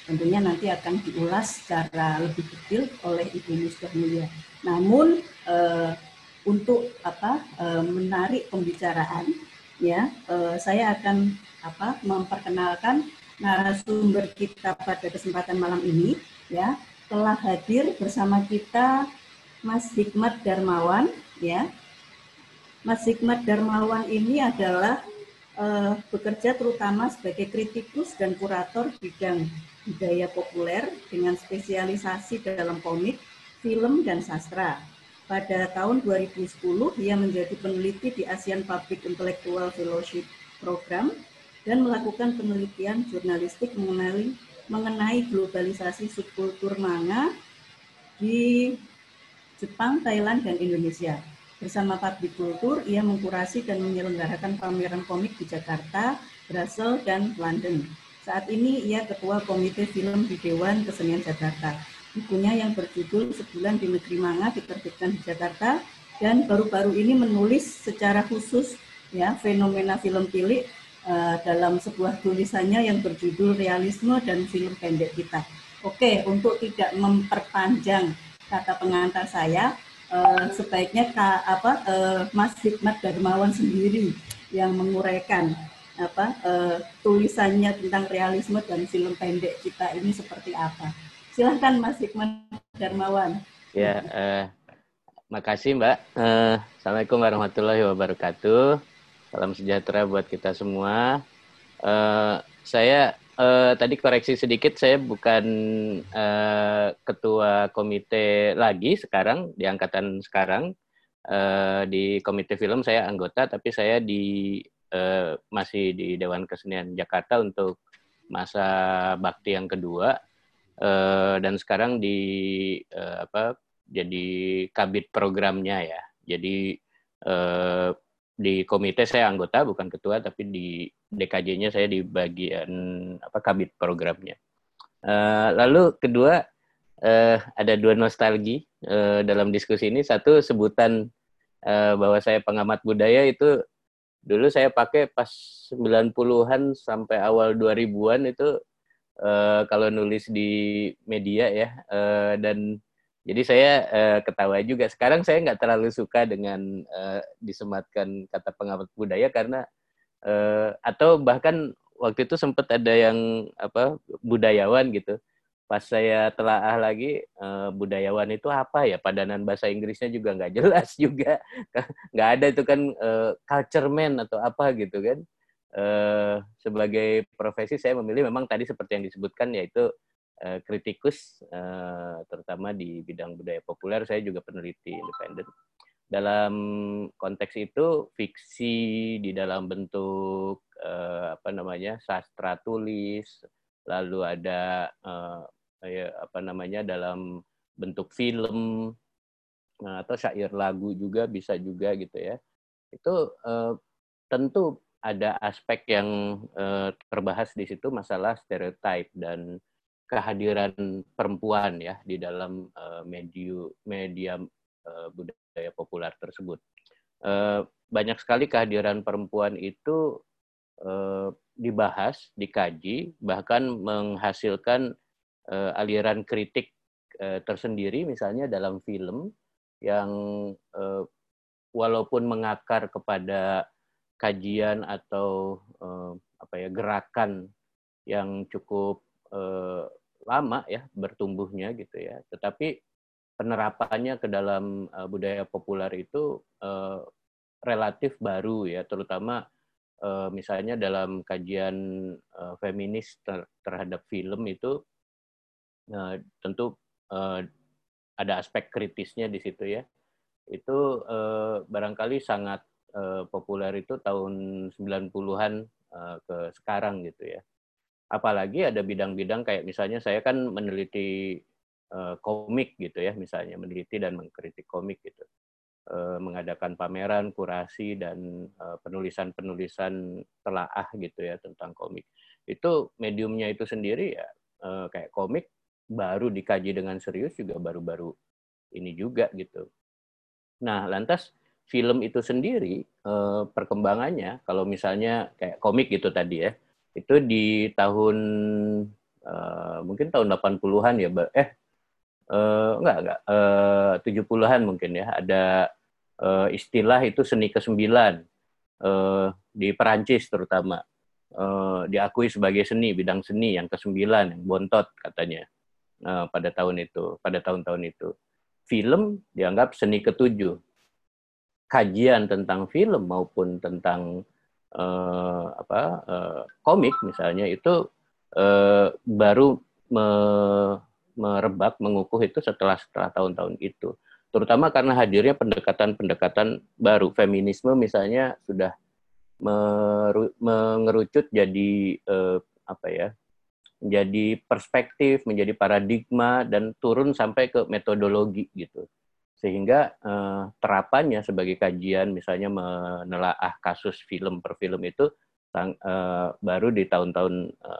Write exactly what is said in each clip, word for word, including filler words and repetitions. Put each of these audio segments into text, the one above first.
tentunya nanti akan diulas secara lebih detail oleh Ibu Musdah Mulia. Namun eh, untuk apa eh, menarik pembicaraan, ya eh, saya akan apa memperkenalkan narasumber kita pada kesempatan malam ini. Ya, telah hadir bersama kita Mas Hikmat Darmawan. Ya, Mas Hikmat Darmawan ini adalah uh, bekerja terutama sebagai kritikus dan kurator bidang budaya populer dengan spesialisasi dalam komik, film, dan sastra. Pada tahun dua ribu sepuluh, ia menjadi peneliti di Asian Public Intellectual Fellowship Program dan melakukan penelitian jurnalistik mengenai, mengenai globalisasi subkultur manga di Jepang, Thailand, dan Indonesia. Bersama Public Kultur, ia mengkurasi dan menyelenggarakan pameran komik di Jakarta, Brussels, dan London. Saat ini ia Ketua Komite Film di Dewan Kesenian Jakarta. Bukunya yang berjudul Sebulan di Negeri Manga diterbitkan di Jakarta, dan baru-baru ini menulis secara khusus ya fenomena film cilik uh, dalam sebuah tulisannya yang berjudul Realisme dan Film Pendek Kita. Oke, untuk tidak memperpanjang kata pengantar saya, eh, sebaiknya ka, apa, eh, Mas Hikmat Darmawan sendiri yang menguraikan apa eh, tulisannya tentang realisme dan film pendek kita ini seperti apa. Silahkan Mas Hikmat Darmawan. Ya, eh, makasih Mbak. Eh, Assalamualaikum warahmatullahi wabarakatuh. Salam sejahtera buat kita semua. Eh, saya Uh, tadi koreksi sedikit, saya bukan uh, ketua komite lagi sekarang, di angkatan sekarang. Uh, di komite film saya anggota, tapi saya di uh, masih di Dewan Kesenian Jakarta untuk masa bakti yang kedua. Uh, dan sekarang di uh, apa jadi kabid programnya ya. Jadi uh, di komite saya anggota, bukan ketua, tapi di D K J-nya saya di bagian apa kabid programnya. Uh, lalu kedua, uh, ada dua nostalgi uh, dalam diskusi ini. Satu, sebutan uh, bahwa saya pengamat budaya itu dulu saya pakai pas sembilan puluhan sampai awal dua ribuan itu uh, kalau nulis di media ya, uh, dan jadi saya uh, ketawa juga. Sekarang saya nggak terlalu suka dengan uh, disematkan kata pengamat budaya karena uh, atau bahkan waktu itu sempat ada yang apa budayawan gitu. Pas saya telaah lagi, uh, budayawan itu apa ya? Padanan bahasa Inggrisnya juga nggak jelas juga. Nggak ada itu kan uh, culture man atau apa gitu kan. Uh, sebagai profesi saya memilih memang tadi seperti yang disebutkan yaitu Uh, kritikus, uh, terutama di bidang budaya populer. Saya juga peneliti independen. Dalam konteks itu, fiksi di dalam bentuk uh, apa namanya sastra tulis, lalu ada uh, ya, apa namanya dalam bentuk film uh, atau syair lagu juga bisa juga gitu ya. Itu uh, tentu ada aspek yang uh, terbahas di situ, masalah stereotip dan kehadiran perempuan ya di dalam uh, media media uh, budaya populer tersebut. Uh, banyak sekali kehadiran perempuan itu uh, dibahas, dikaji, bahkan menghasilkan uh, aliran kritik uh, tersendiri, misalnya dalam film yang uh, walaupun mengakar kepada kajian atau uh, apa ya gerakan yang cukup uh, lama ya bertumbuhnya gitu ya, tetapi penerapannya ke dalam uh, budaya populer itu uh, relatif baru ya, terutama uh, misalnya dalam kajian uh, feminis ter terhadap film itu uh, tentu uh, ada aspek kritisnya di situ ya. Itu uh, barangkali sangat uh, populer itu tahun sembilan puluhan uh, ke sekarang gitu ya. Apalagi ada bidang-bidang kayak misalnya saya kan meneliti uh, komik gitu ya, misalnya meneliti dan mengkritik komik gitu, uh, mengadakan pameran, kurasi dan uh, penulisan-penulisan telaah gitu ya tentang komik. Itu mediumnya itu sendiri ya uh, kayak komik baru dikaji dengan serius juga baru-baru ini juga gitu. Nah, lantas film itu sendiri uh, perkembangannya kalau misalnya kayak komik gitu tadi ya, itu di tahun uh, mungkin tahun delapan puluhan ya, eh uh, enggak enggak uh, tujuh puluhan mungkin ya, ada uh, istilah itu seni kesembilan uh, di Perancis terutama, uh, diakui sebagai seni, bidang seni yang kesembilan, yang bontot katanya uh, pada tahun itu, pada tahun-tahun itu. Film dianggap seni ketujuh. Kajian tentang film maupun tentang uh, apa uh, komik misalnya itu uh, baru me, merebak, mengukuh itu setelah setelah tahun-tahun itu. Terutama karena hadirnya pendekatan-pendekatan baru. Feminisme misalnya sudah meru, mengerucut jadi uh, apa ya? Menjadi perspektif, menjadi paradigma, dan turun sampai ke metodologi gitu. Sehingga eh, terapannya sebagai kajian, misalnya menelaah kasus film per film itu eh, baru di tahun-tahun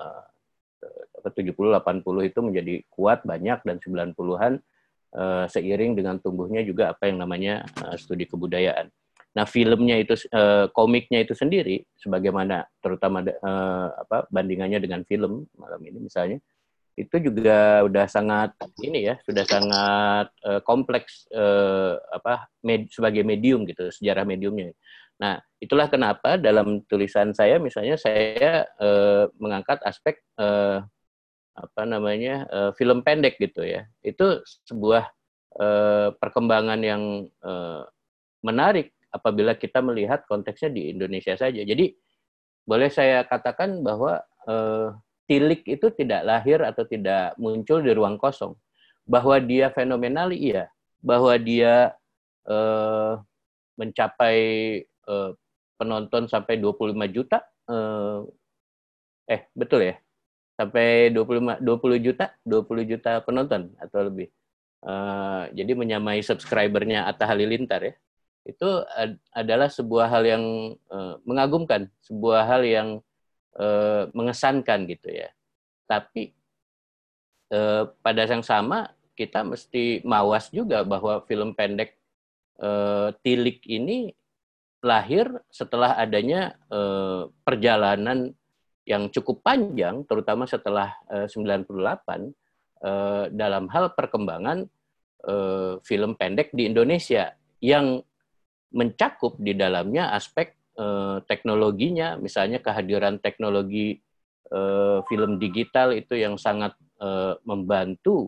eh, tujuh puluh delapan puluh itu menjadi kuat, banyak, dan sembilan puluhan eh, seiring dengan tumbuhnya juga apa yang namanya eh, studi kebudayaan. Nah, filmnya itu, eh, komiknya itu sendiri, sebagaimana terutama eh, apa bandingannya dengan film malam ini misalnya, itu juga udah sangat ini ya, sudah sangat uh, kompleks uh, apa med, sebagai medium gitu, sejarah mediumnya. Nah, itulah kenapa dalam tulisan saya misalnya saya uh, mengangkat aspek uh, apa namanya uh, film pendek gitu ya. Itu sebuah uh, perkembangan yang uh, menarik apabila kita melihat konteksnya di Indonesia saja. Jadi boleh saya katakan bahwa uh, tilik itu tidak lahir atau tidak muncul di ruang kosong. Bahwa dia fenomenal, iya. Bahwa dia eh, mencapai eh, penonton sampai dua puluh lima juta, eh, eh betul ya? Sampai dua puluh lima, dua puluh juta, dua puluh juta penonton atau lebih. Eh, jadi menyamai subscribernya Atta Halilintar ya. Itu ad- adalah sebuah hal yang eh, mengagumkan, sebuah hal yang eh, mengesankan gitu ya. Tapi eh, pada yang sama kita mesti mawas juga bahwa film pendek eh, Tilik ini lahir setelah adanya eh, perjalanan yang cukup panjang, terutama setelah eh, sembilan puluh delapan, eh, dalam hal perkembangan eh, film pendek di Indonesia yang mencakup di dalamnya aspek eh, teknologinya, misalnya kehadiran teknologi eh, film digital itu yang sangat eh, membantu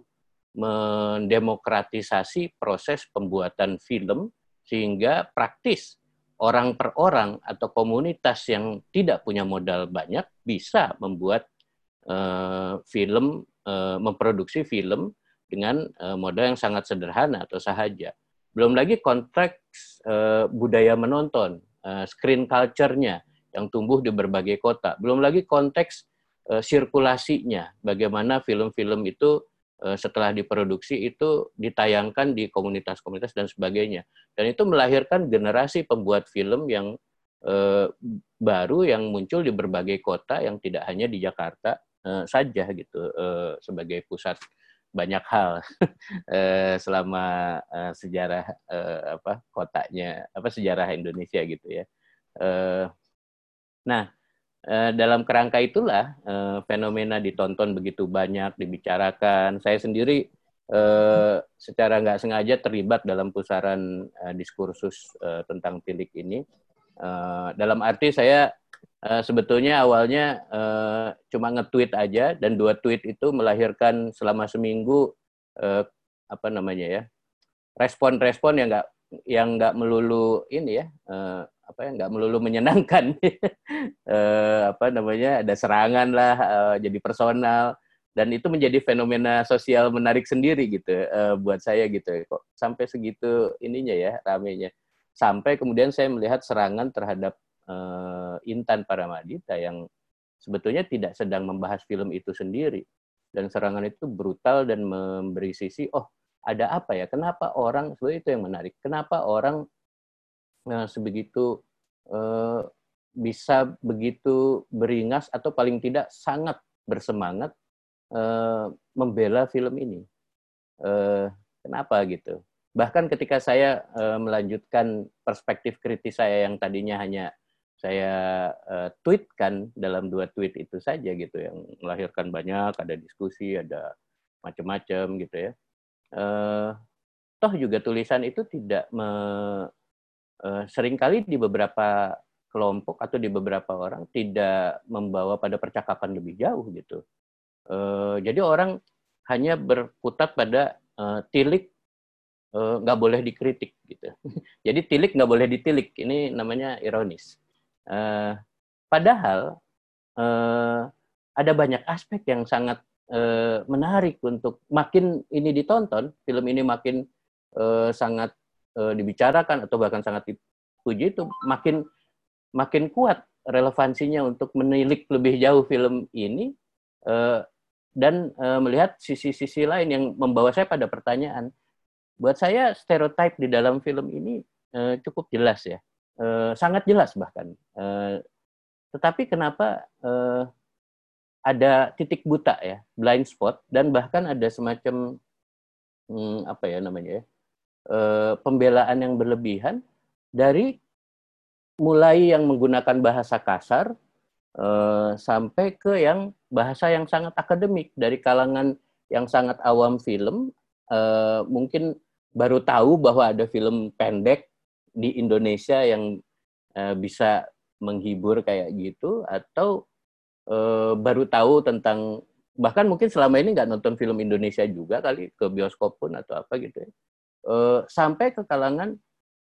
mendemokratisasi proses pembuatan film sehingga praktis orang per orang atau komunitas yang tidak punya modal banyak bisa membuat eh, film, eh, memproduksi film dengan eh, modal yang sangat sederhana atau sahaja. Belum lagi konteks eh, budaya menonton, eh, screen culture-nya yang tumbuh di berbagai kota. Belum lagi konteks eh, sirkulasinya, bagaimana film-film itu eh, setelah diproduksi itu ditayangkan di komunitas-komunitas dan sebagainya. Dan itu melahirkan generasi pembuat film yang eh, baru yang muncul di berbagai kota yang tidak hanya di Jakarta eh, saja gitu eh, sebagai pusat banyak hal eh, selama eh, sejarah eh, apa kotanya apa sejarah Indonesia gitu ya. Eh, nah eh, dalam kerangka itulah eh, fenomena ditonton begitu banyak dibicarakan. Saya sendiri eh, secara nggak sengaja terlibat dalam pusaran eh, diskursus eh, tentang tilik ini. Eh, dalam arti saya eh, sebetulnya awalnya eh, cuma nge-tweet aja dan dua tweet itu melahirkan selama seminggu eh, apa namanya ya respon-respon yang nggak yang nggak melulu ini ya eh, apa ya nggak melulu menyenangkan eh, apa namanya ada serangan lah eh, jadi personal dan itu menjadi fenomena sosial menarik sendiri gitu eh, buat saya gitu kok sampai segitu ininya ya ramenya sampai kemudian saya melihat serangan terhadap uh, Intan Paramaditha yang sebetulnya tidak sedang membahas film itu sendiri dan serangan itu brutal dan memberi sisi oh ada apa ya kenapa orang sebenarnya itu yang menarik kenapa orang uh, sebegitu uh, bisa begitu beringas atau paling tidak sangat bersemangat uh, membela film ini uh, kenapa gitu bahkan ketika saya uh, melanjutkan perspektif kritis saya yang tadinya hanya saya uh, tweetkan dalam dua tweet itu saja gitu, yang melahirkan banyak, ada diskusi, ada macam-macam gitu ya. Uh, toh juga tulisan itu tidak me, uh, seringkali di beberapa kelompok atau di beberapa orang tidak membawa pada percakapan lebih jauh gitu. Uh, jadi orang hanya berkutat pada uh, tilik nggak uh, boleh dikritik gitu. Jadi tilik nggak boleh ditilik, ini namanya ironis. Uh, padahal uh, ada banyak aspek yang sangat uh, menarik untuk makin ini ditonton, film ini makin uh, sangat uh, dibicarakan atau bahkan sangat dipuji, itu makin makin kuat relevansinya untuk menilik lebih jauh film ini uh, dan uh, melihat sisi-sisi lain yang membawa saya pada pertanyaan. Buat saya stereotip di dalam film ini uh, cukup jelas ya, uh, sangat jelas bahkan. Uh, tetapi kenapa uh, ada titik buta ya, blind spot, dan bahkan ada semacam hmm, apa ya namanya ya, uh, pembelaan yang berlebihan dari mulai yang menggunakan bahasa kasar uh, sampai ke yang bahasa yang sangat akademik, dari kalangan yang sangat awam film, uh, mungkin baru tahu bahwa ada film pendek di Indonesia yang uh, bisa menghibur kayak gitu, atau uh, baru tahu tentang, bahkan mungkin selama ini nggak nonton film Indonesia juga kali, ke bioskop pun atau apa gitu ya, uh, sampai ke kalangan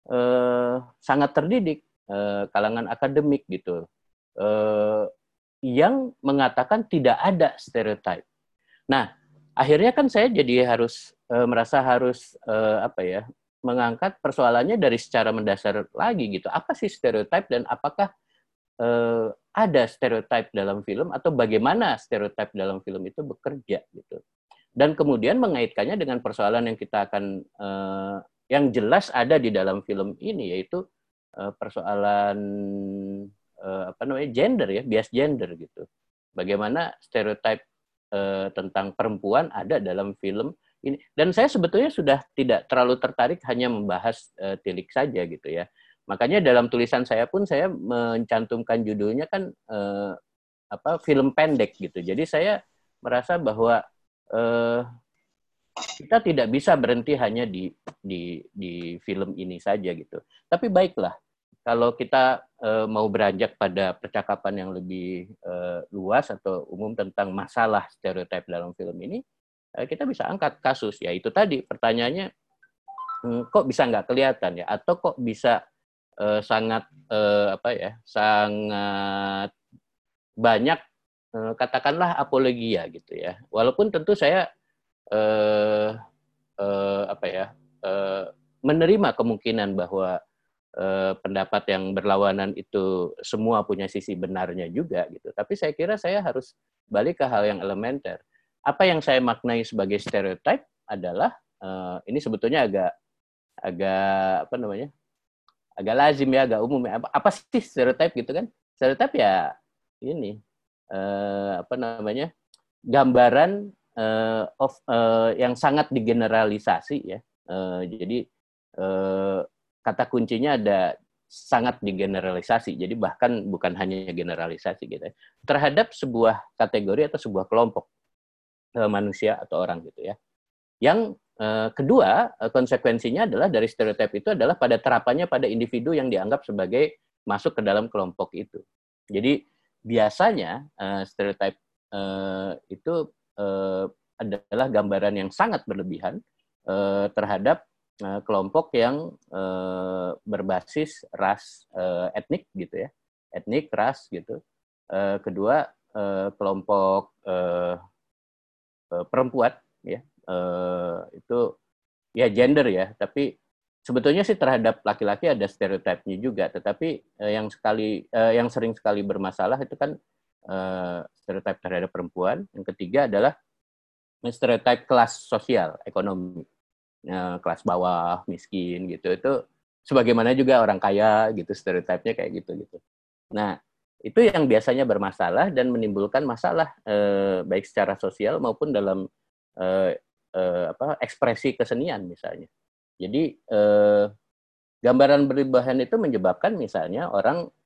uh, sangat terdidik, uh, kalangan akademik gitu, uh, yang mengatakan tidak ada stereotip. Nah, akhirnya kan saya jadi harus e, merasa harus e, apa ya, mengangkat persoalannya dari secara mendasar lagi gitu. Apa sih stereotip dan apakah e, ada stereotip dalam film, atau bagaimana stereotip dalam film itu bekerja gitu. Dan kemudian mengaitkannya dengan persoalan yang kita akan e, yang jelas ada di dalam film ini, yaitu e, persoalan e, apa namanya, gender ya, bias gender gitu. Bagaimana stereotip Uh, tentang perempuan ada dalam film ini. Dan saya sebetulnya sudah tidak terlalu tertarik hanya membahas uh, tilik saja gitu ya. Makanya dalam tulisan saya pun saya mencantumkan judulnya kan uh, apa, film pendek gitu. Jadi saya merasa bahwa uh, kita tidak bisa berhenti hanya di di di film ini saja gitu. Tapi baiklah, kalau kita uh, mau beranjak pada percakapan yang lebih uh, luas atau umum tentang masalah stereotip dalam film ini, uh, kita bisa angkat kasus, ya itu tadi pertanyaannya, hmm, kok bisa nggak kelihatan ya, atau kok bisa uh, sangat uh, apa ya, sangat banyak uh, katakanlah apologia gitu ya. Walaupun tentu saya uh, uh, apa ya uh, menerima kemungkinan bahwa Eh, pendapat yang berlawanan itu semua punya sisi benarnya juga gitu. Tapi saya kira saya harus balik ke hal yang elementer. Apa yang saya maknai sebagai stereotip adalah eh, ini sebetulnya agak agak apa namanya, agak lazim ya, agak umum ya. Apa, apa sih stereotip gitu kan? Stereotip ya ini eh, apa namanya, gambaran eh, of eh, yang sangat digeneralisasi ya. Eh, jadi eh, kata kuncinya ada sangat digeneralisasi. Jadi bahkan bukan hanya generalisasi gitu ya, terhadap sebuah kategori atau sebuah kelompok e, manusia atau orang gitu ya. Yang e, kedua, e, konsekuensinya adalah dari stereotip itu adalah pada terapannya pada individu yang dianggap sebagai masuk ke dalam kelompok itu. Jadi biasanya e, stereotip e, itu e, adalah gambaran yang sangat berlebihan e, terhadap kelompok yang eh, berbasis ras eh, etnik gitu ya, etnik ras gitu. Eh, kedua eh, kelompok eh, perempuan ya, eh, itu ya gender ya, tapi sebetulnya sih terhadap laki-laki ada stereotipnya juga, tetapi eh, yang sekali eh, yang sering sekali bermasalah itu kan eh, stereotip terhadap perempuan. Yang ketiga adalah stereotip kelas sosial ekonomi. Ya, kelas bawah, miskin gitu, itu sebagaimana juga orang kaya gitu, stereotipnya kayak gitu gitu. Nah, itu yang biasanya bermasalah dan menimbulkan masalah eh, baik secara sosial maupun dalam eh, eh, apa, ekspresi kesenian misalnya. Jadi eh, gambaran berlebihan itu menyebabkan misalnya orang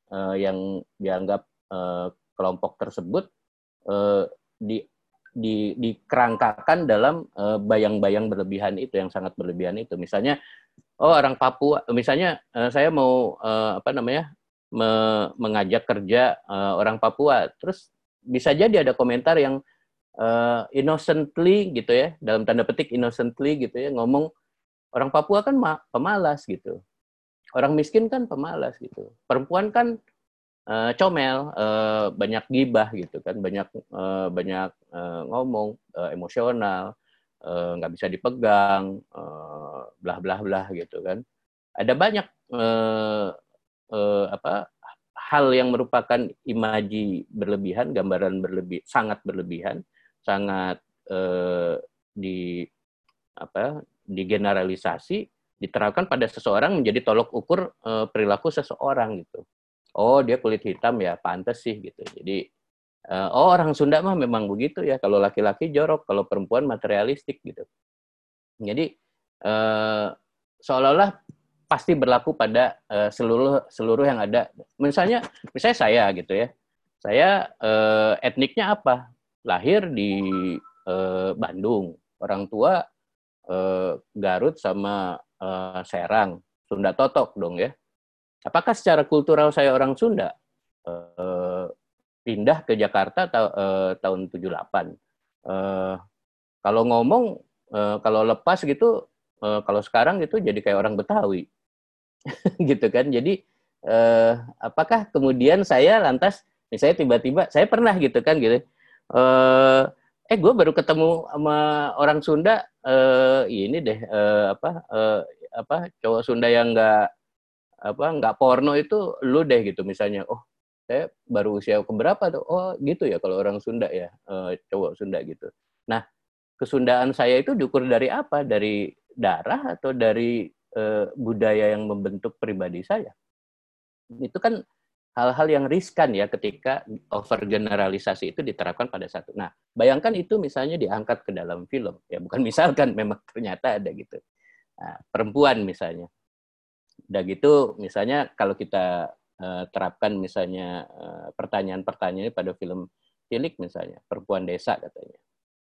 uh, yang dianggap uh, kelompok tersebut uh, di di dikerangkakan dalam uh, bayang-bayang berlebihan itu, yang sangat berlebihan itu. Misalnya, oh orang Papua, misalnya uh, saya mau uh, apa namanya me mengajak kerja uh, orang Papua, terus bisa jadi ada komentar yang uh, innocently gitu ya, dalam tanda petik innocently gitu ya, ngomong orang Papua kan pemalas gitu, orang miskin kan pemalas gitu, perempuan kan uh, comel, uh, banyak gibah gitu kan, banyak uh, banyak uh, ngomong, uh, emosional, nggak uh, bisa dipegang, uh, blah blah blah gitu kan. Ada banyak uh, uh, apa hal yang merupakan imaji berlebihan, gambaran berlebih, sangat berlebihan, sangat uh, di apa digeneralisasi, diterapkan pada seseorang menjadi tolok ukur uh, perilaku seseorang gitu. Oh, dia kulit hitam ya, pantas sih gitu. Jadi uh, oh orang Sunda mah memang begitu ya, kalau laki-laki jorok, kalau perempuan materialistik gitu. Jadi uh, seolah-olah pasti berlaku pada uh, seluruh seluruh yang ada. Misalnya misalnya saya gitu ya. Saya uh, etniknya apa? Lahir di uh, Bandung. Orang tua uh, Garut sama uh, Serang. Sunda Totok dong ya. Apakah secara kultural saya orang Sunda? Uh, pindah ke Jakarta ta uh, tahun tujuh puluh delapan. Uh, kalau ngomong, uh, kalau lepas gitu, uh, kalau sekarang gitu jadi kayak orang Betawi. Gitu kan. Jadi uh, apakah kemudian saya lantas, misalnya tiba-tiba, saya pernah gitu kan gitu, uh, eh gue baru ketemu sama orang Sunda, uh, ini deh, uh, apa, uh, apa cowok Sunda yang nggak apa nggak porno itu lu deh gitu misalnya. Oh, saya baru usia keberapa tuh? Oh gitu ya kalau orang Sunda ya, uh, cowok Sunda gitu. Nah, kesundaan saya itu diukur dari apa? Dari darah atau dari uh, budaya yang membentuk pribadi saya? Itu kan hal-hal yang riskan ya ketika overgeneralisasi itu diterapkan pada satu. Nah, bayangkan itu misalnya diangkat ke dalam film. Ya bukan misalkan, memang ternyata ada gitu. Nah, perempuan misalnya. Udah gitu, misalnya kalau kita uh, terapkan misalnya uh, pertanyaan-pertanyaan pada film Tilik misalnya, perempuan desa katanya.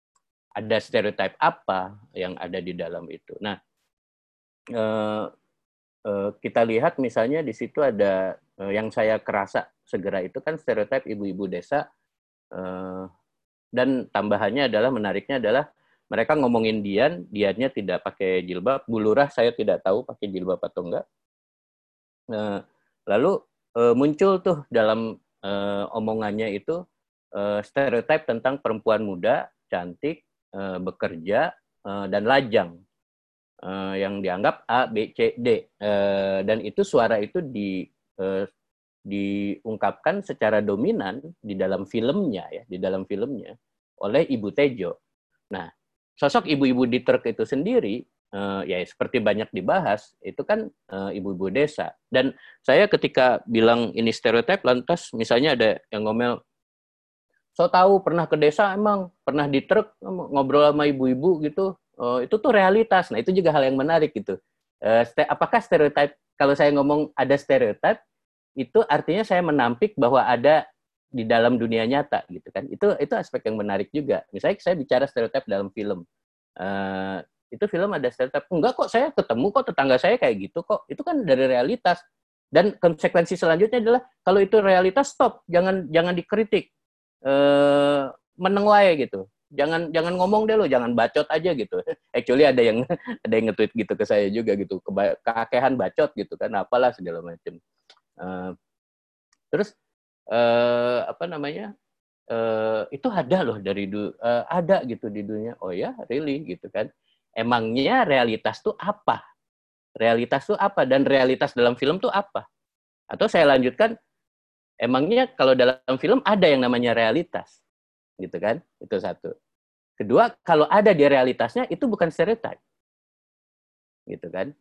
Ada stereotip apa yang ada di dalam itu? Nah, uh, uh, kita lihat misalnya di situ ada uh, yang saya kerasa segera itu kan stereotip ibu-ibu desa, uh, dan tambahannya adalah, menariknya adalah mereka ngomongin Dian, Diannya tidak pakai jilbab, Bu Lurah saya tidak tahu pakai jilbab atau enggak. Nah, lalu uh, muncul tuh dalam uh, omongannya itu uh, stereotip tentang perempuan muda, cantik, uh, bekerja, uh, dan lajang, uh, yang dianggap A, B, C, D. Uh, dan itu suara itu di uh, diungkapkan secara dominan di dalam filmnya ya, di dalam filmnya oleh Ibu Tejo. Nah, sosok ibu-ibu di truk itu sendiri, uh, ya seperti banyak dibahas, itu kan uh, ibu-ibu desa. Dan saya ketika bilang ini stereotip, lantas misalnya ada yang ngomel, so tahu pernah ke desa emang, pernah di truk ngobrol sama ibu-ibu gitu, uh, itu tuh realitas. Nah, itu juga hal yang menarik gitu. Uh, ste apakah stereotip, kalau saya ngomong ada stereotip, itu artinya saya menampik bahwa ada di dalam dunia nyata gitu kan. Itu itu aspek yang menarik juga. Misalnya saya bicara stereotip dalam film. Uh, itu film ada stereotip. Enggak kok, saya ketemu kok tetangga saya kayak gitu kok. Itu kan dari realitas. Dan konsekuensi selanjutnya adalah kalau itu realitas, stop, jangan jangan dikritik. Uh, meneng wae gitu. Jangan jangan ngomong deh lo, jangan bacot aja gitu. Actually ada yang ada yang nge-tweet gitu ke saya juga gitu. Keakehan bacot gitu kan, apalah segala macam. Uh, terus uh, apa namanya uh, itu ada loh dari du, uh, ada gitu di dunia. Oh ya, really gitu kan. Emangnya realitas tuh apa? Realitas tuh apa? Dan realitas dalam film tuh apa? Atau saya lanjutkan, emangnya kalau dalam film ada yang namanya realitas, gitu kan? Itu satu. Kedua, kalau ada di realitasnya itu bukan stereotip, gitu kan?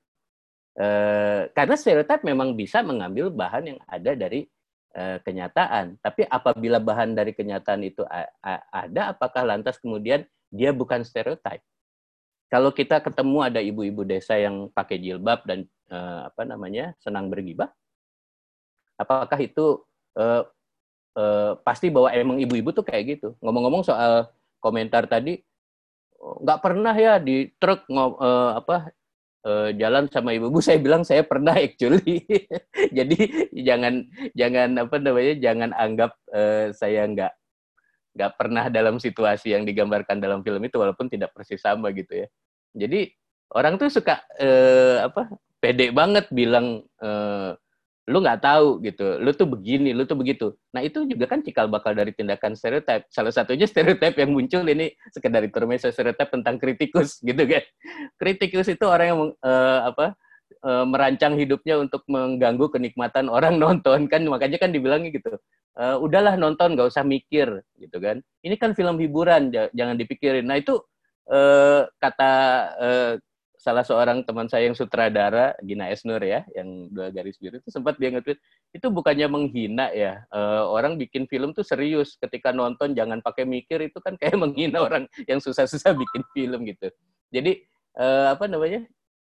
Eh, karena stereotip memang bisa mengambil bahan yang ada dari eh, kenyataan. Tapi apabila bahan dari kenyataan itu a- a- ada, apakah lantas kemudian dia bukan stereotip? Kalau kita ketemu ada ibu-ibu desa yang pakai jilbab dan eh, apa namanya senang bergibah, apakah itu uh, uh, pasti bahwa emang ibu-ibu tuh kayak gitu. Ngomong-ngomong soal komentar tadi, nggak pernah ya di truk ngom, uh, apa uh, jalan sama ibu-ibu. Saya bilang saya pernah actually. Jadi jangan jangan apa namanya jangan anggap uh, saya nggak nggak pernah dalam situasi yang digambarkan dalam film itu, walaupun tidak persis sama gitu ya. Jadi orang tuh suka uh, apa pede banget bilang uh, lu nggak tahu gitu, lu tuh begini, lu tuh begitu. Nah itu juga kan cikal bakal dari tindakan stereotip. Salah satunya stereotip yang muncul ini sekedar intermezzo, stereotip tentang kritikus gitu kan. Kritikus itu orang yang uh, apa uh, merancang hidupnya untuk mengganggu kenikmatan orang nonton kan, makanya kan dibilangnya gitu. Uh, udahlah nonton, nggak usah mikir gitu kan. Ini kan film hiburan, jangan dipikirin. Nah itu uh, kata uh, salah seorang teman saya yang sutradara, Gina Esnur ya, yang Dua Garis Biru itu sempat dia nge-tweet, itu bukannya menghina ya, uh, orang bikin film tuh serius, ketika nonton jangan pakai mikir, itu kan kayak menghina orang yang susah-susah bikin film gitu. Jadi uh, apa namanya,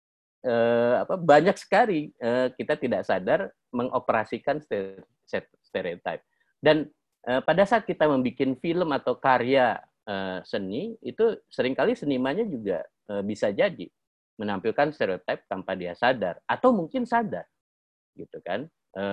uh, apa banyak sekali uh, kita tidak sadar mengoperasikan stereotip. Dan uh, pada saat kita membuat film atau karya uh, seni, itu seringkali senimannya juga uh, bisa jadi menampilkan stereotip tanpa dia sadar, atau mungkin sadar, gitu kan. E,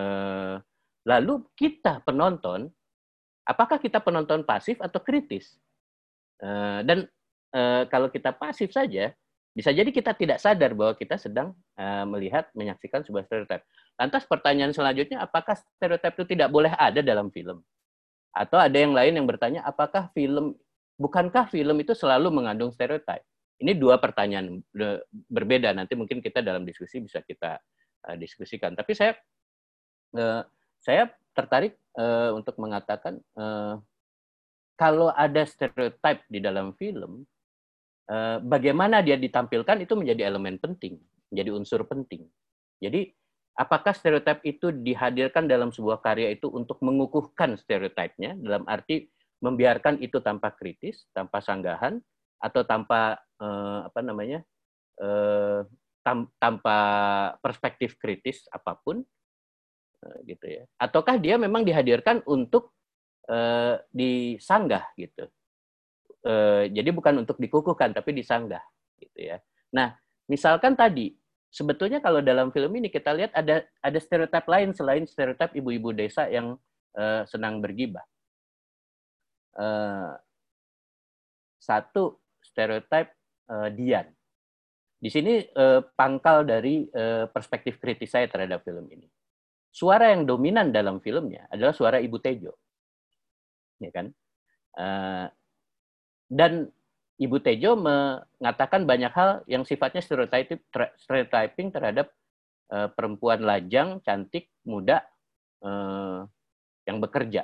lalu kita penonton, apakah kita penonton pasif atau kritis? E, dan e, kalau kita pasif saja, bisa jadi kita tidak sadar bahwa kita sedang e, melihat, menyaksikan sebuah stereotip. Lantas pertanyaan selanjutnya, apakah stereotip itu tidak boleh ada dalam film? Atau ada yang lain yang bertanya, apakah film, bukankah film itu selalu mengandung stereotip? Ini dua pertanyaan berbeda. Nanti mungkin kita dalam diskusi bisa kita uh, diskusikan. Tapi saya uh, saya tertarik uh, untuk mengatakan uh, kalau ada stereotip di dalam film, uh, bagaimana dia ditampilkan itu menjadi elemen penting, menjadi unsur penting. Jadi apakah stereotip itu dihadirkan dalam sebuah karya itu untuk mengukuhkan stereotipnya, dalam arti membiarkan itu tanpa kritis, tanpa sanggahan, atau tanpa eh, apa namanya eh, tam, tanpa perspektif kritis apapun, eh, gitu ya? Ataukah dia memang dihadirkan untuk eh, disanggah gitu? Eh, jadi bukan untuk dikukuhkan, tapi disanggah, gitu ya? Nah, misalkan tadi sebetulnya kalau dalam film ini kita lihat ada ada stereotip lain selain stereotip ibu-ibu desa yang eh, senang bergibah. Eh, satu stereotip uh, Dian. Di sini uh, pangkal dari uh, perspektif kritis saya terhadap film ini. Suara yang dominan dalam filmnya adalah suara Ibu Tejo, ya kan? Uh, dan Ibu Tejo mengatakan banyak hal yang sifatnya stereotyping, stereotyping terhadap uh, perempuan lajang, cantik, muda, uh, yang bekerja.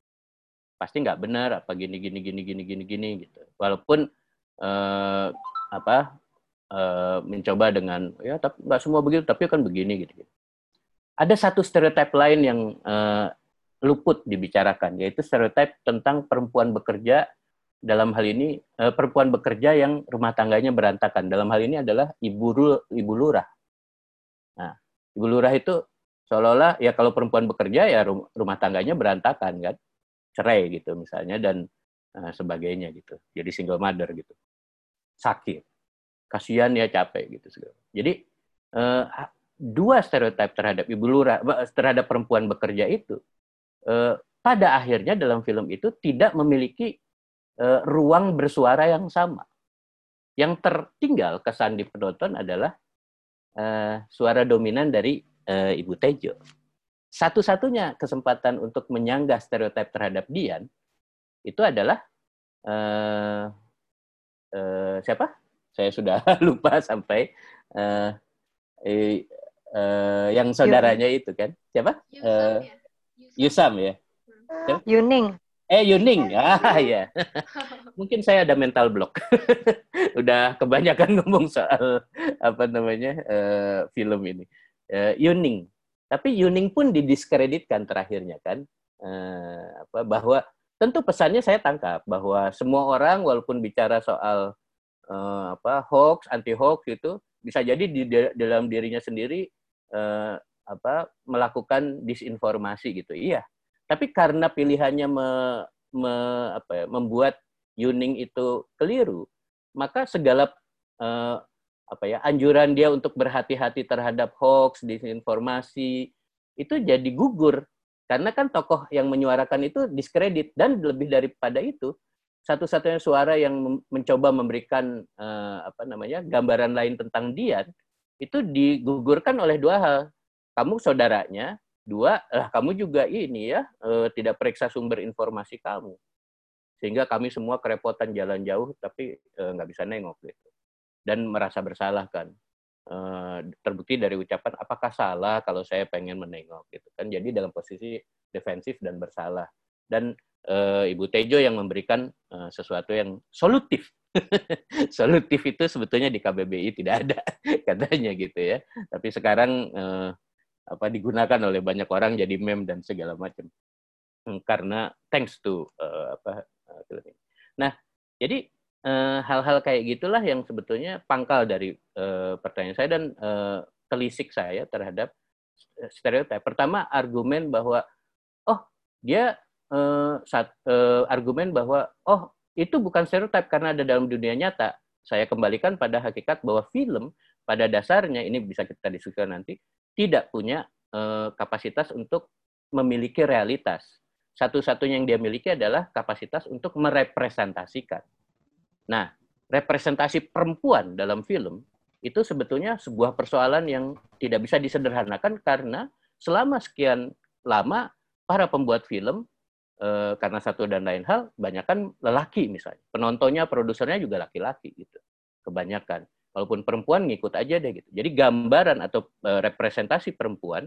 Pasti nggak benar, apa gini gini gini gini gini gini gitu. Walaupun uh, apa uh, mencoba dengan ya tapi nggak semua begitu, tapi kan begini gitu. Ada satu stereotip lain yang uh, luput dibicarakan, yaitu stereotip tentang perempuan bekerja, dalam hal ini uh, perempuan bekerja yang rumah tangganya berantakan. Dalam hal ini adalah ibu ibu lurah. Nah, ibu lurah itu seolah-olah ya kalau perempuan bekerja ya rumah tangganya berantakan kan, cerai gitu misalnya dan uh, sebagainya gitu. Jadi single mother gitu. Sakit, kasihan ya, capek gitu. Jadi eh, dua stereotip terhadap ibu lurah, terhadap perempuan bekerja itu, eh, pada akhirnya dalam film itu tidak memiliki eh, ruang bersuara yang sama. Yang tertinggal kesan di penonton adalah eh, suara dominan dari eh, Ibu Tejo. Satu-satunya kesempatan untuk menyanggah stereotip terhadap Dian itu adalah eh, eh, siapa? Saya sudah lupa sampai uh, eh, uh, yang saudaranya itu kan siapa? Yusam uh, ya. Yusam ya. Siapa? Yuning. Eh Yuning, ah ya. Mungkin saya ada mental block. Udah kebanyakan ngomong soal apa namanya uh, film ini. Uh, Yuning. Tapi Yuning pun didiskreditkan terakhirnya kan. Uh, apa bahwa tentu pesannya saya tangkap bahwa semua orang walaupun bicara soal Uh, apa hoax, anti hoax itu bisa jadi di, di dalam dirinya sendiri uh, apa melakukan disinformasi gitu. Iya. Tapi karena pilihannya me, me, apa ya, membuat Yuning itu keliru, maka segala eh, apa ya anjuran dia untuk berhati-hati terhadap hoax, disinformasi itu jadi gugur karena kan tokoh yang menyuarakan itu diskredit dan lebih daripada itu satu-satunya suara yang mencoba memberikan eh, apa namanya gambaran lain tentang dia itu digugurkan oleh dua hal. Kamu saudaranya, dua lah kamu juga ini ya eh, tidak periksa sumber informasi kamu. Sehingga kami semua kerepotan jalan jauh tapi eh, nggak bisa nengok gitu. Dan merasa bersalah kan. Eh, terbukti dari ucapan apakah salah kalau saya pengen menengok gitu kan. Jadi dalam posisi defensif dan bersalah. Dan eh, Ibu Tejo yang memberikan eh, sesuatu yang solutif. Solutif itu sebetulnya di K B B I tidak ada katanya gitu ya. Tapi sekarang eh, apa digunakan oleh banyak orang jadi meme dan segala macam. Karena thanks to uh, apa film ini. Nah, jadi uh, hal-hal kayak gitulah yang sebetulnya pangkal dari uh, pertanyaan saya dan uh, telisik saya terhadap stereotip. Pertama, argumen bahwa oh dia uh, sat, uh, argumen bahwa oh itu bukan stereotip karena ada dalam dunia nyata. Saya kembalikan pada hakikat bahwa film pada dasarnya ini bisa kita diskusikan nanti tidak punya uh, kapasitas untuk memiliki realitas. Satu-satunya yang dia miliki adalah kapasitas untuk merepresentasikan. Nah, representasi perempuan dalam film itu sebetulnya sebuah persoalan yang tidak bisa disederhanakan karena selama sekian lama para pembuat film eh, karena satu dan lain hal banyakkan lelaki misalnya. Penontonnya, produsernya juga laki-laki gitu. Kebanyakan. Walaupun perempuan ngikut aja deh gitu. Jadi gambaran atau eh, representasi perempuan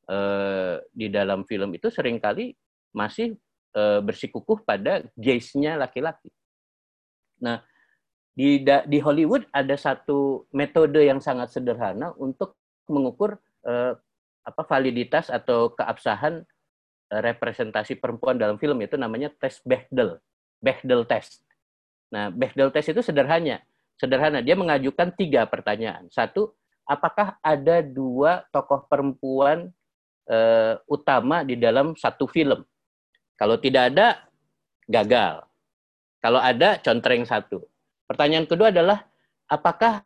eh, di dalam film itu seringkali masih e, bersikukuh pada gaze-nya laki-laki. Nah, di, di Hollywood ada satu metode yang sangat sederhana untuk mengukur e, apa validitas atau keabsahan e, representasi perempuan dalam film, itu namanya tes Bechdel. Bechdel test. Nah, Bechdel test itu sederhana. Sederhana, dia mengajukan tiga pertanyaan. Satu, apakah ada dua tokoh perempuan e, utama di dalam satu film? Kalau tidak ada, gagal. Kalau ada, contreng satu. Pertanyaan kedua adalah, apakah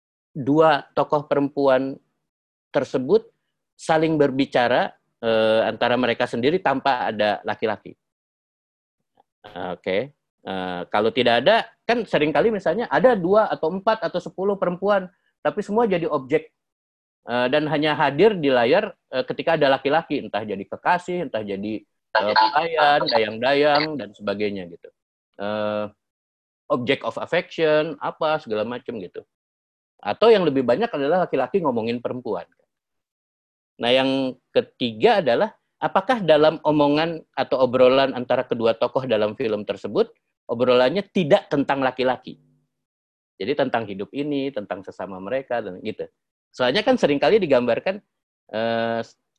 dua tokoh perempuan tersebut saling berbicara eh, antara mereka sendiri tanpa ada laki-laki? Oke. Okay. Eh, kalau tidak ada, kan seringkali misalnya ada dua atau empat atau sepuluh perempuan, tapi semua jadi objek eh, dan hanya hadir di layar eh, ketika ada laki-laki, entah jadi kekasih, entah jadi pelayan, dayang-dayang, dan sebagainya gitu. Uh, object of affection, apa, segala macam gitu. Atau yang lebih banyak adalah laki-laki ngomongin perempuan. Nah, yang ketiga adalah, apakah dalam omongan atau obrolan antara kedua tokoh dalam film tersebut, obrolannya tidak tentang laki-laki. Jadi tentang hidup ini, tentang sesama mereka, dan gitu. Soalnya kan seringkali digambarkan, uh,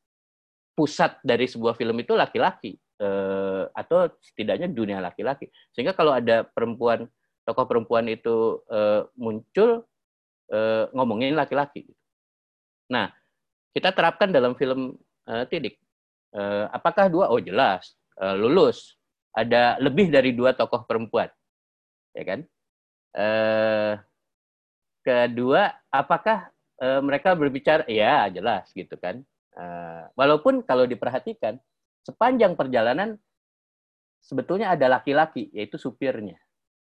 pusat dari sebuah film itu laki-laki eh, atau setidaknya dunia laki-laki, sehingga kalau ada perempuan tokoh perempuan itu eh, muncul eh, ngomongin laki-laki. Nah, kita terapkan dalam film eh, Tidik. Eh, apakah dua? Oh jelas, eh, lulus. Ada lebih dari dua tokoh perempuan, ya kan? Eh, kedua, apakah eh, mereka berbicara? Ya jelas gitu kan. Uh, walaupun kalau diperhatikan sepanjang perjalanan sebetulnya ada laki-laki, yaitu supirnya,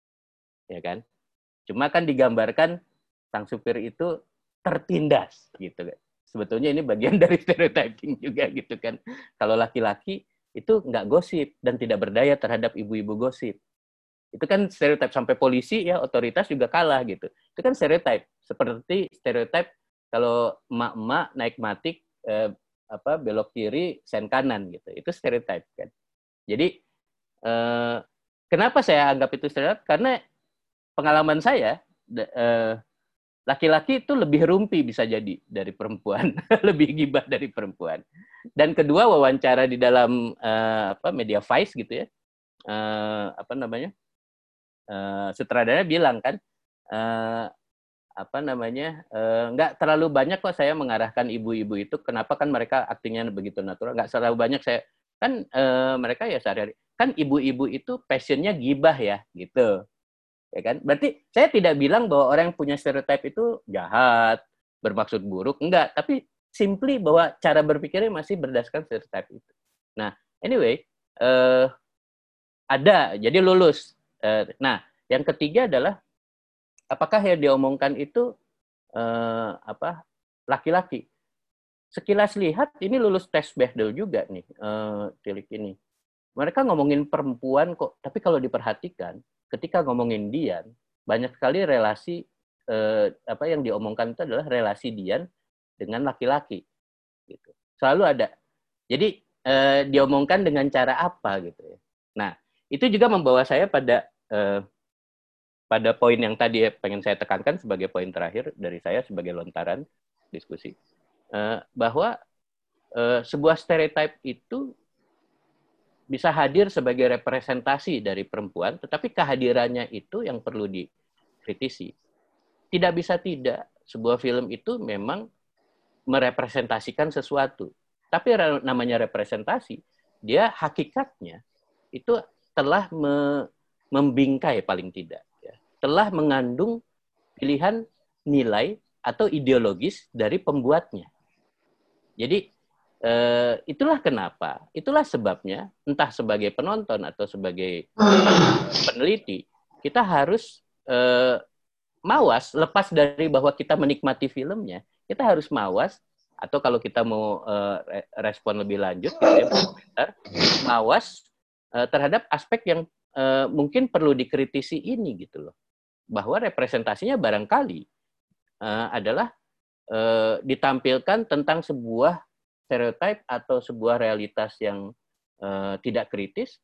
ya kan? Cuma kan digambarkan sang supir itu tertindas, gitu kan? Sebetulnya ini bagian dari stereotyping juga, gitu kan? Kalau laki-laki itu nggak gosip dan tidak berdaya terhadap ibu-ibu gosip. Itu kan stereotip, sampai polisi ya otoritas juga kalah gitu. Itu kan stereotip. Seperti stereotip kalau emak-emak naik matic eh, apa belok kiri sen kanan gitu. Itu stereotip kan. Jadi eh, kenapa saya anggap itu stereotip? Karena pengalaman saya eh, laki-laki itu lebih rumpi bisa jadi dari perempuan, lebih gibah dari perempuan. Dan kedua, wawancara di dalam eh, apa media Vice gitu ya. Eh, apa namanya? Uh, sutradara bilang kan uh, apa namanya, uh, nggak terlalu banyak kok saya mengarahkan ibu-ibu itu. Kenapa kan mereka aktingnya begitu natural? Nggak terlalu banyak saya kan uh, mereka ya sehari-hari kan ibu-ibu itu passionnya gibah ya gitu. Ya kan? Berarti saya tidak bilang bahwa orang yang punya stereotip itu jahat, bermaksud buruk, enggak. Tapi simply bahwa cara berpikirnya masih berdasarkan stereotip itu. Nah, anyway, uh, ada, jadi lulus. Uh, nah, yang ketiga adalah apakah yang diomongkan itu uh, apa laki-laki? Sekilas lihat ini lulus tes Bechdel juga nih, uh, Tilik ini. Mereka ngomongin perempuan kok, tapi kalau diperhatikan, ketika ngomongin Dian, banyak sekali relasi eh, apa yang diomongkan itu adalah relasi Dian dengan laki-laki, gitu. Selalu ada. Jadi eh, diomongkan dengan cara apa gitu ya. Nah, itu juga membawa saya pada eh, pada poin yang tadi ya, pengen saya tekankan sebagai poin terakhir dari saya sebagai lontaran diskusi, eh, bahwa eh, sebuah stereotip itu bisa hadir sebagai representasi dari perempuan, tetapi kehadirannya itu yang perlu dikritisi. Tidak bisa tidak, sebuah film itu memang merepresentasikan sesuatu. Tapi namanya representasi, dia hakikatnya itu telah me membingkai paling tidak. Ya. Telah mengandung pilihan nilai atau ideologis dari pembuatnya. Jadi, Uh, itulah kenapa, itulah sebabnya, entah sebagai penonton atau sebagai peneliti, kita harus uh, mawas, lepas dari bahwa kita menikmati filmnya, kita harus mawas, atau kalau kita mau uh, respon lebih lanjut, gitu ya, berkomentar, mawas uh, terhadap aspek yang uh, mungkin perlu dikritisi ini, gitu loh. Bahwa representasinya barangkali uh, adalah uh, ditampilkan tentang sebuah stereotip atau sebuah realitas yang uh, tidak kritis,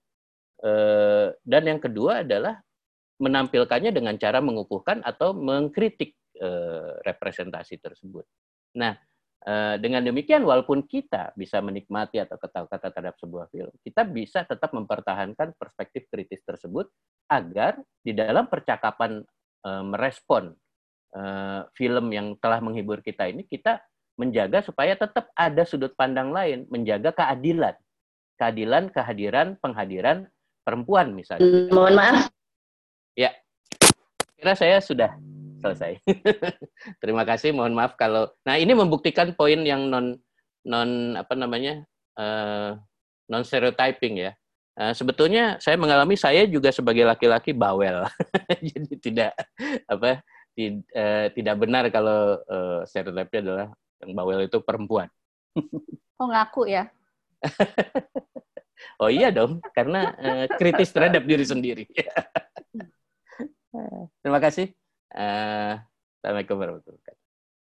uh, dan yang kedua adalah menampilkannya dengan cara mengukuhkan atau mengkritik uh, representasi tersebut. Nah, uh, dengan demikian walaupun kita bisa menikmati atau kata-kata terhadap sebuah film, kita bisa tetap mempertahankan perspektif kritis tersebut agar di dalam percakapan uh, merespon uh, film yang telah menghibur kita ini, kita menjaga supaya tetap ada sudut pandang lain, menjaga keadilan. Keadilan, kehadiran, penghadiran perempuan misalnya. Mohon maaf. Ya, kira saya sudah selesai. Terima kasih, mohon maaf kalau... Nah, ini membuktikan poin yang non, non apa namanya, uh, non-stereotyping ya. Uh, sebetulnya saya mengalami, saya juga sebagai laki-laki bawel. Jadi tidak apa tid, uh, tidak benar kalau uh, stereotipnya adalah yang bawel itu perempuan. Oh, ngaku ya? Oh iya dong, karena uh, kritis terhadap diri sendiri. Terima kasih. Uh, Assalamualaikum warahmatullahi wabarakatuh.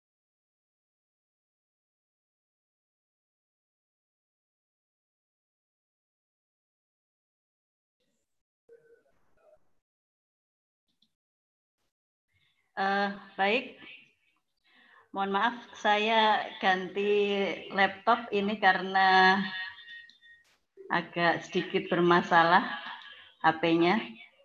Uh, baik. Mohon maaf, saya ganti laptop ini karena agak sedikit bermasalah H P-nya.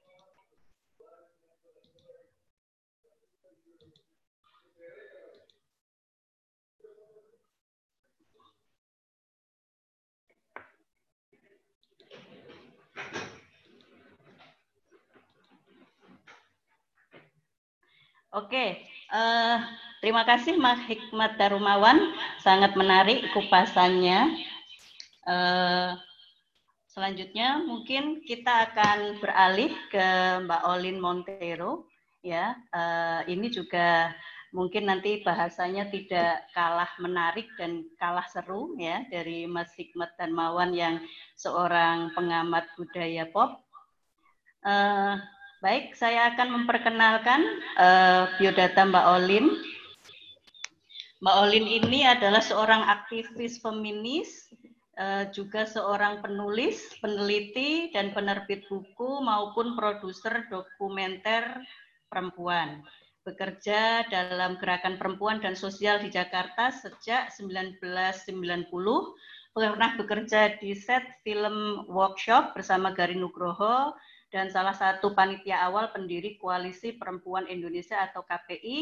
Oke, uh, terima kasih Mas Hikmat Darumawan, sangat menarik kupasannya. Uh, selanjutnya mungkin kita akan beralih ke Mbak Olin Montero. Ya, uh, ini juga mungkin nanti bahasanya tidak kalah menarik dan kalah seru ya dari Mas Hikmat Darumawan yang seorang pengamat budaya pop. Uh, Baik, saya akan memperkenalkan uh, biodata Mbak Olin. Mbak Olin ini adalah seorang aktivis feminis, uh, juga seorang penulis, peneliti, dan penerbit buku maupun produser dokumenter perempuan. Bekerja dalam gerakan perempuan dan sosial di Jakarta sejak seribu sembilan ratus sembilan puluh, pernah bekerja di set film workshop bersama Gari Nugroho, dan salah satu panitia awal pendiri Koalisi Perempuan Indonesia atau K P I,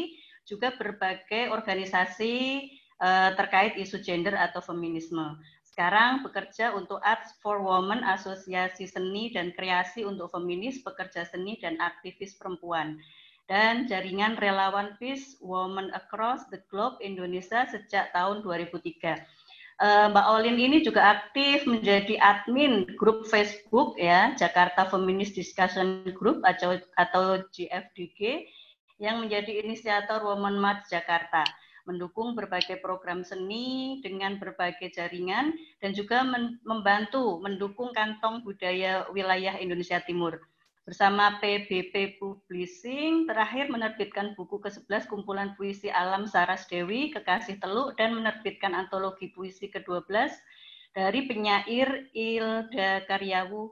juga berbagai organisasi uh, terkait isu gender atau feminisme. Sekarang bekerja untuk Arts for Women, Asosiasi Seni dan Kreasi untuk Feminis, Pekerja Seni dan Aktivis Perempuan. Dan jaringan relawan Peace Women Across the Globe Indonesia sejak tahun dua ribu tiga. Mbak Olin ini juga aktif menjadi admin grup Facebook ya, Jakarta Feminist Discussion Group atau, atau J F D G, yang menjadi inisiator Women March Jakarta, mendukung berbagai program seni dengan berbagai jaringan dan juga membantu mendukung kantong budaya wilayah Indonesia Timur. Bersama P B P Publishing, terakhir menerbitkan buku ke sebelas kumpulan puisi Alam Saras Dewi, Kekasih Teluk, dan menerbitkan antologi puisi ke dua belas dari penyair Ilda Karyawu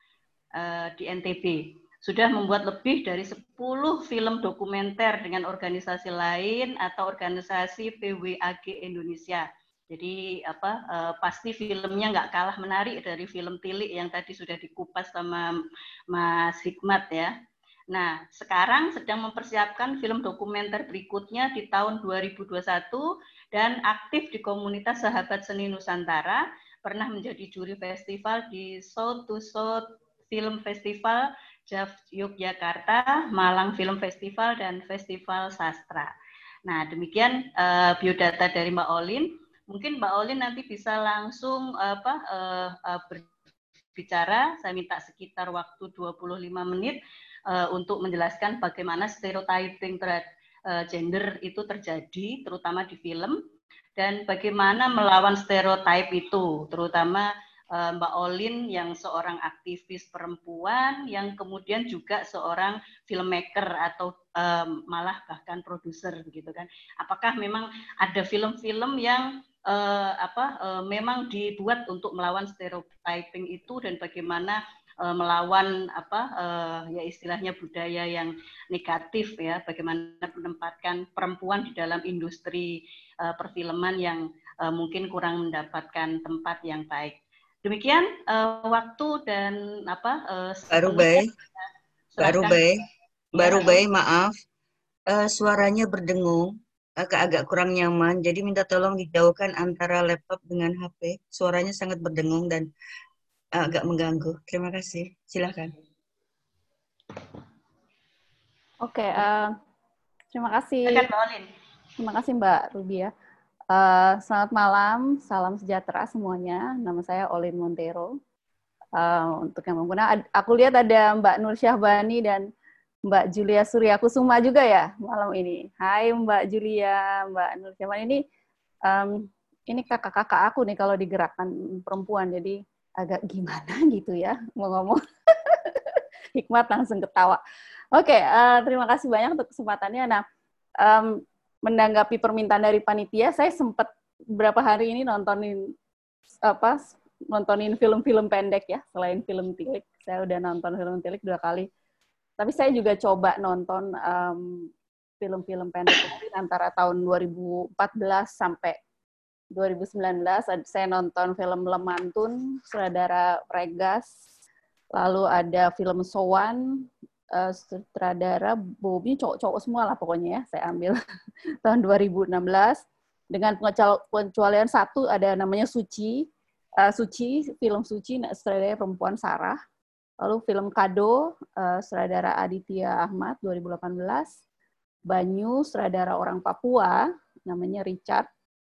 uh, di N T B. Sudah membuat lebih dari sepuluh film dokumenter dengan organisasi lain atau organisasi P W A G Indonesia. Jadi apa uh, pasti filmnya nggak kalah menarik dari film Tilik yang tadi sudah dikupas sama Mas Hikmat ya. Nah, sekarang sedang mempersiapkan film dokumenter berikutnya di tahun dua ribu dua puluh satu dan aktif di komunitas Sahabat Seni Nusantara, pernah menjadi juri festival di South to South Film Festival Yogyakarta, Malang Film Festival, dan Festival Sastra. Nah, demikian uh, biodata dari Mbak Olin. Mungkin Mbak Olin nanti bisa langsung apa uh, uh, berbicara. Saya minta sekitar waktu dua puluh lima menit uh, untuk menjelaskan bagaimana stereotyping terhadap uh, gender itu terjadi, terutama di film, dan bagaimana melawan stereotip itu, terutama uh, Mbak Olin yang seorang aktivis perempuan, yang kemudian juga seorang filmmaker atau um, malah bahkan produser, begitu kan? Apakah memang ada film-film yang Uh, apa uh, memang dibuat untuk melawan stereotyping itu dan bagaimana uh, melawan apa uh, ya istilahnya budaya yang negatif ya, bagaimana menempatkan perempuan di dalam industri uh, perfilman yang uh, mungkin kurang mendapatkan tempat yang baik. Demikian uh, waktu dan apa uh, baru baik baru baik baru baik maaf uh, suaranya berdengung, agak-agak kurang nyaman, jadi minta tolong dijauhkan antara laptop dengan H P. Suaranya sangat berdengung dan agak mengganggu. Terima kasih. Silakan. Oke, uh, terima kasih. Silakan Mbak Olin. Terima kasih Mbak Ruby ya. Uh, selamat malam, salam sejahtera semuanya. Nama saya Olin Montero. Uh, untuk yang menggunakan, aku lihat ada Mbak Nur Syahbani dan Mbak Julia Surya Kusuma juga ya malam ini. Hai Mbak Julia, Mbak Nur Syahbani ini um, ini kakak-kakak aku nih kalau di gerakan perempuan, jadi agak gimana gitu ya mau ngomong. Hikmat langsung ketawa. Oke, okay, uh, terima kasih banyak untuk kesempatannya. Nah, um, menanggapi permintaan dari panitia, saya sempat beberapa hari ini nontonin apa nontonin film-film pendek ya, selain film Tilik. Saya udah nonton film Tilik dua kali. Tapi saya juga coba nonton um, film-film pendek antara tahun dua ribu empat belas sampai dua ribu sembilan belas. Saya nonton film Lemantun, sutradara Regas. Lalu ada film Sowan, uh, sutradara Bobi, cowok-cowok semua lah pokoknya ya. Saya ambil tahun dua ribu enam belas. Dengan pengecualian satu ada namanya Suci. Uh, Suci, film Suci, sutradara perempuan Sarah. Lalu film Kado, uh, sutradara Aditya Ahmad dua ribu delapan belas, Banyu, sutradara orang Papua, namanya Richard,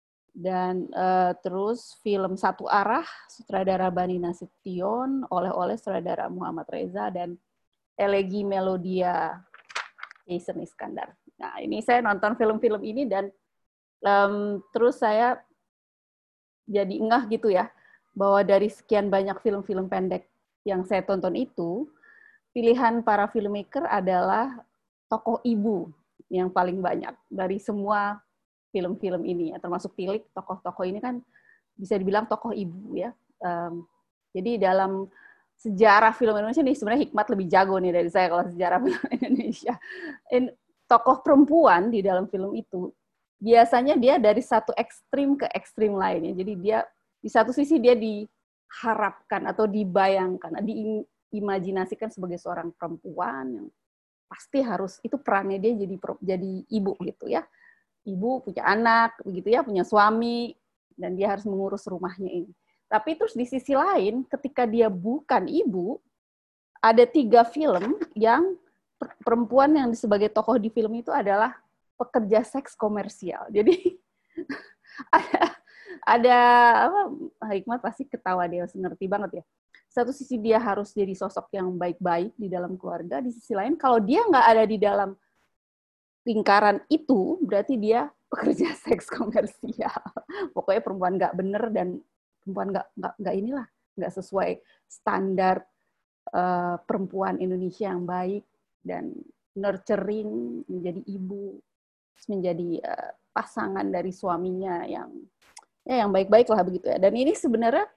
dan uh, terus film Satu Arah, sutradara Bani Nasution, Oleh-oleh, sutradara Muhammad Reza, dan Elegi Melodia, Jason Iskandar. Nah, ini saya nonton film-film ini dan um, terus saya jadi ngeh gitu ya, bahwa dari sekian banyak film-film pendek yang saya tonton itu, pilihan para filmmaker adalah tokoh ibu yang paling banyak dari semua film-film ini, ya, termasuk Tilik, tokoh-tokoh ini kan bisa dibilang tokoh ibu ya. Um, jadi dalam sejarah film Indonesia nih sebenarnya Hikmat lebih jago nih dari saya kalau sejarah film Indonesia. In, tokoh perempuan di dalam film itu biasanya dia dari satu ekstrim ke ekstrim lainnya. Jadi dia di satu sisi dia diharapkan atau dibayangkan, diimajinasikan sebagai seorang perempuan yang pasti harus itu perannya dia jadi jadi ibu gitu ya. Ibu punya anak begitu ya, punya suami, dan dia harus mengurus rumahnya ini. Tapi terus di sisi lain, ketika dia bukan ibu, ada tiga film yang perempuan yang sebagai tokoh di film itu adalah pekerja seks komersial. Jadi ada ada apa, Hikmat pasti ketawa, dia ngerti banget ya. Satu sisi dia harus jadi sosok yang baik-baik di dalam keluarga, di sisi lain kalau dia nggak ada di dalam lingkaran itu, berarti dia pekerja seks komersial. Pokoknya perempuan nggak bener dan perempuan nggak nggak nggak inilah, nggak sesuai standar uh, perempuan Indonesia yang baik dan nurturing, menjadi ibu, menjadi uh, pasangan dari suaminya yang ya yang baik-baik lah begitu ya. Dan ini sebenarnya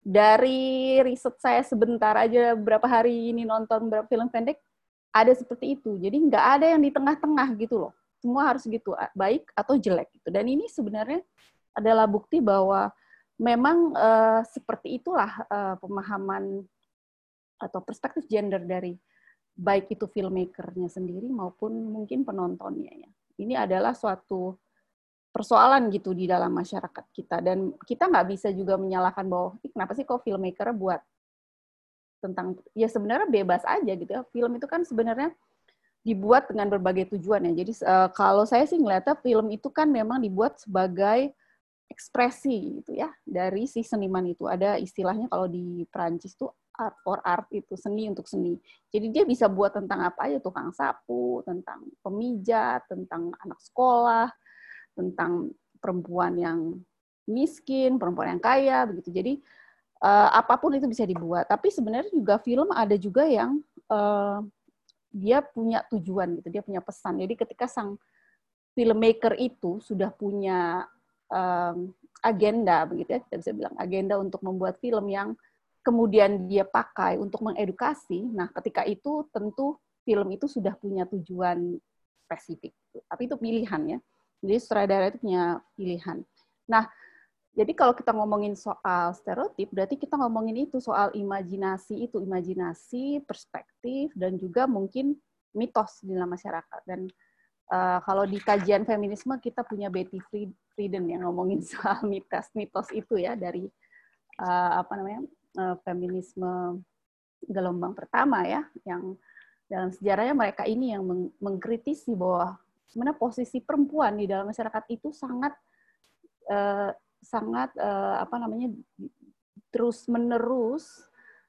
dari riset saya sebentar aja beberapa hari ini nonton beberapa film pendek, ada seperti itu. Jadi nggak ada yang di tengah-tengah gitu loh. Semua harus gitu, baik atau jelek gitu. Dan ini sebenarnya adalah bukti bahwa memang uh, seperti itulah uh, pemahaman atau perspektif gender dari baik itu filmmaker-nya sendiri maupun mungkin penontonnya ya. Ini adalah suatu persoalan gitu di dalam masyarakat kita. Dan kita nggak bisa juga menyalahkan bahwa kenapa sih kok filmmaker buat tentang, ya sebenarnya bebas aja gitu ya. Film itu kan sebenarnya dibuat dengan berbagai tujuan ya. Jadi uh, kalau saya sih ngeliatnya film itu kan memang dibuat sebagai ekspresi gitu ya dari si seniman itu. Ada istilahnya kalau di Perancis tuh art for art, itu seni untuk seni. Jadi dia bisa buat tentang apa aja, tukang sapu, tentang pemijat, tentang anak sekolah, tentang perempuan yang miskin, perempuan yang kaya begitu. Jadi Uh, apapun itu bisa dibuat, tapi sebenarnya juga film ada juga yang uh, dia punya tujuan gitu, dia punya pesan. Jadi ketika sang filmmaker itu sudah punya um, agenda begitu ya, kita bisa bilang agenda untuk membuat film yang kemudian dia pakai untuk mengedukasi. Nah, ketika itu tentu film itu sudah punya tujuan spesifik. Tapi itu pilihan ya. Jadi sutradara itu punya pilihan. Nah, jadi kalau kita ngomongin soal stereotip, berarti kita ngomongin itu soal imajinasi itu, imajinasi, perspektif, dan juga mungkin mitos di dalam masyarakat. Dan uh, kalau di kajian feminisme kita punya Betty Friedan yang ngomongin soal mitos-mitos itu ya, dari uh, apa namanya uh, feminisme gelombang pertama ya, yang dalam sejarahnya mereka ini yang meng mengkritisi bahwa sebenarnya posisi perempuan di dalam masyarakat itu sangat uh, sangat uh, apa namanya terus menerus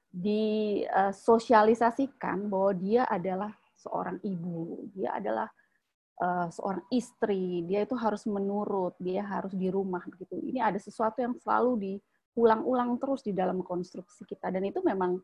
disosialisasikan bahwa dia adalah seorang ibu, dia adalah uh, seorang istri, dia itu harus menurut, dia harus di rumah begitu. Ini ada sesuatu yang selalu diulang-ulang terus di dalam konstruksi kita, dan itu memang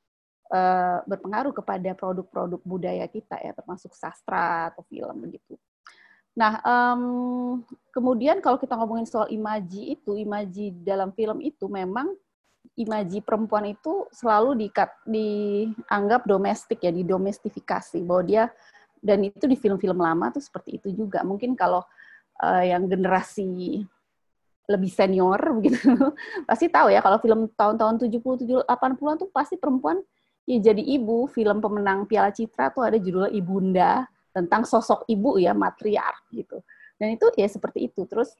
uh, berpengaruh kepada produk-produk budaya kita ya, termasuk sastra atau film begitu. Nah, um, kemudian kalau kita ngomongin soal imaji itu, imaji dalam film itu memang imaji perempuan itu selalu di, dianggap domestik ya, didomestifikasi bahwa dia, dan itu di film-film lama tuh seperti itu juga. Mungkin kalau uh, yang generasi lebih senior begitu pasti tahu ya, kalau film tahun-tahun tujuh puluh, delapan puluhan tuh pasti perempuan ya jadi ibu. Film pemenang Piala Citra tuh ada judulnya Ibunda, tentang sosok ibu ya, matriark gitu. Dan itu ya seperti itu. Terus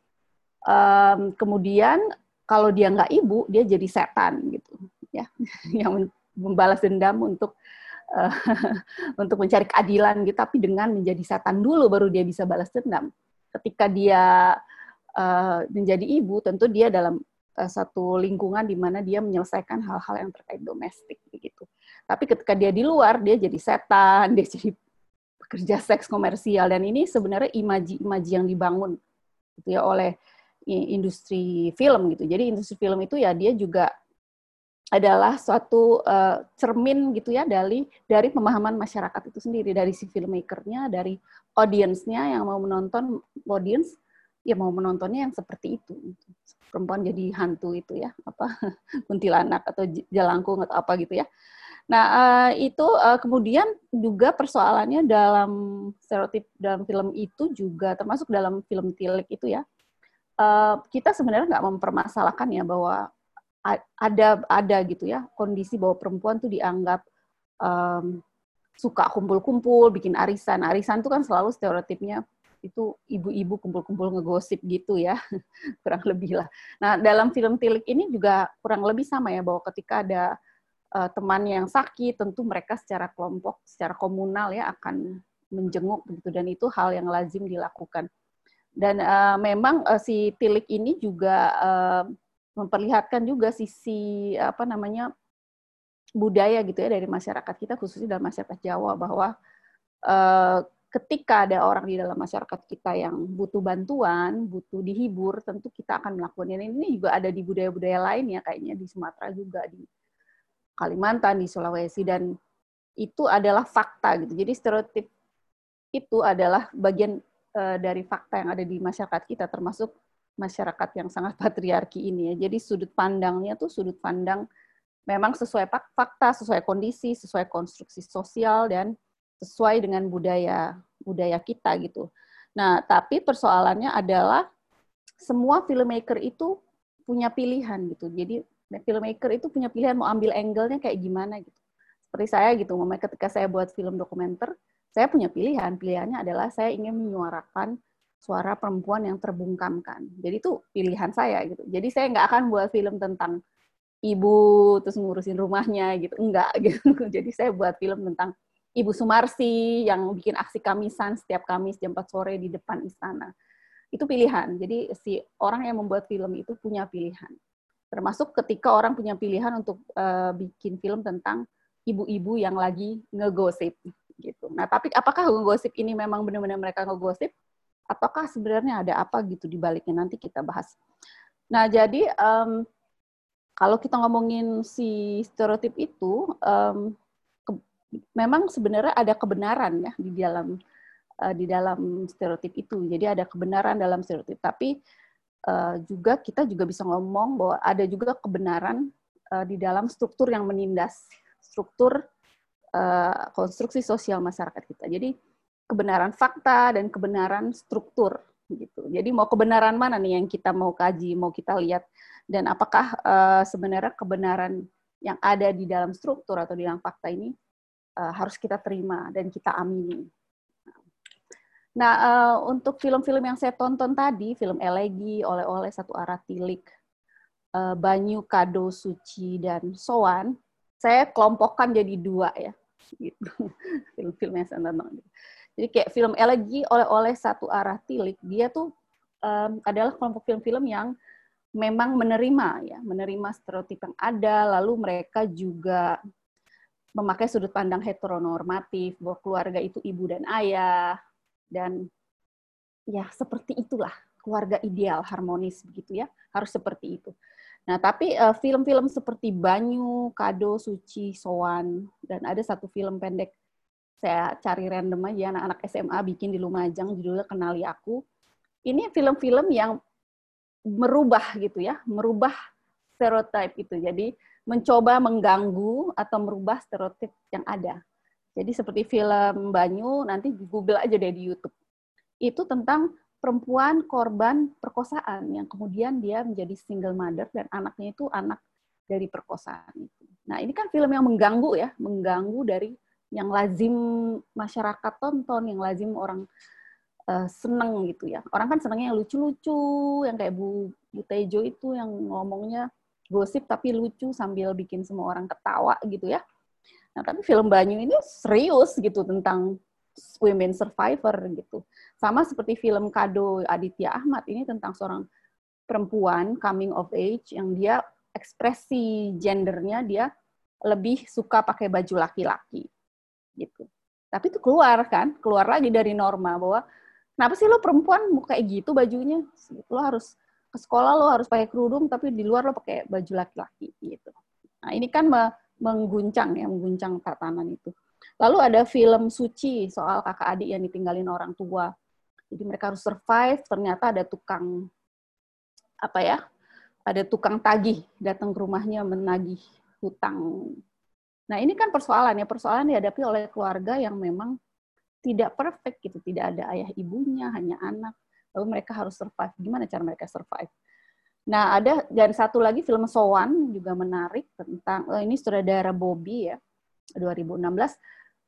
um, kemudian kalau dia nggak ibu, dia jadi setan gitu ya, yang membalas dendam untuk uh, untuk mencari keadilan gitu, tapi dengan menjadi setan dulu baru dia bisa balas dendam. Ketika dia uh, menjadi ibu, tentu dia dalam uh, satu lingkungan di mana dia menyelesaikan hal-hal yang terkait domestik gitu. Tapi ketika dia di luar, dia jadi setan, dia jadi kerja seks komersial, dan ini sebenarnya imaji-imaji yang dibangun gitu ya oleh industri film gitu. Jadi industri film itu ya dia juga adalah suatu uh, cermin gitu ya dari dari pemahaman masyarakat itu sendiri, dari si filmmaker-nya, dari audience-nya yang mau menonton, audience ya mau menontonnya yang seperti itu. Perempuan jadi hantu itu ya, apa kuntilanak atau jalangkung atau apa gitu ya. Nah, uh, itu uh, kemudian juga persoalannya dalam stereotip dalam film itu juga termasuk dalam film Tilik itu ya. Uh, kita sebenarnya nggak mempermasalahkan ya bahwa ada ada gitu ya kondisi bahwa perempuan tuh dianggap um, suka kumpul-kumpul, bikin arisan. Arisan itu kan selalu stereotipnya itu ibu-ibu kumpul-kumpul ngegosip gitu ya, kurang lebih lah. Nah, dalam film Tilik ini juga kurang lebih sama ya, bahwa ketika ada uh, teman yang sakit, tentu mereka secara kelompok, secara komunal ya akan menjenguk begitu, dan itu hal yang lazim dilakukan. Dan uh, memang uh, si Tilik ini juga uh, memperlihatkan juga sisi apa namanya budaya gitu ya dari masyarakat kita, khususnya dalam masyarakat Jawa, bahwa uh, ketika ada orang di dalam masyarakat kita yang butuh bantuan, butuh dihibur, tentu kita akan melakukan ini. Ini juga ada di budaya-budaya lain ya, kayaknya di Sumatera juga, di Kalimantan, di Sulawesi, dan itu adalah fakta gitu. Jadi stereotip itu adalah bagian uh, dari fakta yang ada di masyarakat kita, termasuk masyarakat yang sangat patriarki ini ya. Jadi sudut pandangnya tuh sudut pandang memang sesuai fakta, sesuai kondisi, sesuai konstruksi sosial, dan sesuai dengan budaya budaya kita gitu. Nah, tapi persoalannya adalah semua filmmaker itu punya pilihan gitu. Jadi filmmaker itu punya pilihan mau ambil angle-nya kayak gimana gitu. Seperti saya gitu, memang ketika saya buat film dokumenter, saya punya pilihan. Pilihannya adalah saya ingin menyuarakan suara perempuan yang terbungkamkan. Jadi itu pilihan saya gitu. Jadi saya nggak akan buat film tentang ibu terus ngurusin rumahnya gitu, enggak gitu. Jadi saya buat film tentang Ibu Sumarsi yang bikin aksi Kamisan setiap Kamis jam empat sore di depan istana. Itu pilihan. Jadi si orang yang membuat film itu punya pilihan. Termasuk ketika orang punya pilihan untuk uh, bikin film tentang ibu-ibu yang lagi ngegosip gitu. Nah, tapi apakah ngegosip ini memang benar-benar mereka ngegosip? Ataukah sebenarnya ada apa gitu di baliknya? Nanti kita bahas. Nah, jadi um, kalau kita ngomongin si stereotip itu, um, memang sebenarnya ada kebenaran ya di dalam uh, di dalam stereotip itu. Jadi ada kebenaran dalam stereotip, tapi uh, juga kita juga bisa ngomong bahwa ada juga kebenaran uh, di dalam struktur yang menindas struktur uh, konstruksi sosial masyarakat kita. Jadi kebenaran fakta dan kebenaran struktur gitu. Jadi mau kebenaran mana nih yang kita mau kaji, mau kita lihat, dan apakah uh, sebenarnya kebenaran yang ada di dalam struktur atau di dalam fakta ini Uh, harus kita terima dan kita amini. Nah, uh, untuk film-film yang saya tonton tadi, film Elegi, Oleh-oleh, Satu Arah Tilik, uh, Banyu, Kado, Suci, dan Sowan, saya kelompokkan jadi dua ya, gitu. Film-film yang saya tonton. Jadi kayak film Elegi, Oleh-oleh, Satu Arah Tilik, dia tuh um, adalah kelompok film-film yang memang menerima ya, menerima stereotip yang ada, lalu mereka juga memakai sudut pandang heteronormatif, bahwa keluarga itu ibu dan ayah, dan ya seperti itulah, keluarga ideal, harmonis begitu ya, harus seperti itu. Nah, tapi uh, film-film seperti Banyu, Kado, Suci, Sowan, dan ada satu film pendek, saya cari random aja, anak-anak S M A bikin di Lumajang, judulnya Kenali Aku. Ini film-film yang merubah gitu ya, merubah stereotip itu. Jadi mencoba mengganggu atau merubah stereotip yang ada. Jadi seperti film Banyu, nanti Google aja deh di YouTube. Itu tentang perempuan korban perkosaan yang kemudian dia menjadi single mother dan anaknya itu anak dari perkosaan itu. Nah, ini kan film yang mengganggu ya, mengganggu dari yang lazim masyarakat tonton, yang lazim orang uh, seneng gitu ya. Orang kan senengnya yang lucu-lucu, yang kayak Bu, Bu Tejo itu yang ngomongnya gosip tapi lucu sambil bikin semua orang ketawa gitu ya. Nah, tapi film Banyu ini serius gitu tentang women survivor gitu. Sama seperti film Kado Aditya Ahmad, ini tentang seorang perempuan coming of age yang dia ekspresi gendernya dia lebih suka pakai baju laki-laki gitu. Tapi itu keluar kan, keluar lagi dari norma bahwa kenapa sih lo perempuan mau kayak gitu bajunya? Lo harus ke sekolah lo harus pakai kerudung, tapi di luar lo pakai baju laki-laki gitu. Nah, ini kan mengguncang ya, mengguncang tatanan itu. Lalu ada film Suci soal kakak adik yang ditinggalin orang tua. Jadi mereka harus survive, ternyata ada tukang apa ya? Ada tukang tagih datang ke rumahnya menagih hutang. Nah, ini kan persoalan ya, persoalan dihadapi oleh keluarga yang memang tidak perfect gitu, tidak ada ayah ibunya, hanya anak. Lalu mereka harus survive. Gimana cara mereka survive? Nah, ada dan satu lagi film Sowan juga menarik tentang oh ini sutradara Bobby ya, dua ribu enam belas.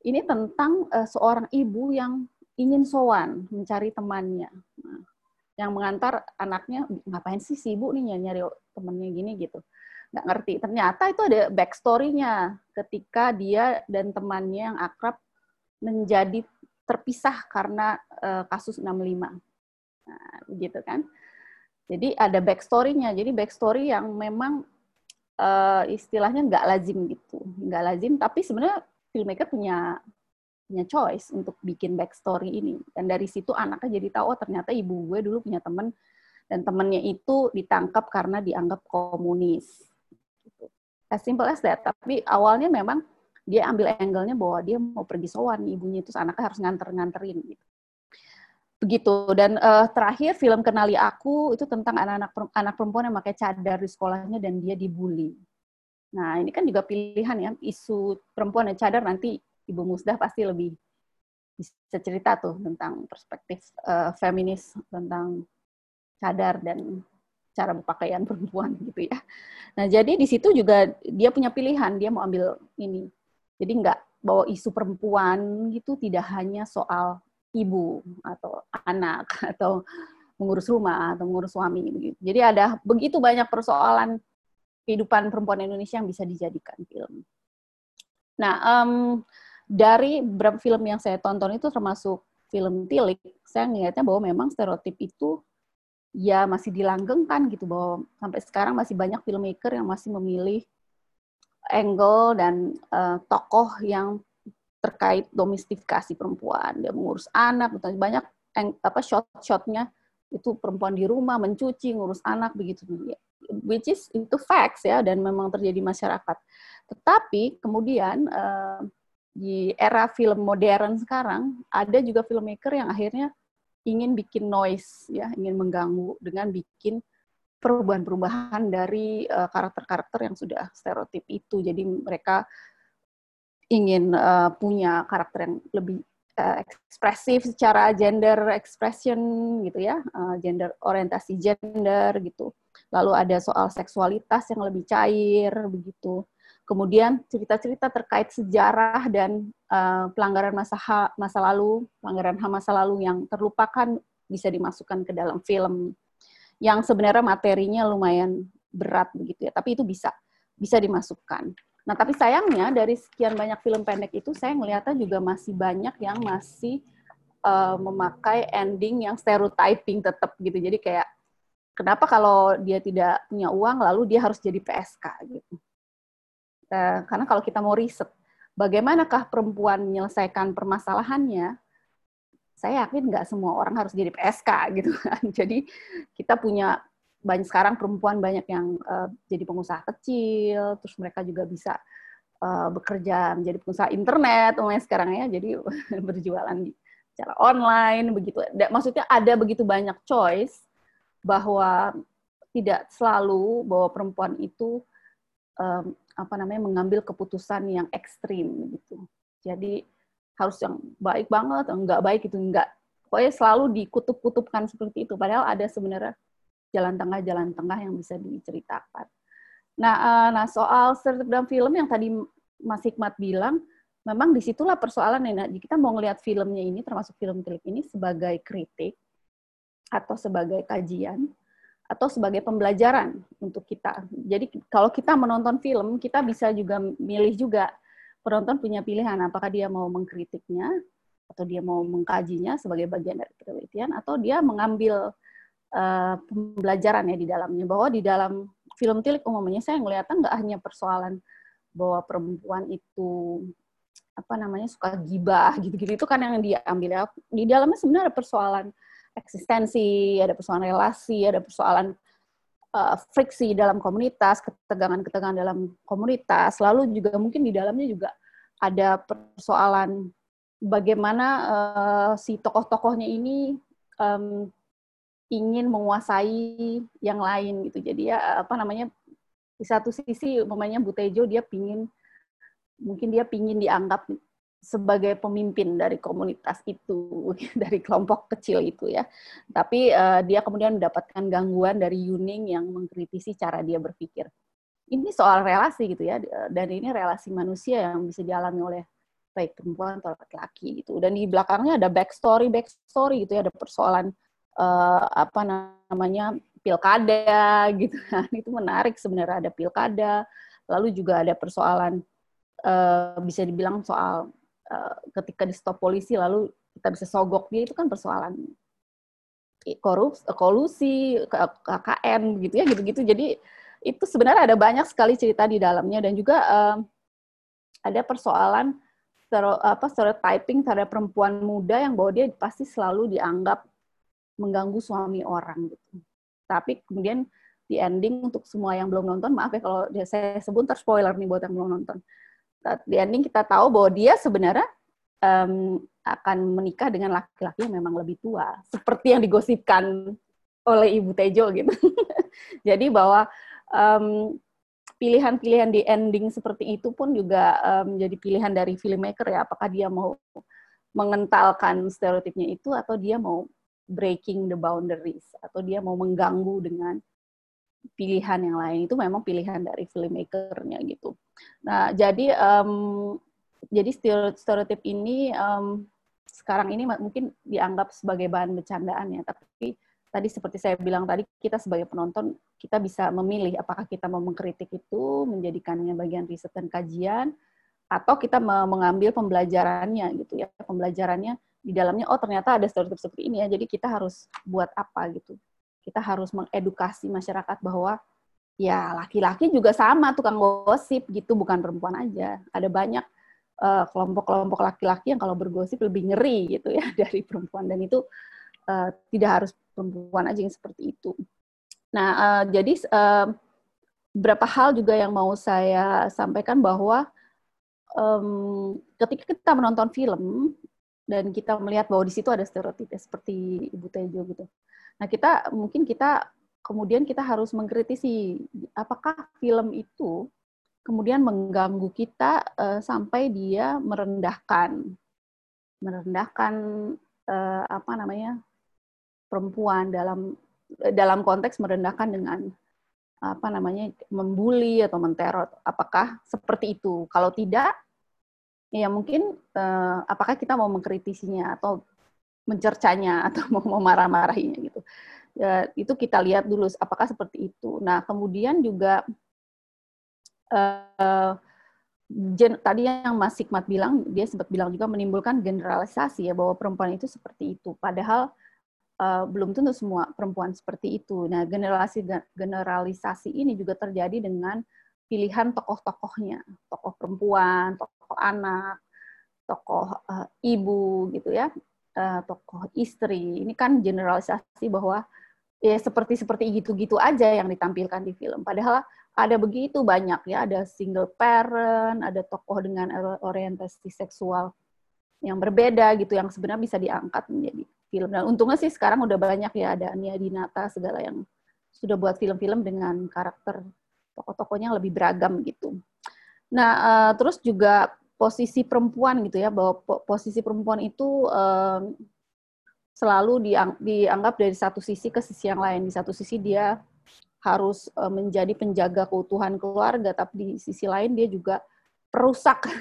Ini tentang uh, seorang ibu yang ingin sowan, mencari temannya. Nah, yang mengantar anaknya, ngapain sih si ibu nih nyari temennya gini gitu. Nggak ngerti. Ternyata itu ada backstory-nya ketika dia dan temannya yang akrab menjadi terpisah karena uh, kasus enam lima. Nah, gitu kan. Jadi ada backstory-nya. Jadi backstory yang memang uh, istilahnya nggak lazim gitu. Nggak lazim, tapi sebenarnya filmmaker punya punya choice untuk bikin backstory ini. Dan dari situ anaknya jadi tahu, oh ternyata ibu gue dulu punya teman, dan temannya itu ditangkap karena dianggap komunis. Gitu. As simple as that. Tapi awalnya memang dia ambil angle-nya bahwa dia mau pergi sowan ibunya, itu anaknya harus nganter-nganterin. Gitu. Begitu. Dan uh, terakhir film Kenali Aku itu tentang anak-anak anak perempuan yang pakai cadar di sekolahnya dan dia dibully. Nah ini kan juga pilihan ya, isu perempuan yang cadar, nanti Ibu Musdah pasti lebih bisa cerita tuh tentang perspektif uh, feminis tentang cadar dan cara berpakaian perempuan gitu ya. Nah jadi di situ juga dia punya pilihan, dia mau ambil ini. Jadi nggak bawa isu perempuan gitu, tidak hanya soal ibu atau anak atau mengurus rumah atau mengurus suami begitu. Jadi ada begitu banyak persoalan kehidupan perempuan Indonesia yang bisa dijadikan film. Nah, um, dari beberapa film yang saya tonton itu termasuk film Tilik, saya ngelihatnya bahwa memang stereotip itu ya masih dilanggengkan gitu, bahwa sampai sekarang masih banyak filmmaker yang masih memilih angle dan uh, tokoh yang terkait domestifikasi perempuan, dia mengurus anak, banyak apa shot-shotnya itu perempuan di rumah mencuci, ngurus anak begitu, which is itu facts ya, dan memang terjadi masyarakat. Tetapi kemudian uh, di era film modern sekarang ada juga filmmaker yang akhirnya ingin bikin noise ya, ingin mengganggu dengan bikin perubahan-perubahan dari uh, karakter-karakter yang sudah stereotip itu. Jadi mereka ingin uh, punya karakter yang lebih uh, ekspresif secara gender expression gitu ya, uh, gender orientasi gender gitu. Lalu ada soal seksualitas yang lebih cair begitu. Kemudian cerita-cerita terkait sejarah dan uh, pelanggaran masa ha, masa lalu, pelanggaran H A M masa lalu yang terlupakan bisa dimasukkan ke dalam film yang sebenarnya materinya lumayan berat begitu ya, tapi itu bisa bisa dimasukkan. Nah, tapi sayangnya dari sekian banyak film pendek itu saya melihatnya juga masih banyak yang masih uh, memakai ending yang stereotyping tetap gitu. Jadi kayak kenapa kalau dia tidak punya uang lalu dia harus jadi P S K gitu. Uh, karena kalau kita mau riset bagaimanakah perempuan menyelesaikan permasalahannya, saya yakin nggak semua orang harus jadi P S K gitu kan. Jadi kita punya banyak sekarang perempuan banyak yang uh, jadi pengusaha kecil, terus mereka juga bisa uh, bekerja menjadi pengusaha internet, umumnya sekarang ya, jadi berjualan di secara online begitu. Maksudnya ada begitu banyak choice bahwa tidak selalu bahwa perempuan itu um, apa namanya mengambil keputusan yang ekstrim gitu. Jadi harus yang baik banget, enggak baik itu enggak. Pokoknya selalu dikutub-kutubkan seperti itu. Padahal ada sebenarnya jalan tengah-jalan tengah yang bisa diceritakan. Nah, uh, nah soal stereotip dalam film yang tadi Mas Hikmat bilang, memang disitulah persoalan. Nah, kita mau ngelihat filmnya ini, termasuk film Tilik ini, sebagai kritik, atau sebagai kajian, atau sebagai pembelajaran untuk kita. Jadi kalau kita menonton film, kita bisa juga milih juga, penonton punya pilihan, apakah dia mau mengkritiknya, atau dia mau mengkajinya sebagai bagian dari penelitian, atau dia mengambil uh, pembelajaran ya di dalamnya. Bahwa di dalam film Tilik umumnya saya ngeliatnya nggak hanya persoalan bahwa perempuan itu apa namanya suka gibah gitu-gitu, itu kan yang diambil ya. Di dalamnya sebenarnya persoalan eksistensi, ada persoalan relasi, ada persoalan uh, friksi dalam komunitas, ketegangan-ketegangan dalam komunitas, lalu juga mungkin di dalamnya juga ada persoalan bagaimana uh, si tokoh-tokohnya ini um, ingin menguasai yang lain gitu. Jadi ya apa namanya, di satu sisi umpamanya Bu Tejo dia pingin, mungkin dia pingin dianggap sebagai pemimpin dari komunitas itu, dari kelompok kecil itu ya. Tapi uh, dia kemudian mendapatkan gangguan dari Yuning yang mengkritisi cara dia berpikir. Ini soal relasi gitu ya, dan ini relasi manusia yang bisa dialami oleh baik perempuan atau laki-laki gitu. Dan di belakangnya ada backstory backstory gitu ya, ada persoalan uh, apa namanya pilkada gitu kan. Itu menarik sebenarnya, ada pilkada, lalu juga ada persoalan uh, bisa dibilang soal uh, ketika di stop polisi lalu kita bisa sogok dia, itu kan persoalan korup kolusi, K K N gitu ya, gitu-gitu. Jadi itu sebenarnya ada banyak sekali cerita di dalamnya, dan juga uh, ada persoalan apa stereotyping terhadap perempuan muda yang bahwa dia pasti selalu dianggap mengganggu suami orang gitu. Tapi kemudian di ending, untuk semua yang belum nonton, maaf ya kalau saya sebut ntar spoiler nih buat yang belum nonton. Di ending kita tahu bahwa dia sebenarnya um, akan menikah dengan laki-laki yang memang lebih tua, seperti yang digosipkan oleh Ibu Tejo gitu. Jadi bahwa um, pilihan-pilihan di ending seperti itu pun juga um, jadi pilihan dari filmmaker ya, apakah dia mau mengentalkan stereotipnya itu atau dia mau breaking the boundaries, atau dia mau mengganggu dengan pilihan yang lain. Itu memang pilihan dari filmmakernya gitu. Nah, jadi um, jadi stereotip ini um, sekarang ini mungkin dianggap sebagai bahan bercandaan ya, tapi tadi seperti saya bilang tadi, kita sebagai penonton, kita bisa memilih apakah kita mau mengkritik itu, menjadikannya bagian riset dan kajian, atau kita mengambil pembelajarannya gitu ya. Pembelajarannya di dalamnya, oh ternyata ada stereotip seperti ini ya, jadi kita harus buat apa gitu. Kita harus mengedukasi masyarakat bahwa ya laki-laki juga sama tukang gosip gitu, bukan perempuan aja. Ada banyak uh, kelompok-kelompok laki-laki yang kalau bergosip lebih ngeri gitu ya dari perempuan, dan itu uh, tidak harus perempuan aja yang seperti itu. Nah, uh, jadi uh, beberapa hal juga yang mau saya sampaikan bahwa um, ketika kita menonton film dan kita melihat bahwa di situ ada stereotip ya, seperti Ibu Tejo gitu. Nah, kita mungkin kita kemudian kita harus mengkritisi apakah film itu kemudian mengganggu kita uh, sampai dia merendahkan merendahkan uh, apa namanya perempuan, dalam dalam konteks merendahkan dengan apa namanya membuli atau menteror. Apakah seperti itu? Kalau tidak, ya mungkin eh, apakah kita mau mengkritisinya atau mencercanya atau mau marah-marahinya gitu. Ya, itu kita lihat dulu apakah seperti itu. Nah, kemudian juga eh, gen, tadi yang Mas Hikmat bilang, dia sempat bilang juga menimbulkan generalisasi ya, bahwa perempuan itu seperti itu. Padahal Uh, belum tentu semua perempuan seperti itu. Nah, generalisasi generalisasi ini juga terjadi dengan pilihan tokoh-tokohnya, tokoh perempuan, tokoh anak, tokoh uh, ibu gitu ya, uh, tokoh istri. Ini kan generalisasi bahwa ya seperti seperti gitu-gitu aja yang ditampilkan di film. Padahal ada begitu banyak ya, ada single parent, ada tokoh dengan orientasi seksual yang berbeda gitu, yang sebenarnya bisa diangkat menjadi film. Dan untungnya sih sekarang udah banyak ya, ada Nia Dinata segala yang sudah buat film-film dengan karakter tokoh-tokohnya lebih beragam gitu. Nah, uh, terus juga posisi perempuan gitu ya, bahwa posisi perempuan itu uh, selalu diang dianggap dari satu sisi ke sisi yang lain. Di satu sisi dia harus uh, menjadi penjaga keutuhan keluarga, tapi di sisi lain dia juga perusak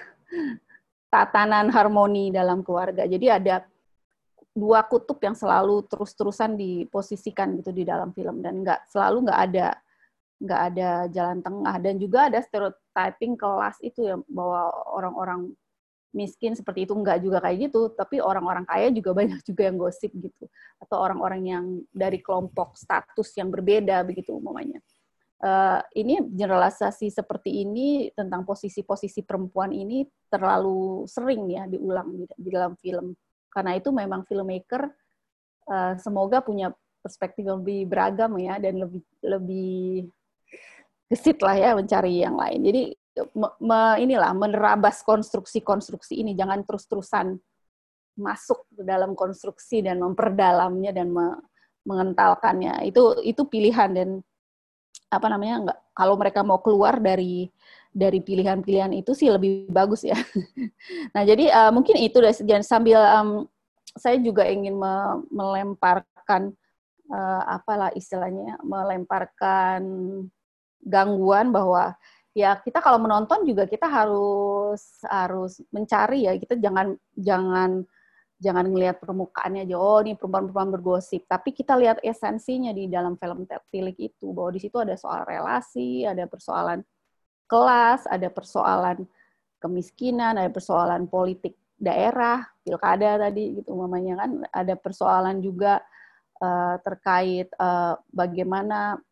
tatanan harmoni dalam keluarga. Jadi ada dua kutub yang selalu terus-terusan diposisikan gitu di dalam film, dan nggak selalu nggak ada nggak ada jalan tengah. Dan juga ada stereotyping kelas itu ya, bahwa orang-orang miskin seperti itu, nggak juga kayak gitu, tapi orang-orang kaya juga banyak juga yang gosip gitu, atau orang-orang yang dari kelompok status yang berbeda begitu umumnya. Uh, ini generalisasi seperti ini tentang posisi-posisi perempuan ini terlalu sering ya diulang di, di dalam film. Karena itu memang filmmaker uh, semoga punya perspektif yang lebih beragam ya, dan lebih lebih gesit lah ya mencari yang lain. Jadi me, me, inilah menerabas konstruksi-konstruksi ini, jangan terus-terusan masuk ke dalam konstruksi dan memperdalamnya dan me, mengentalkannya. Itu itu pilihan, dan apa namanya enggak, kalau mereka mau keluar dari dari pilihan-pilihan itu sih lebih bagus ya. Nah, jadi uh, mungkin itu dan sambil um, saya juga ingin me melemparkan uh, apalah istilahnya, melemparkan gangguan bahwa ya kita kalau menonton juga kita harus harus mencari ya, kita jangan jangan jangan ngelihat permukaannya aja, oh ini perempuan-perempuan bergosip, tapi kita lihat esensinya di dalam film Tilik itu, bahwa di situ ada soal relasi, ada persoalan kelas, ada persoalan kemiskinan, ada persoalan politik daerah, pilkada tadi gitu mamanya kan, ada persoalan juga uh, terkait uh, bagaimana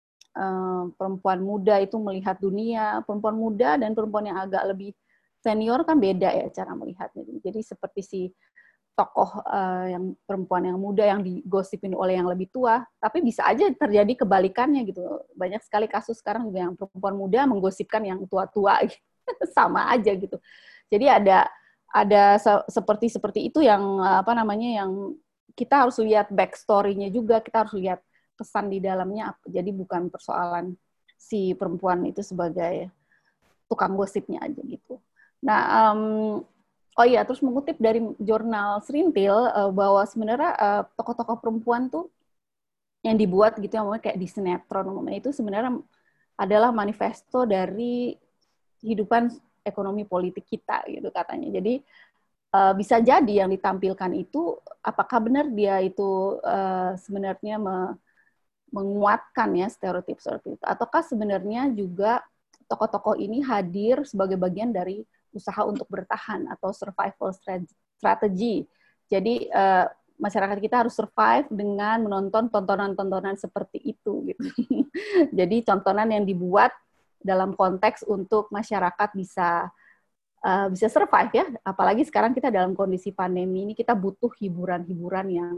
uh, perempuan muda itu melihat dunia, perempuan muda dan perempuan yang agak lebih senior kan beda ya cara melihatnya. Jadi seperti si tokoh uh, yang perempuan yang muda yang digosipin oleh yang lebih tua, tapi bisa aja terjadi kebalikannya gitu. Banyak sekali kasus sekarang juga yang perempuan muda menggosipkan yang tua-tua gitu. Sama aja gitu. Jadi ada ada seperti seperti itu yang apa namanya yang kita harus lihat backstory-nya juga, kita harus lihat pesan di dalamnya. Jadi bukan persoalan si perempuan itu sebagai tukang gosipnya aja gitu. Nah, um, oh iya, terus mengutip dari jurnal Serintil uh, bahwa sebenarnya uh, tokoh-tokoh perempuan tuh yang dibuat gitu yang kayak di sinetron itu sebenarnya adalah manifesto dari kehidupan ekonomi politik kita gitu katanya. Jadi uh, bisa jadi yang ditampilkan itu apakah benar dia itu uh, sebenarnya me menguatkan ya stereotip-stereotip itu, ataukah sebenarnya juga tokoh-tokoh ini hadir sebagai bagian dari usaha untuk bertahan atau survival strategy. Jadi uh, masyarakat kita harus survive dengan menonton tontonan-tontonan seperti itu gitu. Jadi tontonan yang dibuat dalam konteks untuk masyarakat bisa uh, bisa survive ya, apalagi sekarang kita dalam kondisi pandemi ini kita butuh hiburan-hiburan yang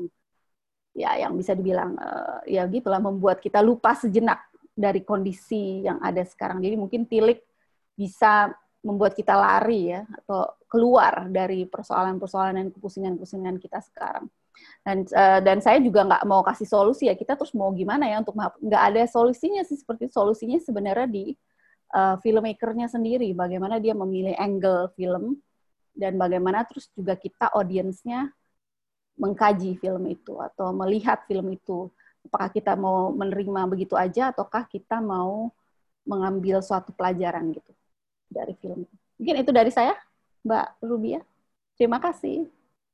ya yang bisa dibilang uh, ya gitulah membuat kita lupa sejenak dari kondisi yang ada sekarang. Jadi mungkin Tilik bisa membuat kita lari ya atau keluar dari persoalan-persoalan dan kepusingan-kepusingan kita sekarang. Dan uh, dan saya juga nggak mau kasih solusi ya, kita terus mau gimana ya untuk nggak ada solusinya sih, seperti solusinya sebenarnya di Uh, filmmaker-nya sendiri, bagaimana dia memilih angle film, dan bagaimana terus juga kita audiensnya mengkaji film itu, atau melihat film itu. Apakah kita mau menerima begitu aja, ataukah kita mau mengambil suatu pelajaran gitu dari film itu. Mungkin itu dari saya, Mbak Rubia. Terima kasih.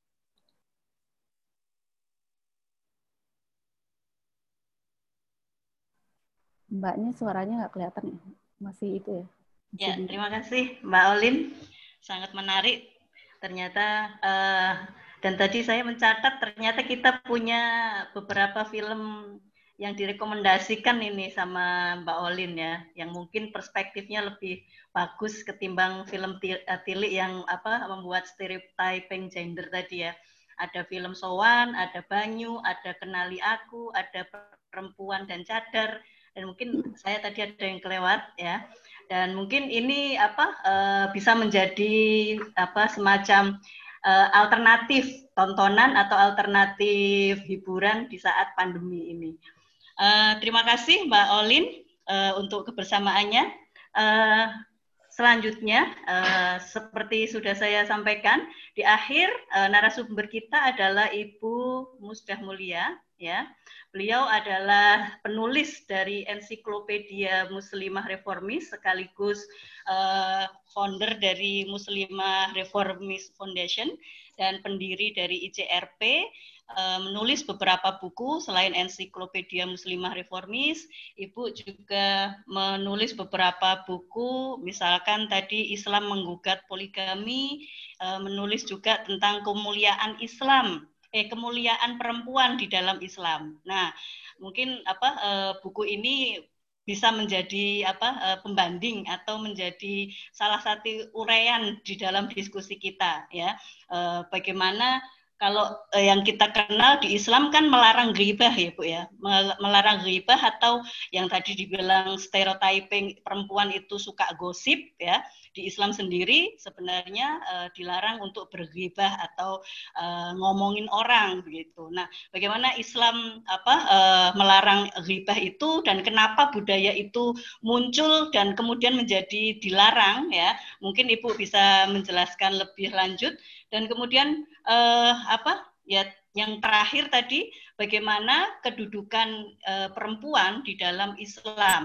Mbaknya suaranya nggak kelihatan ya? Masih itu ya? Masih Ya, di... terima kasih Mbak Olin. Sangat menarik. Ternyata, uh, dan tadi saya mencatat, ternyata kita punya beberapa film yang direkomendasikan ini sama Mbak Olin ya, yang mungkin perspektifnya lebih bagus ketimbang film Tilik yang apa membuat stereotyping gender tadi ya. Ada film Sowan, ada Banyu, ada Kenali Aku, ada Perempuan dan Cadar, dan mungkin saya tadi ada yang kelewat ya. Dan mungkin ini apa uh, bisa menjadi apa semacam uh, alternatif tontonan atau alternatif hiburan di saat pandemi ini. Uh, terima kasih Mbak Olin uh, untuk kebersamaannya. Uh, selanjutnya, uh, seperti sudah saya sampaikan, di akhir uh, narasumber kita adalah Ibu Musdah Mulia, ya. Beliau adalah penulis dari Ensiklopedia Muslimah Reformis sekaligus uh, founder dari Muslimah Reformis Foundation dan pendiri dari I C R P, uh, menulis beberapa buku selain Ensiklopedia Muslimah Reformis. Ibu juga menulis beberapa buku, misalkan tadi Islam Menggugat Poligami, uh, menulis juga tentang kemuliaan Islam. eh kemuliaan perempuan di dalam Islam. Nah, mungkin apa uh, buku ini bisa menjadi apa uh, pembanding atau menjadi salah satu uraian di dalam diskusi kita ya. Uh, bagaimana kalau uh, yang kita kenal di Islam kan melarang ghibah ya Bu ya. Melarang ghibah atau yang tadi dibilang stereotyping perempuan itu suka gosip ya. Di Islam sendiri sebenarnya uh, dilarang untuk berghibah atau uh, ngomongin orang begitu. Nah, bagaimana Islam apa uh, melarang ghibah itu dan kenapa budaya itu muncul dan kemudian menjadi dilarang ya? Mungkin Ibu bisa menjelaskan lebih lanjut dan kemudian uh, apa ya yang terakhir tadi bagaimana kedudukan uh, perempuan di dalam Islam.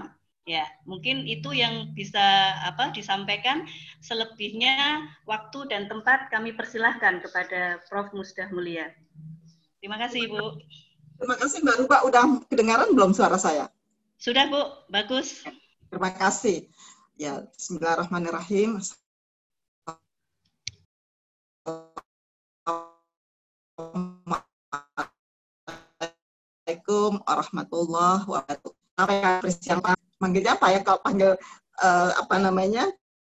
Ya, mungkin itu yang bisa apa disampaikan. Selebihnya waktu dan tempat kami persilahkan kepada Profesor Musdah Mulia. Terima kasih, Bu. Terima kasih, Mbak Ruba. Udah kedengaran belum suara saya? Sudah, Bu. Bagus. Terima kasih. Ya, bismillahirrahmanirrahim. Assalamualaikum warahmatullahi wabarakatuh. Apa ya, siapa manggilnya apa ya kalau panggil uh, apa namanya?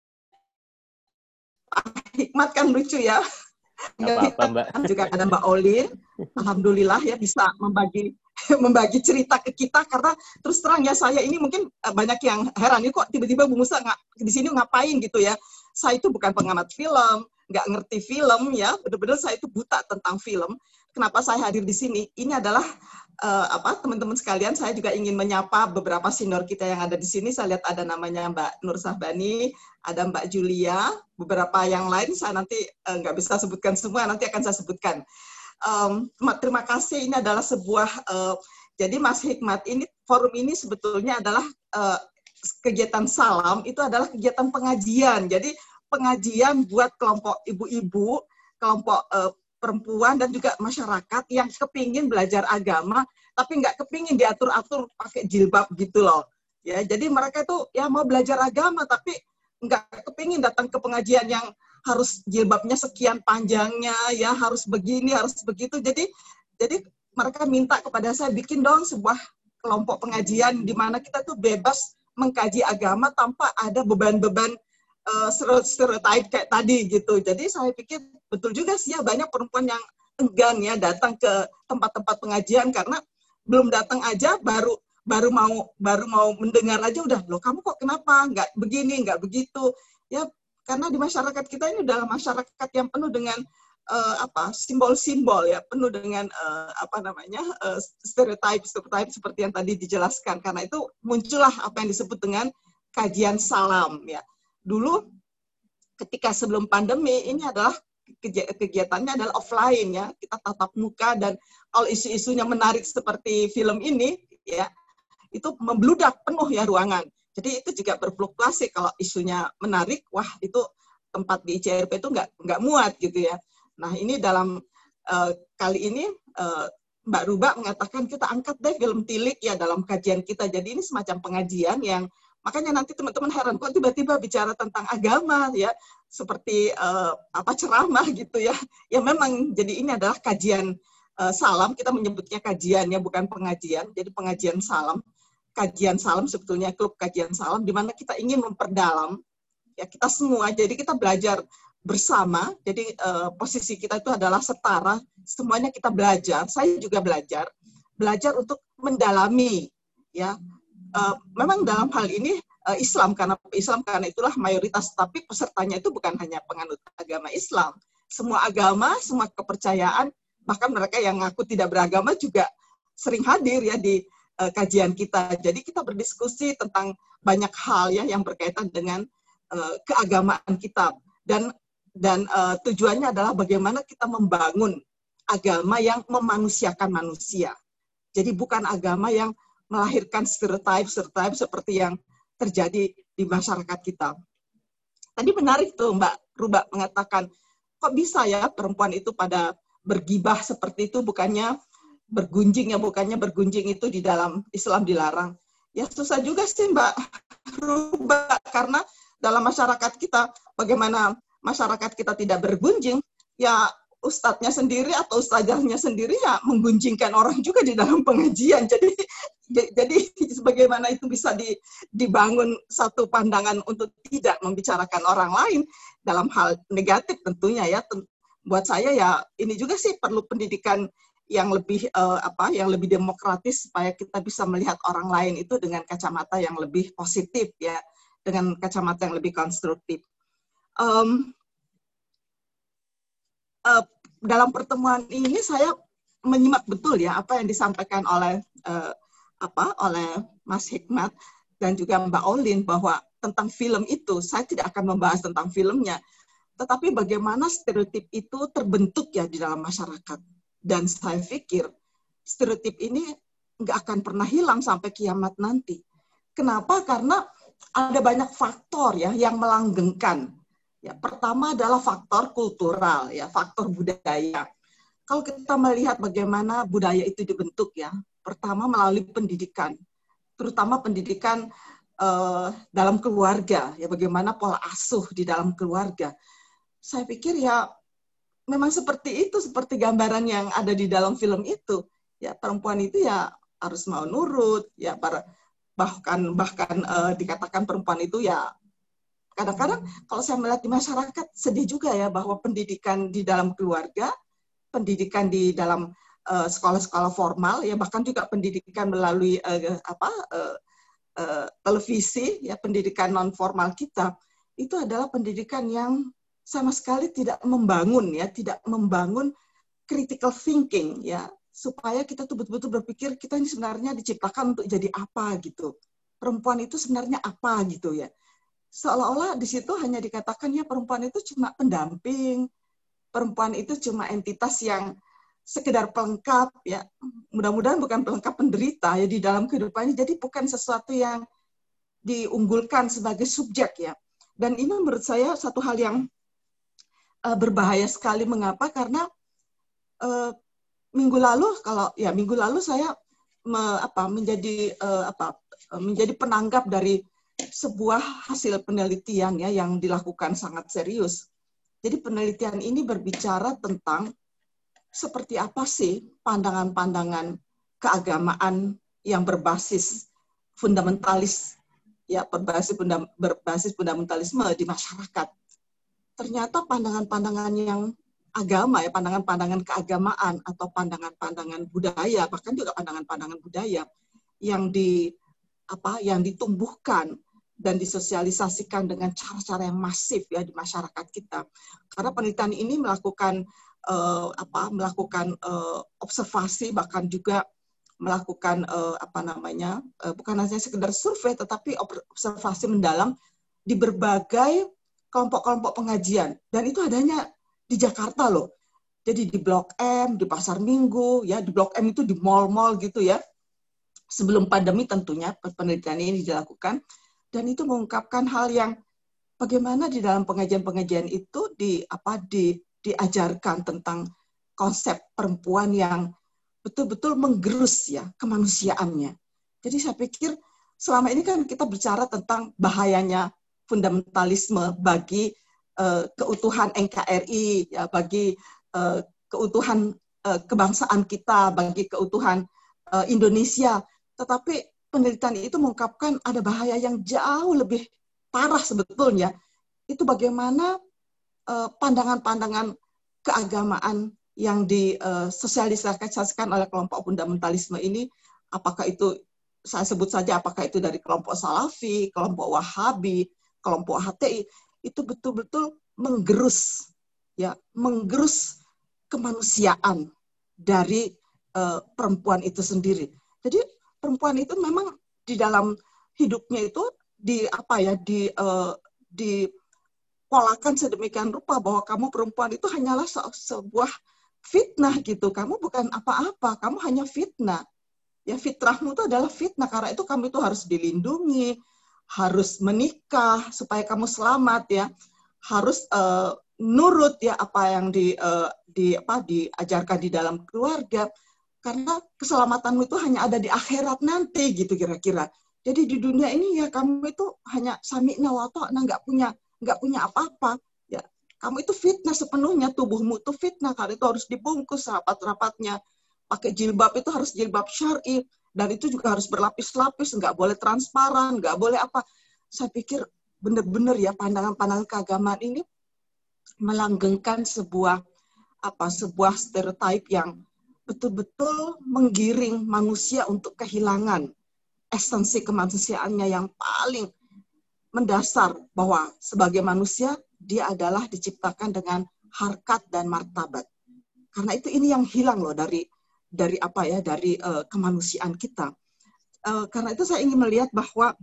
Hikmat kan lucu ya. Apa-apa, Mbak. Juga ada Mbak Olin. Alhamdulillah ya bisa membagi membagi cerita ke kita, karena terus terang ya saya ini mungkin banyak yang heran, ini kok tiba-tiba Bu Musa nggak di sini ngapain gitu ya. Saya itu bukan pengamat film, nggak ngerti film ya, benar-benar saya itu buta tentang film. Kenapa saya hadir di sini? Ini adalah uh, apa teman-teman sekalian, saya juga ingin menyapa beberapa senior kita yang ada di sini. Saya lihat ada namanya Mbak Nur Sahbani, ada Mbak Julia, beberapa yang lain saya nanti uh, nggak bisa sebutkan semua, nanti akan saya sebutkan. Um, terima kasih, ini adalah sebuah, uh, jadi Mas Hikmat, ini forum ini sebetulnya adalah uh, kegiatan salam, itu adalah kegiatan pengajian, jadi pengajian buat kelompok ibu-ibu, kelompok uh, perempuan, dan juga masyarakat yang kepingin belajar agama, tapi nggak kepingin diatur-atur pakai jilbab gitu loh. Ya, jadi mereka itu ya mau belajar agama, tapi nggak kepingin datang ke pengajian yang harus jilbabnya sekian panjangnya, ya harus begini, harus begitu. Jadi, jadi mereka minta kepada saya bikin dong sebuah kelompok pengajian di mana kita tuh bebas mengkaji agama tanpa ada beban-beban uh, stereotip kayak tadi gitu. Jadi saya pikir betul juga sih ya, banyak perempuan yang enggan ya datang ke tempat-tempat pengajian karena belum datang aja baru baru mau baru mau mendengar aja udah, loh kamu kok kenapa nggak begini nggak begitu ya. Karena di masyarakat kita ini adalah masyarakat yang penuh dengan uh, apa simbol-simbol ya, penuh dengan uh, apa namanya uh, stereotip stereotip seperti yang tadi dijelaskan. Karena itu muncullah apa yang disebut dengan kajian salam ya. Dulu ketika sebelum pandemi ini adalah kegiatannya adalah offline ya, kita tatap muka, dan kalau isu-isunya menarik seperti film ini ya, itu membludak penuh ya ruangan. Jadi itu juga berfluktuasi, kalau isunya menarik, wah itu tempat di I C R P itu nggak nggak muat gitu ya. Nah ini dalam uh, kali ini uh, Mbak Ruba mengatakan kita angkat deh film Tilik ya dalam kajian kita. Jadi ini semacam pengajian yang makanya nanti teman-teman heran kok tiba-tiba bicara tentang agama ya, seperti uh, apa ceramah gitu ya. Ya memang jadi ini adalah kajian uh, salam, kita menyebutnya kajian ya bukan pengajian. Jadi pengajian salam. Kajian salam sebetulnya klub kajian salam di mana kita ingin memperdalam ya kita semua, jadi kita belajar bersama, jadi uh, posisi kita itu adalah setara, semuanya kita belajar, saya juga belajar belajar untuk mendalami ya. Uh, memang dalam hal ini uh, Islam, karena Islam karena itulah mayoritas, tapi pesertanya itu bukan hanya penganut agama Islam, semua agama, semua kepercayaan, bahkan mereka yang ngaku tidak beragama juga sering hadir ya di kajian kita. Jadi kita berdiskusi tentang banyak hal ya yang berkaitan dengan uh, keagamaan kita, dan dan uh, tujuannya adalah bagaimana kita membangun agama yang memanusiakan manusia. Jadi bukan agama yang melahirkan stereotip-stereotip seperti yang terjadi di masyarakat kita. Tadi menarik tuh Mbak Ruba mengatakan, kok bisa ya perempuan itu pada bergibah seperti itu, bukannya bergunjing ya, bukannya bergunjing itu di dalam Islam dilarang. Ya susah juga sih Mbak Ruba, karena dalam masyarakat kita, bagaimana masyarakat kita tidak bergunjing, ya ustadznya sendiri atau ustazahnya sendiri ya menggunjingkan orang juga di dalam pengajian. Jadi jadi bagaimana itu bisa di, dibangun satu pandangan untuk tidak membicarakan orang lain dalam hal negatif tentunya ya. Buat saya ya ini juga sih perlu pendidikan yang lebih uh, apa yang lebih demokratis supaya kita bisa melihat orang lain itu dengan kacamata yang lebih positif ya, dengan kacamata yang lebih konstruktif. Um, uh, dalam pertemuan ini saya menyimak betul ya apa yang disampaikan oleh uh, apa oleh Mas Hikmat dan juga Mbak Olin, bahwa tentang film itu saya tidak akan membahas tentang filmnya, tetapi bagaimana stereotip itu terbentuk ya di dalam masyarakat. Dan saya pikir stereotip ini nggak akan pernah hilang sampai kiamat nanti. Kenapa? Karena ada banyak faktor ya yang melanggengkan. Ya, pertama adalah faktor kultural, ya, faktor budaya. Kalau kita melihat bagaimana budaya itu dibentuk ya, pertama melalui pendidikan, terutama pendidikan uh, dalam keluarga, ya, bagaimana pola asuh di dalam keluarga. Saya pikir ya memang seperti itu, seperti gambaran yang ada di dalam film itu. Ya, perempuan itu ya harus mau nurut, ya, para, bahkan bahkan uh, dikatakan perempuan itu ya. Kadang-kadang kalau saya melihat di masyarakat sedih juga ya bahwa pendidikan di dalam keluarga, pendidikan di dalam uh, sekolah-sekolah formal, ya bahkan juga pendidikan melalui uh, apa uh, uh, televisi, ya pendidikan non formal kita itu adalah pendidikan yang sama sekali tidak membangun ya, tidak membangun critical thinking ya, supaya kita tuh betul-betul berpikir kita ini sebenarnya diciptakan untuk jadi apa gitu. Perempuan itu sebenarnya apa gitu ya. Seolah-olah di situ hanya dikatakan ya perempuan itu cuma pendamping, perempuan itu cuma entitas yang sekedar pelengkap ya. Mudah-mudahan bukan pelengkap penderita ya di dalam kehidupannya. Jadi bukan sesuatu yang diunggulkan sebagai subjek ya. Dan ini menurut saya satu hal yang uh, berbahaya sekali. Mengapa? Karena uh, minggu lalu kalau ya minggu lalu saya me, apa menjadi uh, apa menjadi penanggap dari sebuah hasil penelitian ya yang dilakukan sangat serius. Jadi penelitian ini berbicara tentang seperti apa sih pandangan-pandangan keagamaan yang berbasis fundamentalis ya berbasis fundam, berbasis fundamentalisme di masyarakat. Ternyata pandangan-pandangan yang agama ya, pandangan-pandangan keagamaan atau pandangan-pandangan budaya, bahkan juga pandangan-pandangan budaya yang di apa yang ditumbuhkan dan disosialisasikan dengan cara-cara yang masif ya di masyarakat kita. Karena penelitian ini melakukan uh, apa melakukan uh, observasi, bahkan juga melakukan uh, apa namanya uh, bukan hanya sekedar survei tetapi observasi mendalam di berbagai kelompok-kelompok pengajian, dan itu adanya di Jakarta loh. Jadi di Blok M, di Pasar Minggu ya, di Blok M itu di mall-mall gitu ya. Sebelum pandemi tentunya penelitian ini dilakukan. Dan itu mengungkapkan hal yang bagaimana di dalam pengajian-pengajian itu di apa di diajarkan tentang konsep perempuan yang betul-betul menggerus ya kemanusiaannya. Jadi saya pikir selama ini kan kita bicara tentang bahayanya fundamentalisme bagi uh, keutuhan N K R I ya, bagi uh, keutuhan uh, kebangsaan kita, bagi keutuhan uh, Indonesia. Tetapi penelitian itu mengungkapkan ada bahaya yang jauh lebih parah sebetulnya. Itu bagaimana pandangan-pandangan uh, keagamaan yang disosialisasikan oleh kelompok fundamentalisme ini, apakah itu, saya sebut saja, apakah itu dari kelompok Salafi, kelompok Wahabi, kelompok H T I, itu betul-betul menggerus, ya, menggerus kemanusiaan dari uh, perempuan itu sendiri. Jadi perempuan itu memang di dalam hidupnya itu di apa ya di uh, dipolakan sedemikian rupa bahwa kamu perempuan itu hanyalah se sebuah fitnah gitu. Kamu bukan apa-apa, kamu hanya fitnah. Ya, fitrahmu itu adalah fitnah, karena itu kamu itu harus dilindungi, harus menikah supaya kamu selamat ya, harus uh, nurut ya apa yang di uh, di apa diajarkan di dalam keluarga. Karena keselamatanmu itu hanya ada di akhirat nanti gitu kira-kira. Jadi di dunia ini ya kamu itu hanya sami'na wa ta'na, nggak punya nggak punya apa-apa. Ya, kamu itu fitnah sepenuhnya, tubuhmu itu fitnah, karena itu harus dibungkus rapat-rapatnya. Pakai jilbab itu harus jilbab syar'i, dan itu juga harus berlapis-lapis, nggak boleh transparan, nggak boleh apa. Saya pikir benar-benar ya pandangan-pandangan keagamaan ini melanggengkan sebuah apa sebuah stereotip yang betul-betul menggiring manusia untuk kehilangan esensi kemanusiaannya yang paling mendasar, bahwa sebagai manusia dia adalah diciptakan dengan harkat dan martabat. Karena itu ini yang hilang loh dari dari apa ya dari uh, kemanusiaan kita. Uh, karena itu saya ingin melihat bahwa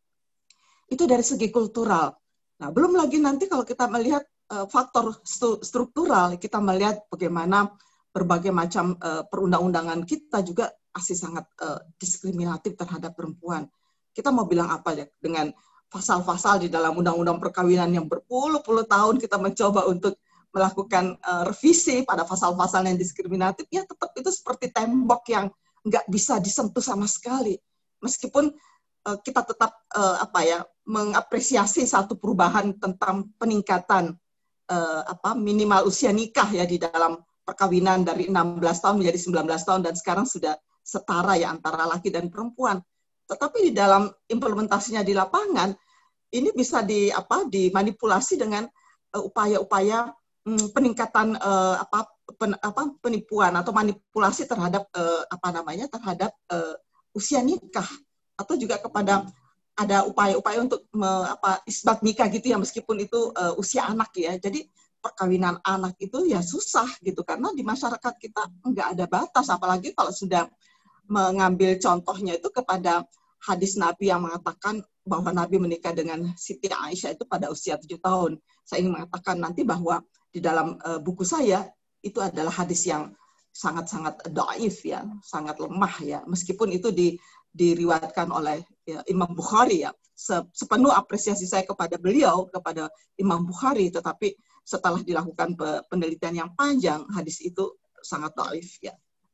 itu dari segi kultural. Nah, belum lagi nanti kalau kita melihat uh, faktor stu struktural, kita melihat bagaimana berbagai macam uh, perundang-undangan kita juga masih sangat uh, diskriminatif terhadap perempuan. kita mau bilang apa ya dengan pasal-pasal di dalam undang-undang perkawinan yang berpuluh-puluh tahun kita mencoba untuk melakukan uh, revisi pada pasal-pasal yang diskriminatif, ya tetap itu seperti tembok yang nggak bisa disentuh sama sekali. Meskipun uh, kita tetap uh, apa ya mengapresiasi satu perubahan tentang peningkatan uh, apa minimal usia nikah ya di dalam perkawinan dari enam belas tahun menjadi sembilan belas tahun dan sekarang sudah setara ya antara laki dan perempuan. Tetapi di dalam implementasinya di lapangan ini bisa di apa dimanipulasi dengan uh, upaya-upaya um, peningkatan uh, apa, pen, apa penipuan atau manipulasi terhadap uh, apa namanya terhadap uh, usia nikah atau juga kepada ada upaya-upaya untuk me, apa isbat nikah gitu ya meskipun itu uh, usia anak ya. Jadi perkawinan anak itu ya susah gitu karena di masyarakat kita nggak ada batas apalagi kalau sudah mengambil contohnya itu kepada hadis Nabi yang mengatakan bahwa Nabi menikah dengan Siti Aisyah itu pada usia tujuh tahun. Saya ingin mengatakan nanti bahwa di dalam uh, buku saya itu adalah hadis yang sangat-sangat dhaif ya, sangat lemah ya. Meskipun itu di, diriwayatkan oleh ya, Imam Bukhari ya. Se, sepenuh apresiasi saya kepada beliau, kepada Imam Bukhari, tetapi setelah dilakukan penelitian yang panjang, hadis itu sangat dhaif ya.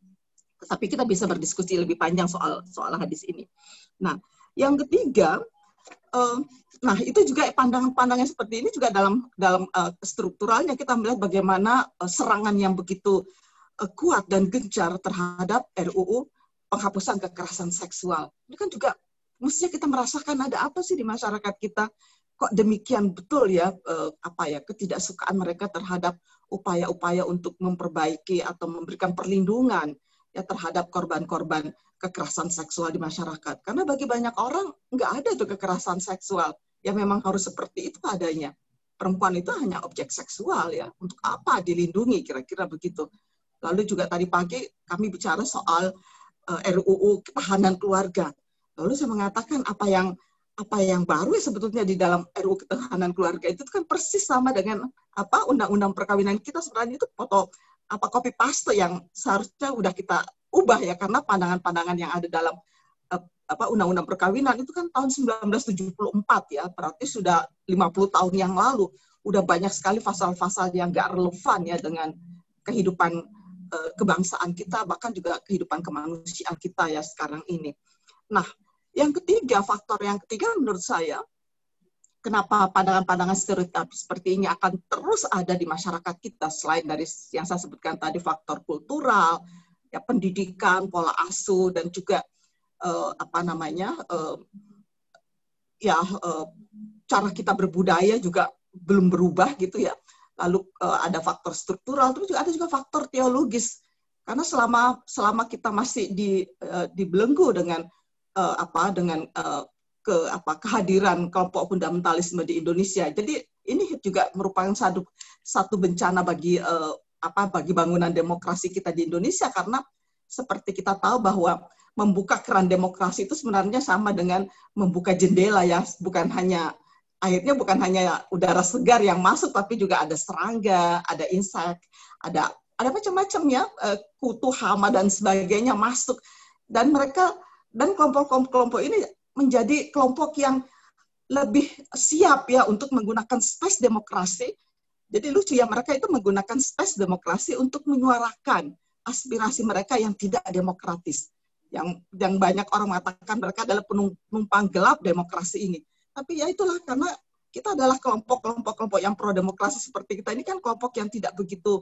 Tapi kita bisa berdiskusi lebih panjang soal soal hadis ini. Nah, yang ketiga, uh, nah itu juga pandangan-pandangan seperti ini juga dalam dalam uh, strukturalnya kita melihat bagaimana uh, serangan yang begitu uh, kuat dan gencar terhadap R U U penghapusan kekerasan seksual. Ini kan juga mestinya kita merasakan ada apa sih di masyarakat kita kok demikian betul ya uh, apa ya ketidaksukaan mereka terhadap upaya-upaya untuk memperbaiki atau memberikan perlindungan ya terhadap korban-korban kekerasan seksual di masyarakat. Karena bagi banyak orang nggak ada tuh kekerasan seksual yang memang harus seperti itu adanya. Perempuan itu hanya objek seksual ya. Untuk apa dilindungi kira-kira begitu. Lalu juga tadi pagi kami bicara soal uh, R U U ketahanan keluarga. Lalu saya mengatakan apa yang apa yang baru ya sebetulnya di dalam R U U ketahanan keluarga itu kan persis sama dengan apa undang-undang perkawinan kita sebenarnya itu foto apa copy paste yang seharusnya udah kita ubah ya karena pandangan-pandangan yang ada dalam uh, apa undang-undang perkawinan itu kan tahun sembilan belas tujuh puluh empat ya berarti sudah lima puluh tahun yang lalu udah banyak sekali pasal-pasal yang nggak relevan ya dengan kehidupan uh, kebangsaan kita bahkan juga kehidupan kemanusiaan kita ya sekarang ini. Nah, yang ketiga faktor yang ketiga menurut saya kenapa pandangan-pandangan stereotip seperti ini akan terus ada di masyarakat kita selain dari yang saya sebutkan tadi faktor kultural, ya pendidikan, pola asuh dan juga uh, apa namanya uh, ya uh, cara kita berbudaya juga belum berubah gitu ya. Lalu uh, ada faktor struktural, terus juga ada juga faktor teologis karena selama selama kita masih di uh, dibelenggu dengan uh, apa dengan uh, ke apa kehadiran kelompok fundamentalisme di Indonesia. Jadi ini juga merupakan satu satu bencana bagi uh, apa bagi bangunan demokrasi kita di Indonesia karena seperti kita tahu bahwa membuka keran demokrasi itu sebenarnya sama dengan membuka jendela ya, bukan hanya akhirnya bukan hanya udara segar yang masuk tapi juga ada serangga, ada insek, ada ada macam-macam ya, uh, kutu, hama dan sebagainya masuk dan mereka dan kelompok-kelompok ini menjadi kelompok yang lebih siap ya untuk menggunakan space demokrasi. Jadi lucu ya mereka itu menggunakan space demokrasi untuk menyuarakan aspirasi mereka yang tidak demokratis. Yang yang banyak orang mengatakan mereka adalah penumpang gelap demokrasi ini. Tapi ya itulah karena kita adalah kelompok-kelompok yang pro demokrasi seperti kita ini kan kelompok yang tidak begitu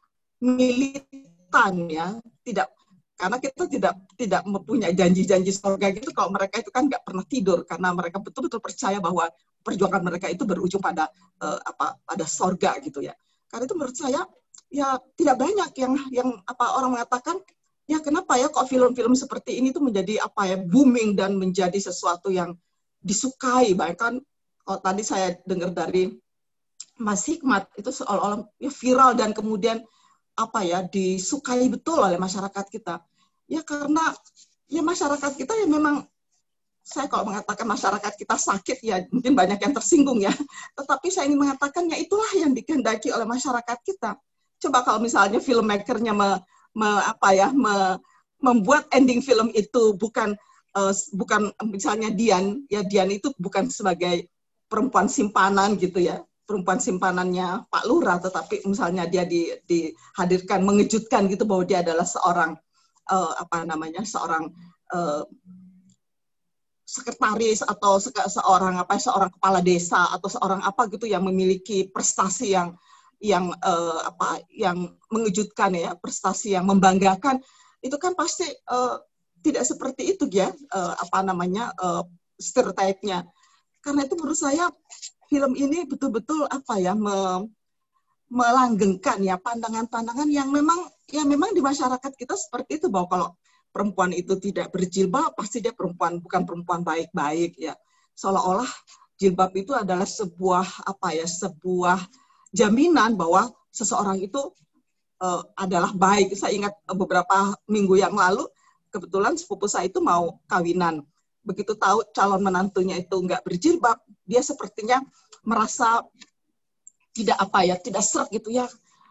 militan ya, tidak karena kita tidak tidak mempunyai janji-janji surga gitu kalau mereka itu kan nggak pernah tidur karena mereka betul-betul percaya bahwa perjuangan mereka itu berujung pada uh, apa pada surga gitu ya. Karena itu menurut saya ya tidak banyak yang yang apa orang mengatakan ya kenapa ya kok film-film seperti ini tuh menjadi apa ya booming dan menjadi sesuatu yang disukai. Bahkan kalau tadi saya dengar dari Mas Hikmat itu seolah-olah ya viral dan kemudian apa ya disukai betul oleh masyarakat kita ya karena ya masyarakat kita ya memang saya kalau mengatakan masyarakat kita sakit ya mungkin banyak yang tersinggung ya tetapi saya ingin mengatakan ya itulah yang dikehendaki oleh masyarakat kita. Coba kalau misalnya filmmakernya me, me, apa ya me, membuat ending film itu bukan uh, bukan misalnya Dian, ya Dian itu bukan sebagai perempuan simpanan gitu ya, perempuan simpanannya Pak Lurah, tetapi misalnya dia di, dihadirkan mengejutkan gitu bahwa dia adalah seorang uh, apa namanya seorang uh, sekretaris atau se seorang apa seorang kepala desa atau seorang apa gitu yang memiliki prestasi yang yang uh, apa yang mengejutkan ya, prestasi yang membanggakan, itu kan pasti uh, tidak seperti itu ya, uh, apa namanya uh, stereotipnya. Karena itu menurut saya film ini betul-betul apa ya me, melanggengkan ya pandangan-pandangan yang memang ya memang di masyarakat kita seperti itu, bahwa kalau perempuan itu tidak berjilbab pasti dia perempuan bukan perempuan baik-baik ya. Seolah-olah jilbab itu adalah sebuah apa ya sebuah jaminan bahwa seseorang itu uh, adalah baik. Saya ingat uh, beberapa minggu yang lalu kebetulan sepupu saya itu mau kawinan. Begitu tahu calon menantunya itu nggak berjilbab, dia sepertinya merasa tidak apa ya, tidak seret gitu ya.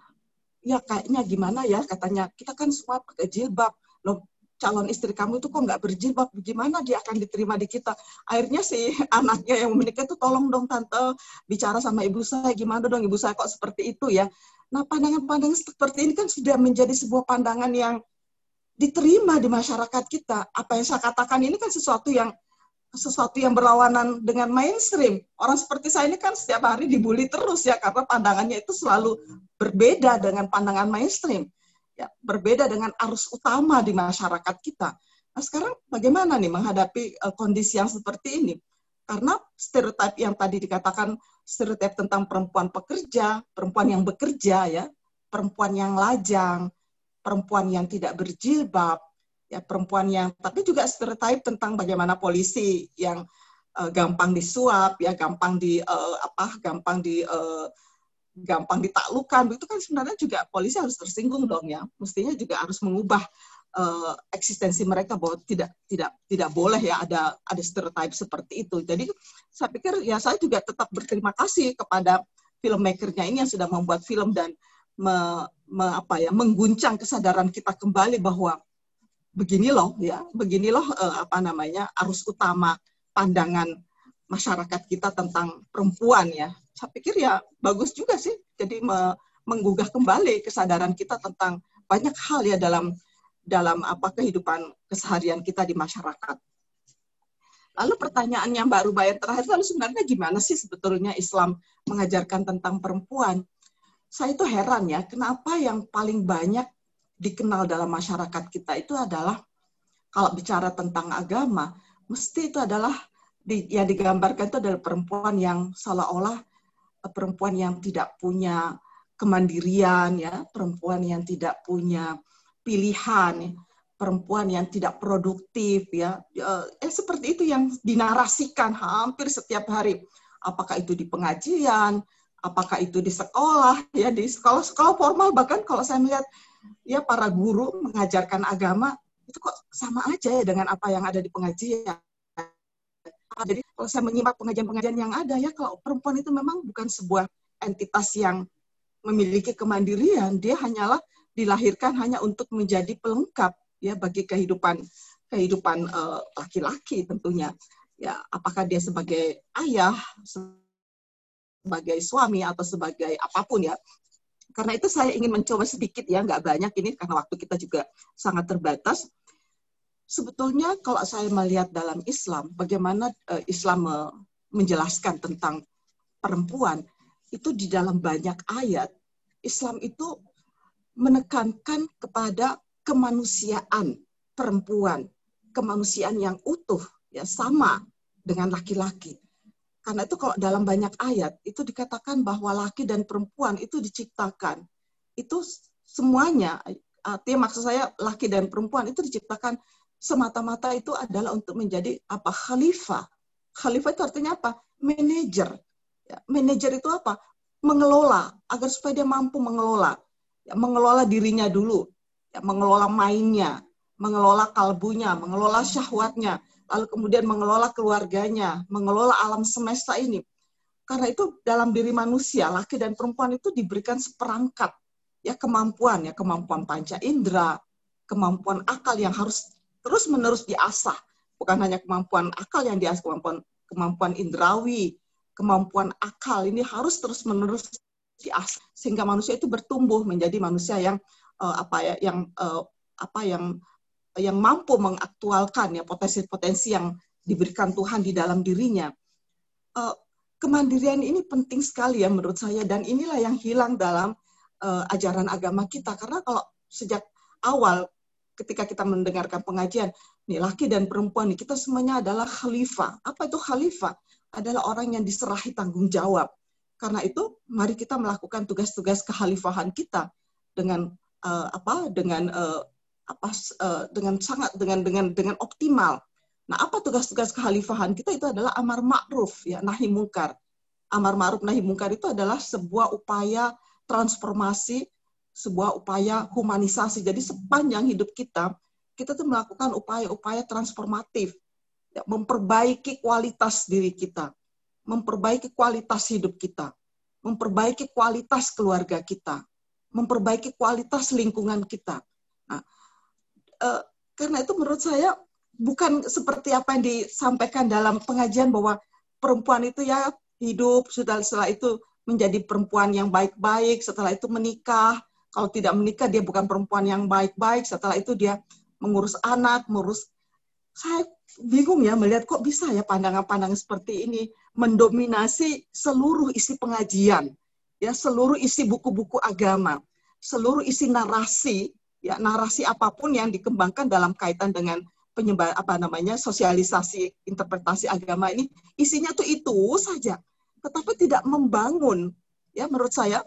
Ya kayaknya gimana ya, katanya kita kan semua pakai jilbab. Loh, calon istri kamu itu kok nggak berjilbab, gimana dia akan diterima di kita? Akhirnya si anaknya yang menikah itu, tolong dong tante bicara sama ibu saya, gimana dong ibu saya kok seperti itu ya. Nah pandangan-pandangan seperti ini kan sudah menjadi sebuah pandangan yang diterima di masyarakat kita. Apa yang saya katakan ini kan sesuatu yang sesuatu yang berlawanan dengan mainstream. Orang seperti saya ini kan setiap hari dibully terus ya, karena pandangannya itu selalu berbeda dengan pandangan mainstream. Ya, berbeda dengan arus utama di masyarakat kita. Nah sekarang bagaimana nih menghadapi uh, kondisi yang seperti ini? Karena stereotip yang tadi dikatakan, stereotip tentang perempuan pekerja, perempuan yang bekerja ya, perempuan yang lajang, perempuan yang tidak berjilbab, ya perempuan yang, tapi juga stereotip tentang bagaimana polisi yang uh, gampang disuap, ya gampang di uh, apa, gampang di uh, gampang ditaklukkan, itu kan sebenarnya juga polisi harus tersinggung dong ya, mestinya juga harus mengubah uh, eksistensi mereka bahwa tidak tidak tidak boleh ya ada ada stereotip seperti itu. Jadi saya pikir ya saya juga tetap berterima kasih kepada filmmakernya ini yang sudah membuat film dan me, me, apa ya mengguncang kesadaran kita kembali bahwa begini loh ya, begini loh uh, apa namanya arus utama pandangan masyarakat kita tentang perempuan ya. Saya pikir ya bagus juga sih, jadi me menggugah kembali kesadaran kita tentang banyak hal ya dalam dalam apa kehidupan keseharian kita di masyarakat. Lalu pertanyaannya Mbak Ruba yang terakhir, lalu sebenarnya gimana sih sebetulnya Islam mengajarkan tentang perempuan? Saya itu heran ya, kenapa yang paling banyak dikenal dalam masyarakat kita itu adalah kalau bicara tentang agama, mesti itu adalah di, yang digambarkan itu adalah perempuan yang seolah-olah perempuan yang tidak punya kemandirian, ya, perempuan yang tidak punya pilihan, perempuan yang tidak produktif, ya, eh, seperti itu yang dinarasikan hampir setiap hari. Apakah itu di pengajian, apakah itu di sekolah, ya, di sekolah-sekolah formal, bahkan kalau saya melihat ya para guru mengajarkan agama itu kok sama aja ya dengan apa yang ada di pengajian. Jadi kalau saya menyimak pengajian-pengajian yang ada ya, kalau perempuan itu memang bukan sebuah entitas yang memiliki kemandirian, dia hanyalah dilahirkan hanya untuk menjadi pelengkap ya bagi kehidupan kehidupan uh, laki-laki tentunya. Ya, apakah dia sebagai ayah, sebagai suami atau sebagai apapun ya. Karena itu saya ingin mencoba sedikit ya, nggak banyak ini karena waktu kita juga sangat terbatas. Sebetulnya kalau saya melihat dalam Islam, bagaimana uh, Islam uh, menjelaskan tentang perempuan, itu di dalam banyak ayat, Islam itu menekankan kepada kemanusiaan perempuan, kemanusiaan yang utuh, ya sama dengan laki-laki. Karena itu kalau dalam banyak ayat, itu dikatakan bahwa laki dan perempuan itu diciptakan. Itu semuanya, artinya maksud saya laki dan perempuan itu diciptakan semata-mata itu adalah untuk menjadi apa khalifah. Khalifah itu artinya apa? Manajer. Ya, manajer itu apa? Mengelola, agar supaya dia mampu mengelola. Ya, mengelola dirinya dulu, ya, mengelola mainnya, mengelola kalbunya, mengelola syahwatnya, lalu kemudian mengelola keluarganya, mengelola alam semesta ini. Karena itu dalam diri manusia, laki dan perempuan itu diberikan seperangkat ya kemampuan, ya kemampuan panca indera, kemampuan akal yang harus terus-menerus diasah bukan hanya kemampuan akal yang diasah, kemampuan kemampuan indrawi, kemampuan akal ini harus terus-menerus diasah sehingga manusia itu bertumbuh menjadi manusia yang uh, apa ya, yang uh, apa yang yang mampu mengaktualkan ya potensi-potensi yang diberikan Tuhan di dalam dirinya. Uh, kemandirian ini penting sekali ya menurut saya, dan inilah yang hilang dalam uh, ajaran agama kita, karena kalau sejak awal ketika kita mendengarkan pengajian, nih laki dan perempuan nih, kita semuanya adalah khalifah. Apa itu khalifah? Adalah orang yang diserahi tanggung jawab. Karena itu, mari kita melakukan tugas-tugas kekhalifahan kita dengan uh, apa? Dengan uh, apa? Uh, dengan sangat dengan dengan dengan optimal. Nah, apa tugas-tugas kekhalifahan kita? Itu adalah amar ma'ruf, ya, nahi mungkar. Amar ma'ruf nahi mungkar itu adalah sebuah upaya transformasi, sebuah upaya humanisasi. Jadi sepanjang hidup kita, kita tuh melakukan upaya-upaya transformatif, ya, memperbaiki kualitas diri kita, memperbaiki kualitas hidup kita, memperbaiki kualitas keluarga kita, memperbaiki kualitas lingkungan kita. Nah, eh, karena itu menurut saya bukan seperti apa yang disampaikan dalam pengajian bahwa perempuan itu ya hidup, sudah setelah itu menjadi perempuan yang baik-baik, setelah itu menikah. Kalau tidak menikah, dia bukan perempuan yang baik-baik, setelah itu dia mengurus anak, mengurus. Saya bingung ya melihat kok bisa ya pandangan-pandangan seperti ini mendominasi seluruh isi pengajian, ya, seluruh isi buku-buku agama, seluruh isi narasi, ya, narasi apapun yang dikembangkan dalam kaitan dengan penyebar apa namanya sosialisasi interpretasi agama ini, isinya tuh itu saja, tetapi tidak membangun, ya, menurut saya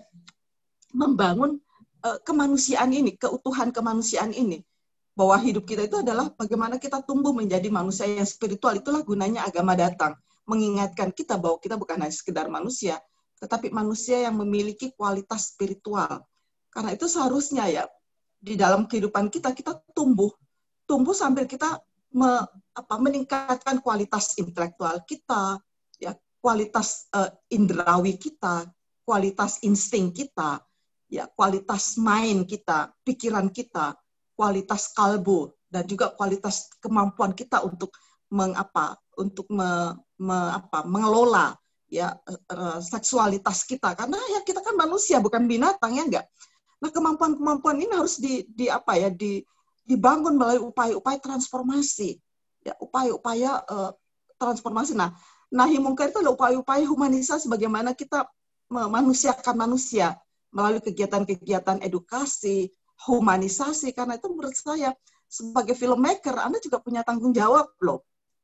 membangun uh, kemanusiaan ini, keutuhan kemanusiaan ini, bahwa hidup kita itu adalah bagaimana kita tumbuh menjadi manusia yang spiritual. Itulah gunanya agama datang, mengingatkan kita bahwa kita bukan hanya sekedar manusia, tetapi manusia yang memiliki kualitas spiritual. Karena itu seharusnya ya di dalam kehidupan kita kita tumbuh tumbuh sambil kita me, apa, meningkatkan kualitas intelektual kita, ya, kualitas uh, indrawi kita, kualitas insting kita, ya, kualitas mind kita, pikiran kita, kualitas kalbu, dan juga kualitas kemampuan kita untuk mengapa, untuk me, me, apa, mengelola ya uh, seksualitas kita, karena ya kita kan manusia bukan binatang, ya enggak. Nah, kemampuan-kemampuan ini harus di, di apa ya di dibangun melalui upaya-upaya transformasi, ya, upaya-upaya uh, transformasi. Nah, nahi mungkar itu adalah upaya-upaya humanisasi, bagaimana kita memanusiakan manusia melalui kegiatan-kegiatan edukasi, humanisasi. Karena itu menurut saya sebagai filmmaker, Anda juga punya tanggung jawab loh.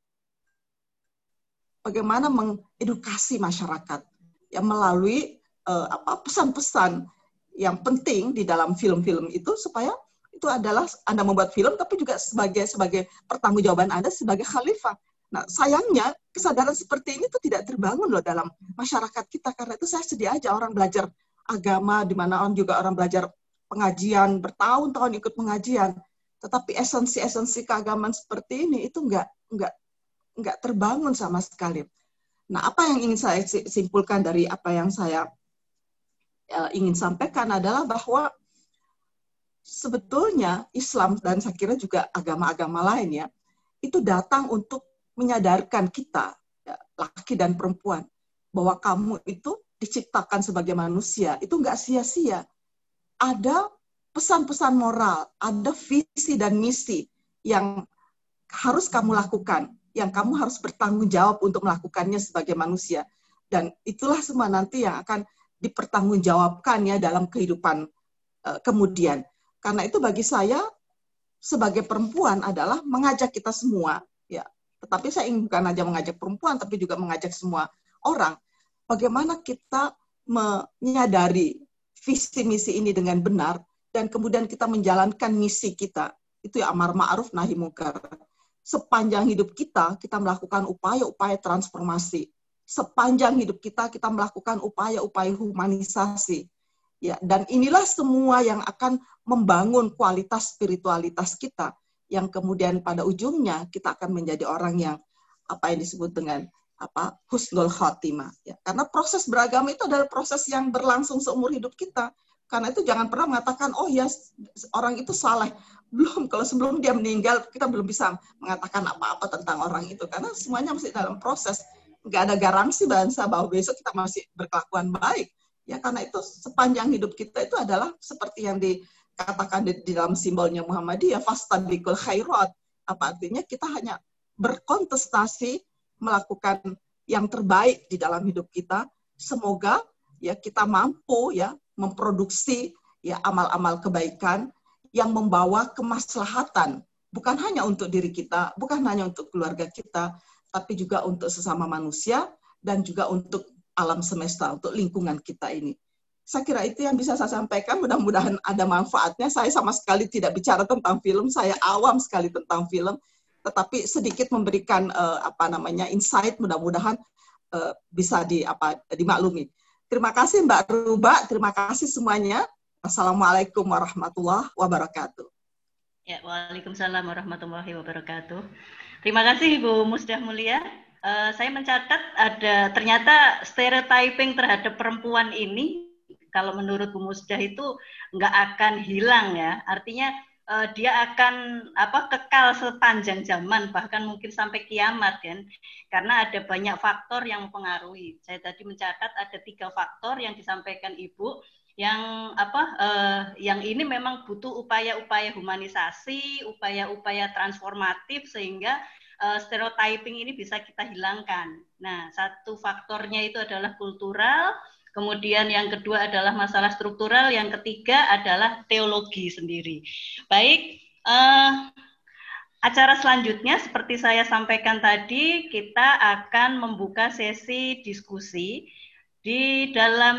Bagaimana mengedukasi masyarakat, ya, melalui uh, apa pesan-pesan yang penting di dalam film-film itu, supaya itu adalah Anda membuat film, tapi juga sebagai sebagai pertanggungjawaban Anda sebagai khalifah. Nah, sayangnya kesadaran seperti ini tuh tidak terbangun loh dalam masyarakat kita. Karena itu saya sedih aja orang belajar agama, di mana orang juga orang belajar pengajian, bertahun-tahun ikut pengajian, tetapi esensi-esensi keagamaan seperti ini itu enggak enggak enggak terbangun sama sekali. Nah, apa yang ingin saya simpulkan dari apa yang saya uh, ingin sampaikan adalah bahwa sebetulnya Islam, dan saya kira juga agama-agama lain ya, itu datang untuk menyadarkan kita, ya, laki dan perempuan, bahwa kamu itu diciptakan sebagai manusia, itu nggak sia-sia. Ada pesan-pesan moral, ada visi dan misi yang harus kamu lakukan, yang kamu harus bertanggung jawab untuk melakukannya sebagai manusia. Dan itulah semua nanti yang akan dipertanggungjawabkan ya dalam kehidupan uh, kemudian. Karena itu bagi saya sebagai perempuan adalah mengajak kita semua, ya. Tetapi saya ingin bukan hanya mengajak perempuan, tapi juga mengajak semua orang. Bagaimana kita menyadari visi misi ini dengan benar, dan kemudian kita menjalankan misi kita. Itu ya amar ma'ruf nahi mungkar. Sepanjang hidup kita, kita melakukan upaya-upaya transformasi. Sepanjang hidup kita, kita melakukan upaya-upaya humanisasi. Ya, dan inilah semua yang akan membangun kualitas spiritualitas kita, yang kemudian pada ujungnya kita akan menjadi orang yang apa yang disebut dengan apa husnul khotimah. Ya, karena proses beragama itu adalah proses yang berlangsung seumur hidup kita, Karena itu jangan pernah mengatakan, oh ya orang itu saleh. Belum, kalau sebelum dia meninggal, kita belum bisa mengatakan apa-apa tentang orang itu. Karena semuanya masih dalam proses. Nggak ada garansi bangsa bahwa besok kita masih berkelakuan baik. Ya, karena itu sepanjang hidup kita itu adalah seperti yang dikatakan di, di dalam simbolnya Muhammadiyah, fastabiqul khairat. Apa artinya? Kita hanya berkontestasi, melakukan yang terbaik di dalam hidup kita. Semoga ya kita mampu ya memproduksi ya amal-amal kebaikan yang membawa kemaslahatan, bukan hanya untuk diri kita, bukan hanya untuk keluarga kita, tapi juga untuk sesama manusia dan juga untuk alam semesta, untuk lingkungan kita ini. Saya kira itu yang bisa saya sampaikan, mudah-mudahan ada manfaatnya. Saya sama sekali tidak bicara tentang film, saya awam sekali tentang film, tetapi sedikit memberikan uh, apa namanya insight, mudah-mudahan uh, bisa di apa dimaklumi. Terima kasih Mbak Ruba, terima kasih semuanya. Assalamualaikum warahmatullahi wabarakatuh. Ya, waalaikumsalam warahmatullahi wabarakatuh. Terima kasih Ibu Musdah Mulia. Uh, saya mencatat ada ternyata stereotyping terhadap perempuan ini, kalau menurut Bu Musdah itu nggak akan hilang ya. Artinya uh, dia akan apa kekal sepanjang zaman, bahkan mungkin sampai kiamat kan. Karena ada banyak faktor yang mempengaruhi. Saya tadi mencatat ada tiga faktor yang disampaikan Ibu, yang apa uh, yang ini memang butuh upaya-upaya humanisasi, upaya-upaya transformatif sehingga uh, stereotyping ini bisa kita hilangkan. Nah, satu faktornya itu adalah kultural, kemudian yang kedua adalah masalah struktural, yang ketiga adalah teologi sendiri. Baik, uh, acara selanjutnya seperti saya sampaikan tadi, kita akan membuka sesi diskusi. Di dalam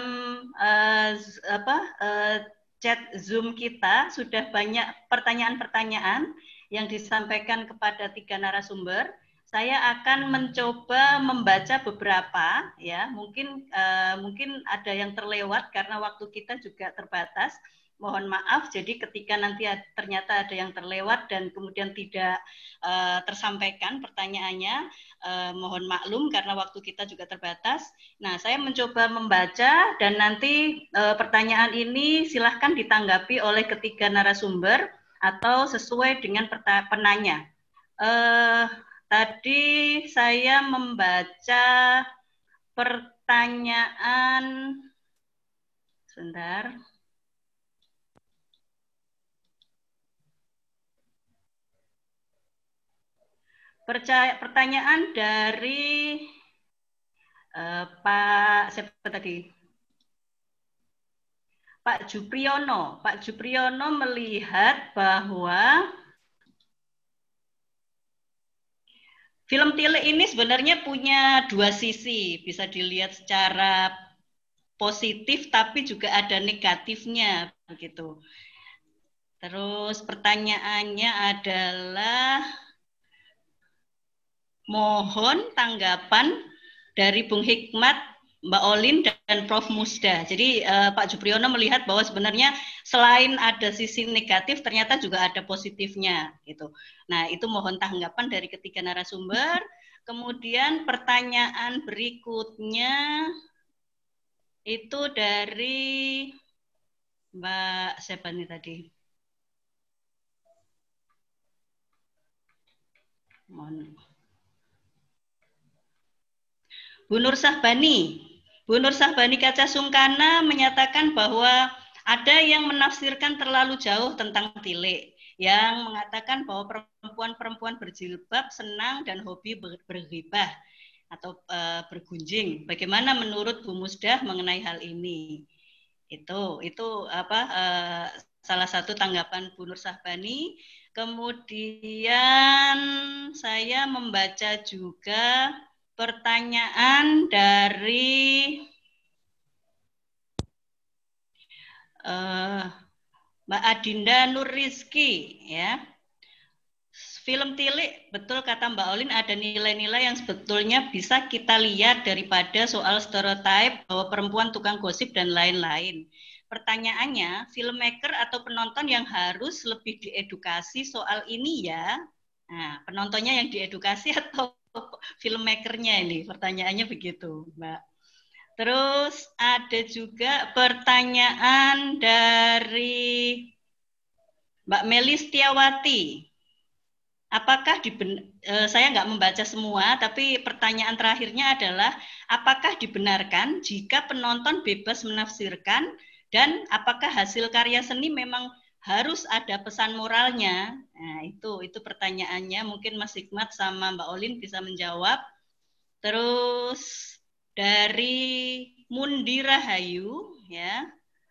uh, apa, uh, chat Zoom kita sudah banyak pertanyaan-pertanyaan yang disampaikan kepada tiga narasumber. Saya akan mencoba membaca beberapa, ya mungkin uh, mungkin ada yang terlewat karena waktu kita juga terbatas. Mohon maaf, jadi ketika nanti ternyata ada yang terlewat dan kemudian tidak uh, tersampaikan pertanyaannya, uh, mohon maklum karena waktu kita juga terbatas. Nah, saya mencoba membaca dan nanti uh, pertanyaan ini silahkan ditanggapi oleh ketiga narasumber atau sesuai dengan penanya. Uh, tadi saya membaca pertanyaan, sebentar. Percaya, pertanyaan dari uh, Pak siapa tadi? Pak Jupriyono. Pak Jupriyono melihat bahwa film Tilik ini sebenarnya punya dua sisi, bisa dilihat secara positif tapi juga ada negatifnya begitu. Terus pertanyaannya adalah mohon tanggapan dari Bung Hikmat, Mbak Olin, dan Prof Musda. Jadi eh, Pak Jupriyono melihat bahwa sebenarnya selain ada sisi negatif, ternyata juga ada positifnya. Gitu. Nah, itu mohon tanggapan dari ketiga narasumber. Kemudian pertanyaan berikutnya itu dari Mbak siapa nih tadi? Mohon. Bu Nur Sahbani, Bu Nur Sahbani Kaca Sungkana menyatakan bahwa ada yang menafsirkan terlalu jauh tentang tilik, yang mengatakan bahwa perempuan-perempuan berjilbab senang dan hobi ber berghibah atau e, bergunjing. Bagaimana menurut Bu Musdah mengenai hal ini? Itu, itu apa? E, salah satu tanggapan Bu Nur Sahbani. Kemudian saya membaca juga pertanyaan dari uh, Mbak Adinda Nur Rizky, ya. Film Tilik, betul kata Mbak Olin, ada nilai-nilai yang sebetulnya bisa kita lihat daripada soal stereotip bahwa perempuan tukang gosip dan lain-lain. Pertanyaannya, filmmaker atau penonton yang harus lebih diedukasi soal ini ya. Nah, penontonnya yang diedukasi atau filmmakernya ini, pertanyaannya begitu, Mbak. Terus ada juga pertanyaan dari Mbak Meli Setiawati. Apakah diben- eh, saya nggak membaca semua, tapi pertanyaan terakhirnya adalah apakah dibenarkan jika penonton bebas menafsirkan dan apakah hasil karya seni memang harus ada pesan moralnya? Nah, itu itu pertanyaannya. Mungkin Mas Hikmat sama Mbak Olin bisa menjawab. Terus dari Mundi Rahayu, ya.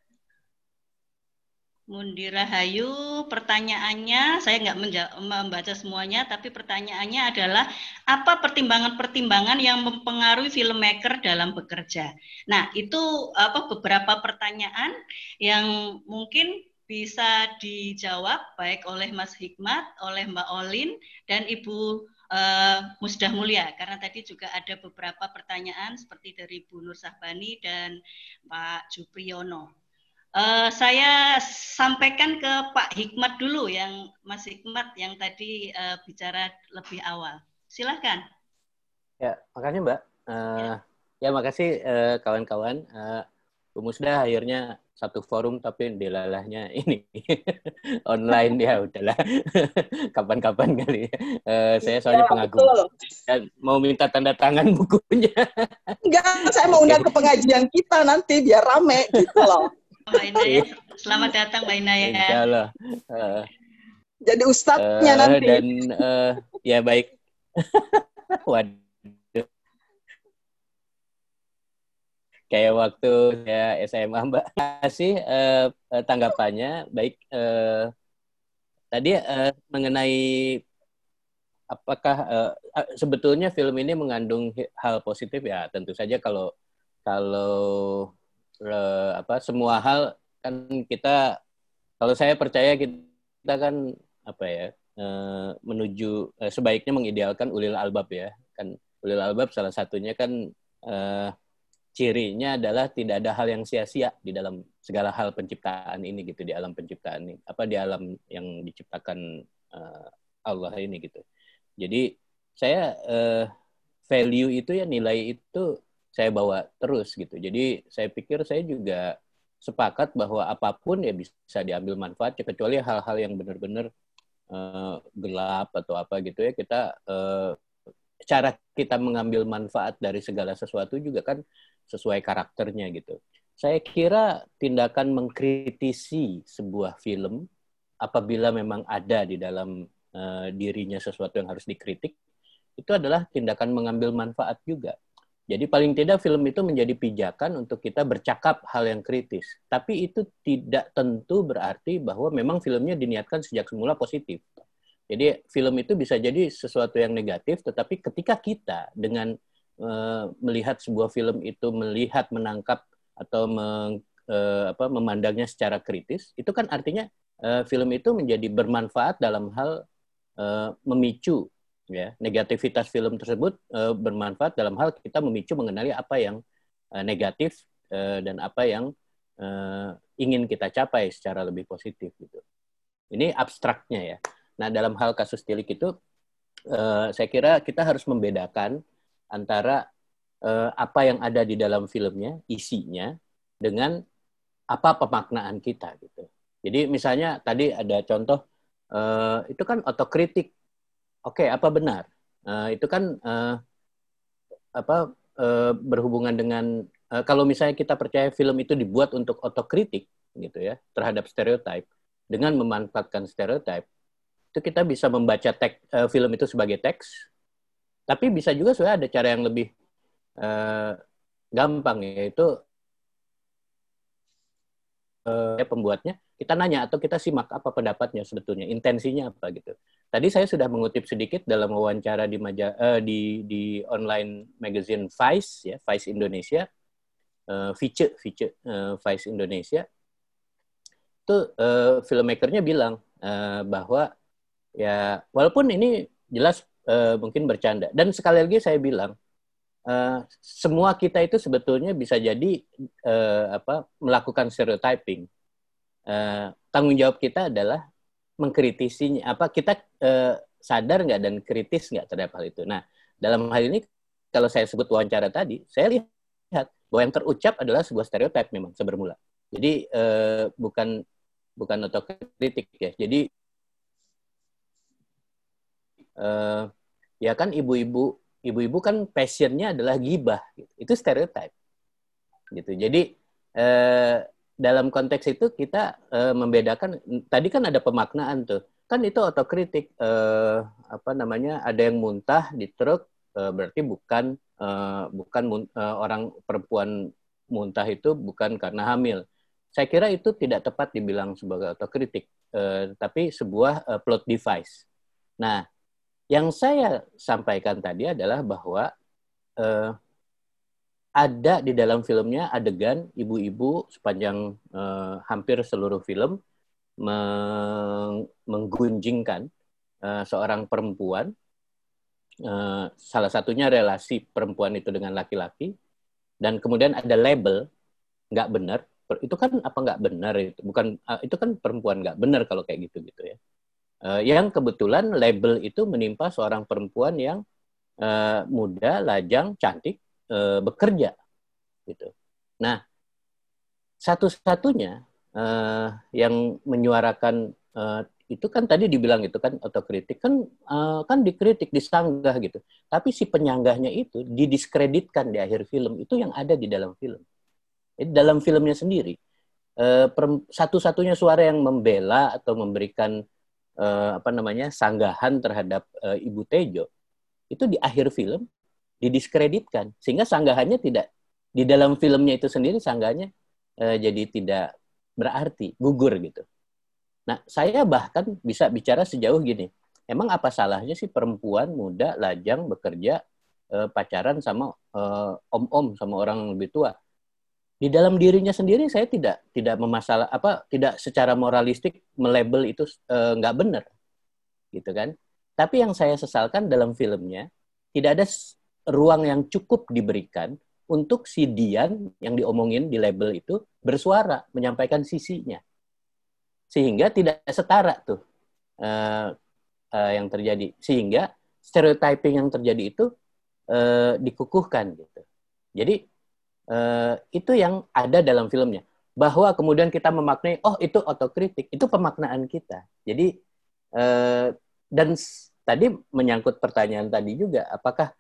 Mundi Rahayu, pertanyaannya, saya nggak membaca semuanya, tapi pertanyaannya adalah, apa pertimbangan-pertimbangan yang mempengaruhi filmmaker dalam bekerja? Nah, itu apa beberapa pertanyaan yang mungkin bisa dijawab baik oleh Mas Hikmat, oleh Mbak Olin, dan Ibu uh, Musdah Mulia, karena tadi juga ada beberapa pertanyaan seperti dari Bu Nur Sahbani dan Pak Jupriyono. Uh, saya sampaikan ke Pak Hikmat dulu, yang Mas Hikmat yang tadi uh, bicara lebih awal. Silahkan. Ya, makasih Mbak. Uh, ya. ya, makasih uh, kawan-kawan. Uh, Bu Musda akhirnya satu forum, tapi dilalahnya ini online, ya udahlah. Kapan-kapan kali. Uh, saya soalnya ya, pengagum. Dan mau minta tanda tangan bukunya. Enggak, saya mau undang ke pengajian kita nanti biar rame gitu loh. Mbak Inaya, selamat datang Mbak Inaya. Insya Allah. Uh, Jadi ustadznya uh, nanti. Dan uh, ya baik. Waduh. Kayak waktu saya S M A, Mbak. Terima kasih uh, tanggapannya. Baik. Uh, tadi uh, mengenai apakah uh, sebetulnya film ini mengandung hal positif, ya tentu saja kalau kalau Uh, apa semua hal kan kita, kalau saya percaya kita kan apa ya uh, menuju uh, sebaiknya mengidealkan ulil albab, ya kan. Ulil albab salah satunya kan uh, cirinya adalah tidak ada hal yang sia-sia di dalam segala hal penciptaan ini gitu, di alam penciptaan ini, apa di alam yang diciptakan uh, Allah ini gitu. Jadi saya uh, value itu, ya nilai itu saya bawa terus gitu. Jadi saya pikir saya juga sepakat bahwa apapun ya bisa diambil manfaatnya, kecuali hal-hal yang benar-benar uh, gelap atau apa gitu ya. Kita uh, cara kita mengambil manfaat dari segala sesuatu juga kan sesuai karakternya gitu. Saya kira tindakan mengkritisi sebuah film apabila memang ada di dalam uh, dirinya sesuatu yang harus dikritik, itu adalah tindakan mengambil manfaat juga. Jadi paling tidak film itu menjadi pijakan untuk kita bercakap hal yang kritis. Tapi itu tidak tentu berarti bahwa memang filmnya diniatkan sejak semula positif. Jadi film itu bisa jadi sesuatu yang negatif, tetapi ketika kita dengan uh, melihat sebuah film itu, melihat, menangkap, atau meng, uh, apa, memandangnya secara kritis, itu kan artinya uh, film itu menjadi bermanfaat dalam hal uh, memicu, ya, negativitas film tersebut uh, bermanfaat dalam hal kita memicu mengenali apa yang uh, negatif uh, dan apa yang uh, ingin kita capai secara lebih positif gitu. Ini abstraknya, ya. Nah, dalam hal kasus Tilik itu uh, saya kira kita harus membedakan antara uh, apa yang ada di dalam filmnya, isinya, dengan apa pemaknaan kita gitu. Jadi misalnya tadi ada contoh uh, itu kan otokritik. Oke, okay, apa benar? Uh, itu kan uh, apa uh, berhubungan dengan uh, kalau misalnya kita percaya film itu dibuat untuk otokritik gitu ya terhadap stereotip, dengan memanfaatkan stereotip, itu kita bisa membaca teks uh, film itu sebagai teks, tapi bisa juga sebenarnya ada cara yang lebih uh, gampang, yaitu uh, pembuatnya kita nanya atau kita simak apa pendapatnya sebetulnya, intensinya apa gitu. Tadi saya sudah mengutip sedikit dalam wawancara di maja, uh, di di online magazine Vice, ya, Vice Indonesia, uh, Vice, Vice, uh, Vice Indonesia. Itu uh, filmmakernya bilang uh, bahwa ya walaupun ini jelas uh, mungkin bercanda, dan sekali lagi saya bilang uh, semua kita itu sebetulnya bisa jadi uh, apa melakukan stereotyping. Uh, tanggung jawab kita adalah mengkritisinya, apa kita uh, sadar nggak dan kritis nggak terhadap hal itu. Nah, dalam hal ini kalau saya sebut wawancara tadi, saya lihat bahwa yang terucap adalah sebuah stereotip memang sebermula. Jadi uh, bukan bukan otokritik ya. Jadi uh, ya kan ibu-ibu ibu-ibu kan passionnya adalah gibah, gitu. Itu stereotip, gitu. Jadi eh, dalam konteks itu kita eh, membedakan. Tadi kan ada pemaknaan tuh, kan itu otokritik. Eh, apa namanya? Ada yang muntah di truk, eh, berarti bukan eh, bukan eh, orang perempuan muntah itu bukan karena hamil. Saya kira itu tidak tepat dibilang sebagai otokritik, eh, tapi sebuah eh, plot device. Nah, yang saya sampaikan tadi adalah bahwa eh, ada di dalam filmnya adegan ibu-ibu sepanjang eh, hampir seluruh film meng- menggunjingkan eh, seorang perempuan, eh, salah satunya relasi perempuan itu dengan laki-laki, dan kemudian ada label nggak benar. Itu kan apa nggak benar itu? Bukan, itu kan perempuan nggak benar kalau kayak gitu gitu ya. Uh, yang kebetulan label itu menimpa seorang perempuan yang uh, muda, lajang, cantik, uh, bekerja, gitu. Nah, satu-satunya uh, yang menyuarakan uh, itu kan tadi dibilang itu kan otokritik, kan uh, kan dikritik, disanggah gitu. Tapi si penyanggahnya itu didiskreditkan di akhir film. Itu yang ada di dalam film. Jadi dalam filmnya sendiri, uh, per, satu-satunya suara yang membela atau memberikan Uh, apa namanya sanggahan terhadap uh, Ibu Tejo itu di akhir film didiskreditkan, sehingga sanggahannya tidak di dalam filmnya itu sendiri, sanggahannya uh, jadi tidak berarti, gugur gitu. Nah, saya bahkan bisa bicara sejauh gini, emang apa salahnya sih perempuan muda lajang bekerja uh, pacaran sama uh, om-om, sama orang lebih tua? Di dalam dirinya sendiri saya tidak tidak memasalah apa tidak secara moralistik melabel itu e, nggak benar, gitu kan. Tapi yang saya sesalkan dalam filmnya tidak ada ruang yang cukup diberikan untuk si Dian yang diomongin di label itu bersuara menyampaikan sisinya, sehingga tidak setara tuh e, e, yang terjadi, sehingga stereotyping yang terjadi itu e, dikukuhkan gitu. Jadi Uh, itu yang ada dalam filmnya. Bahwa kemudian kita memaknai, oh itu otokritik, itu pemaknaan kita. Jadi, uh, dan s- tadi menyangkut pertanyaan tadi juga, apakah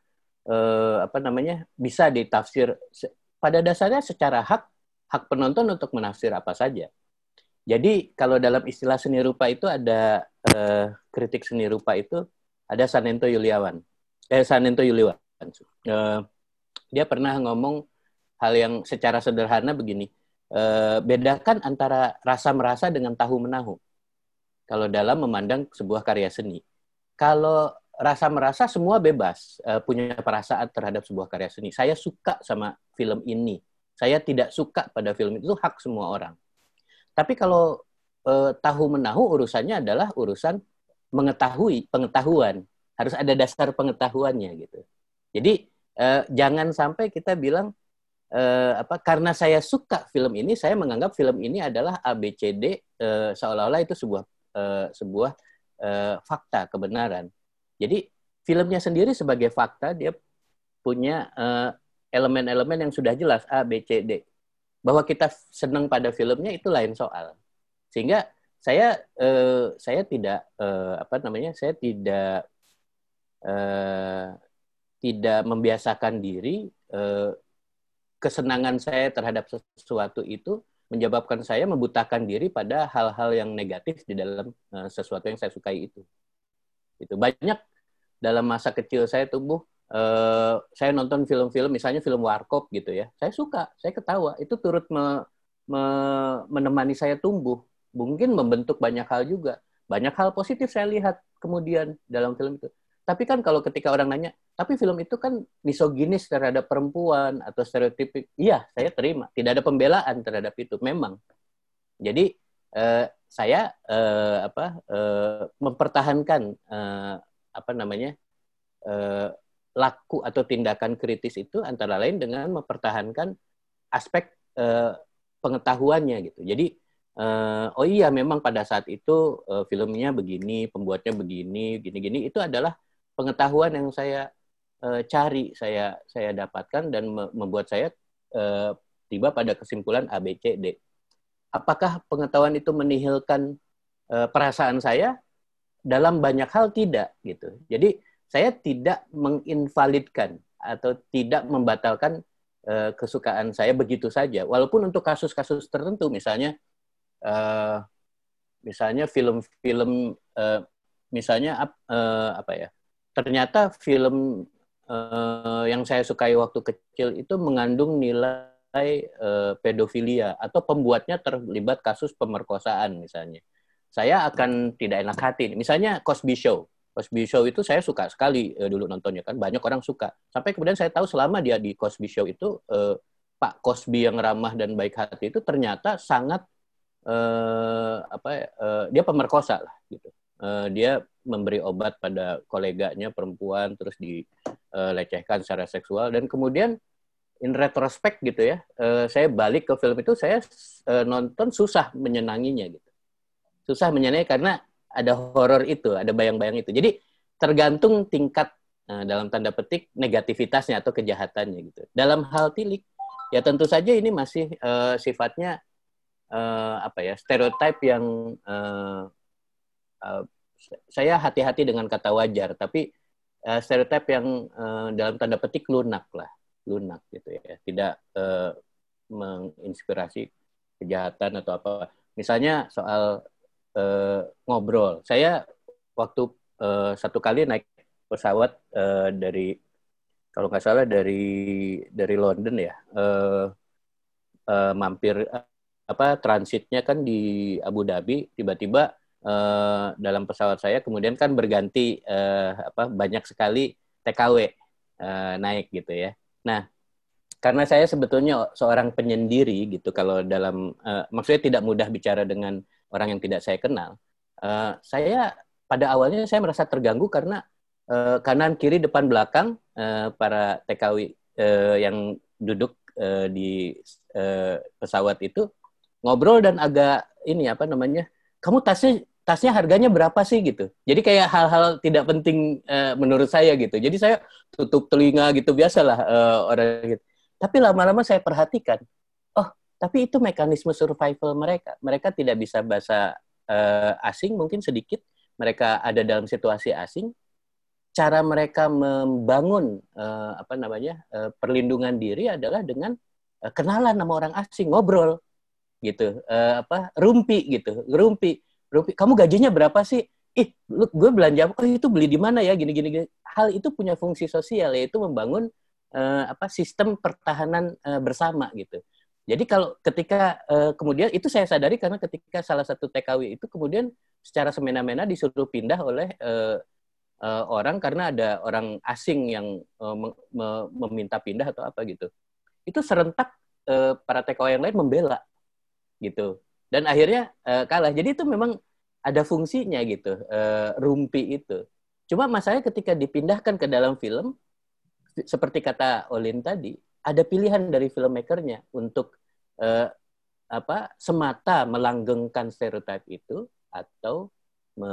uh, apa namanya bisa ditafsir, se- pada dasarnya secara hak, hak penonton untuk menafsir apa saja. Jadi kalau dalam istilah seni rupa itu ada, uh, kritik seni rupa itu, ada Sanento Yuliawan. Eh, Sanento Yuliawan. Uh, dia pernah ngomong hal yang secara sederhana begini, eh, bedakan antara rasa merasa dengan tahu menahu. Kalau dalam memandang sebuah karya seni, kalau rasa merasa semua bebas, eh, punya perasaan terhadap sebuah karya seni. Saya suka sama film ini, saya tidak suka pada film itu, hak semua orang. Tapi kalau eh, tahu menahu urusannya adalah urusan mengetahui, pengetahuan, harus ada dasar pengetahuannya gitu. Jadi eh, jangan sampai kita bilang Eh, apa karena saya suka film ini, saya menganggap film ini adalah A B C D, eh, seolah-olah itu sebuah eh, sebuah eh, fakta kebenaran. Jadi filmnya sendiri sebagai fakta dia punya eh, elemen-elemen yang sudah jelas A B C D. Bahwa kita senang pada filmnya itu lain soal. Sehingga saya eh, saya tidak eh, apa namanya saya tidak eh, tidak membiasakan diri. Eh, kesenangan saya terhadap sesuatu itu menyebabkan saya membutakan diri pada hal-hal yang negatif di dalam uh, sesuatu yang saya sukai itu. Itu banyak dalam masa kecil saya tumbuh, uh, saya nonton film-film, misalnya film Warkop gitu ya, saya suka, saya ketawa, itu turut me, me, menemani saya tumbuh, mungkin membentuk banyak hal juga, banyak hal positif saya lihat kemudian dalam film itu. Tapi kan kalau ketika orang nanya, tapi film itu kan misoginis terhadap perempuan atau stereotipik, iya saya terima, tidak ada pembelaan terhadap itu, memang. Jadi eh, saya eh, apa eh, mempertahankan eh, apa namanya eh, laku atau tindakan kritis itu antara lain dengan mempertahankan aspek eh, pengetahuannya gitu. Jadi eh, oh iya memang pada saat itu eh, filmnya begini, pembuatnya begini, gini-gini, itu adalah pengetahuan yang saya uh, cari, saya saya dapatkan dan me- membuat saya uh, tiba pada kesimpulan A, B, C, D. Apakah pengetahuan itu menihilkan uh, perasaan saya? Dalam banyak hal tidak gitu. Jadi saya tidak menginvalidkan atau tidak membatalkan uh, kesukaan saya begitu saja. Walaupun untuk kasus-kasus tertentu, misalnya uh, misalnya film-film uh, misalnya uh, apa ya? Ternyata film uh, yang saya sukai waktu kecil itu mengandung nilai uh, pedofilia atau pembuatnya terlibat kasus pemerkosaan misalnya. Saya akan tidak enak hati. Misalnya Cosby Show. Cosby Show itu saya suka sekali uh, dulu nontonnya kan. Banyak orang suka. Sampai kemudian saya tahu selama dia di Cosby Show itu, uh, Pak Cosby yang ramah dan baik hati itu ternyata sangat, uh, apa uh, dia pemerkosa lah gitu. Uh, dia memberi obat pada koleganya perempuan, terus dilecehkan uh, secara seksual. Dan kemudian in retrospect gitu ya, uh, saya balik ke film itu, saya uh, nonton susah menyenanginya gitu. Susah menyenangi karena ada horor itu, ada bayang-bayang itu. Jadi tergantung tingkat uh, dalam tanda petik negativitasnya atau kejahatannya gitu. Dalam hal tilik, ya tentu saja ini masih uh, sifatnya uh, apa ya stereotip yang uh, uh, saya hati-hati dengan kata wajar, tapi uh, stereotip yang uh, dalam tanda petik lunak lah, lunak gitu ya, tidak uh, menginspirasi kejahatan atau apa. Misalnya soal Uh, ngobrol. Saya waktu uh, satu kali naik pesawat uh, dari, kalau nggak salah dari dari London ya, uh, uh, mampir uh, apa transitnya kan di Abu Dhabi, tiba-tiba uh, dalam pesawat saya kemudian kan berganti uh, apa banyak sekali T K W uh, naik gitu ya. Nah, karena saya sebetulnya seorang penyendiri gitu, kalau dalam uh, maksudnya tidak mudah bicara dengan orang yang tidak saya kenal, uh, saya pada awalnya saya merasa terganggu karena uh, kanan, kiri, depan, belakang uh, para T K W uh, yang duduk uh, di uh, pesawat itu ngobrol dan agak ini apa namanya, kamu tasnya tasnya harganya berapa sih gitu. Jadi kayak hal-hal tidak penting uh, menurut saya gitu. Jadi saya tutup telinga gitu, biasalah uh, orang gitu. Tapi lama-lama saya perhatikan, oh, tapi itu mekanisme survival mereka. Mereka tidak bisa bahasa uh, asing, mungkin sedikit. Mereka ada dalam situasi asing. Cara mereka membangun uh, apa namanya uh, perlindungan diri adalah dengan uh, kenalan sama orang asing, ngobrol, gitu. Uh, apa rumpi gitu, rumpi, rumpi. Kamu gajinya berapa sih? Ih, lu, gue belanja. Oh, itu beli di mana ya? Gini-gini. Hal itu punya fungsi sosial, yaitu membangun Uh, apa sistem pertahanan uh, bersama gitu. Jadi kalau ketika uh, kemudian itu saya sadari karena ketika salah satu T K W itu kemudian secara semena-mena disuruh pindah oleh uh, uh, orang karena ada orang asing yang uh, me- me- meminta pindah atau apa gitu. Itu serentak uh, para T K W yang lain membela gitu. Dan akhirnya uh, kalah. Jadi itu memang ada fungsinya gitu, uh, rumpi itu. Cuma masalahnya ketika dipindahkan ke dalam film, seperti kata Olin tadi, ada pilihan dari filmmakernya untuk eh, apa semata melanggengkan stereotip itu atau me,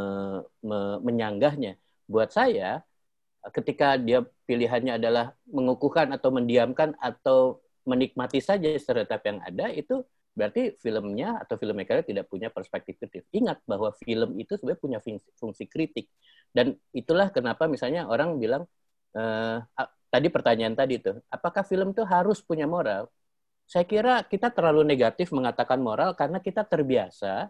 me, menyanggahnya. Buat saya, ketika dia pilihannya adalah mengukuhkan atau mendiamkan atau menikmati saja stereotip yang ada, itu berarti filmnya atau filmmakernya tidak punya perspektif kritis. Ingat bahwa film itu sebenarnya punya fungsi, fungsi kritik. Dan itulah kenapa misalnya orang bilang, eh, tadi pertanyaan tadi tuh, apakah film itu harus punya moral? Saya kira kita terlalu negatif mengatakan moral karena kita terbiasa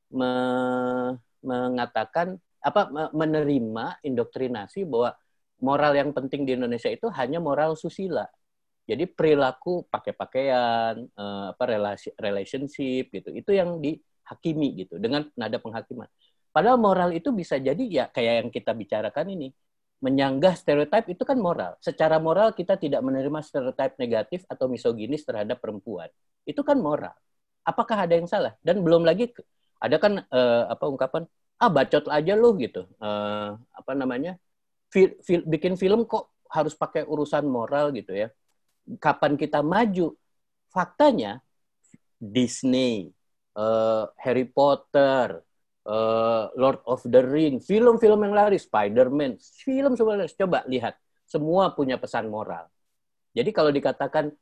me- mengatakan apa menerima indoktrinasi bahwa moral yang penting di Indonesia itu hanya moral susila. Jadi perilaku pakai pakaian, apa relasi relationship gitu, itu yang dihakimi gitu dengan nada penghakiman. Padahal moral itu bisa jadi ya kayak yang kita bicarakan ini. Menyanggah stereotip itu kan moral. Secara moral kita tidak menerima stereotip negatif atau misoginis terhadap perempuan. Itu kan moral. Apakah ada yang salah? Dan belum lagi ada kan uh, apa ungkapan, ah bacot aja lu gitu. Uh, apa namanya? Fil, fil, bikin film kok harus pakai urusan moral gitu ya. Kapan kita maju? Faktanya Disney, uh, Harry Potter, Uh, Lord of the Ring, film-film yang laris, Spider-Man, film semua laris. Coba lihat, semua punya pesan moral. Jadi kalau dikatakan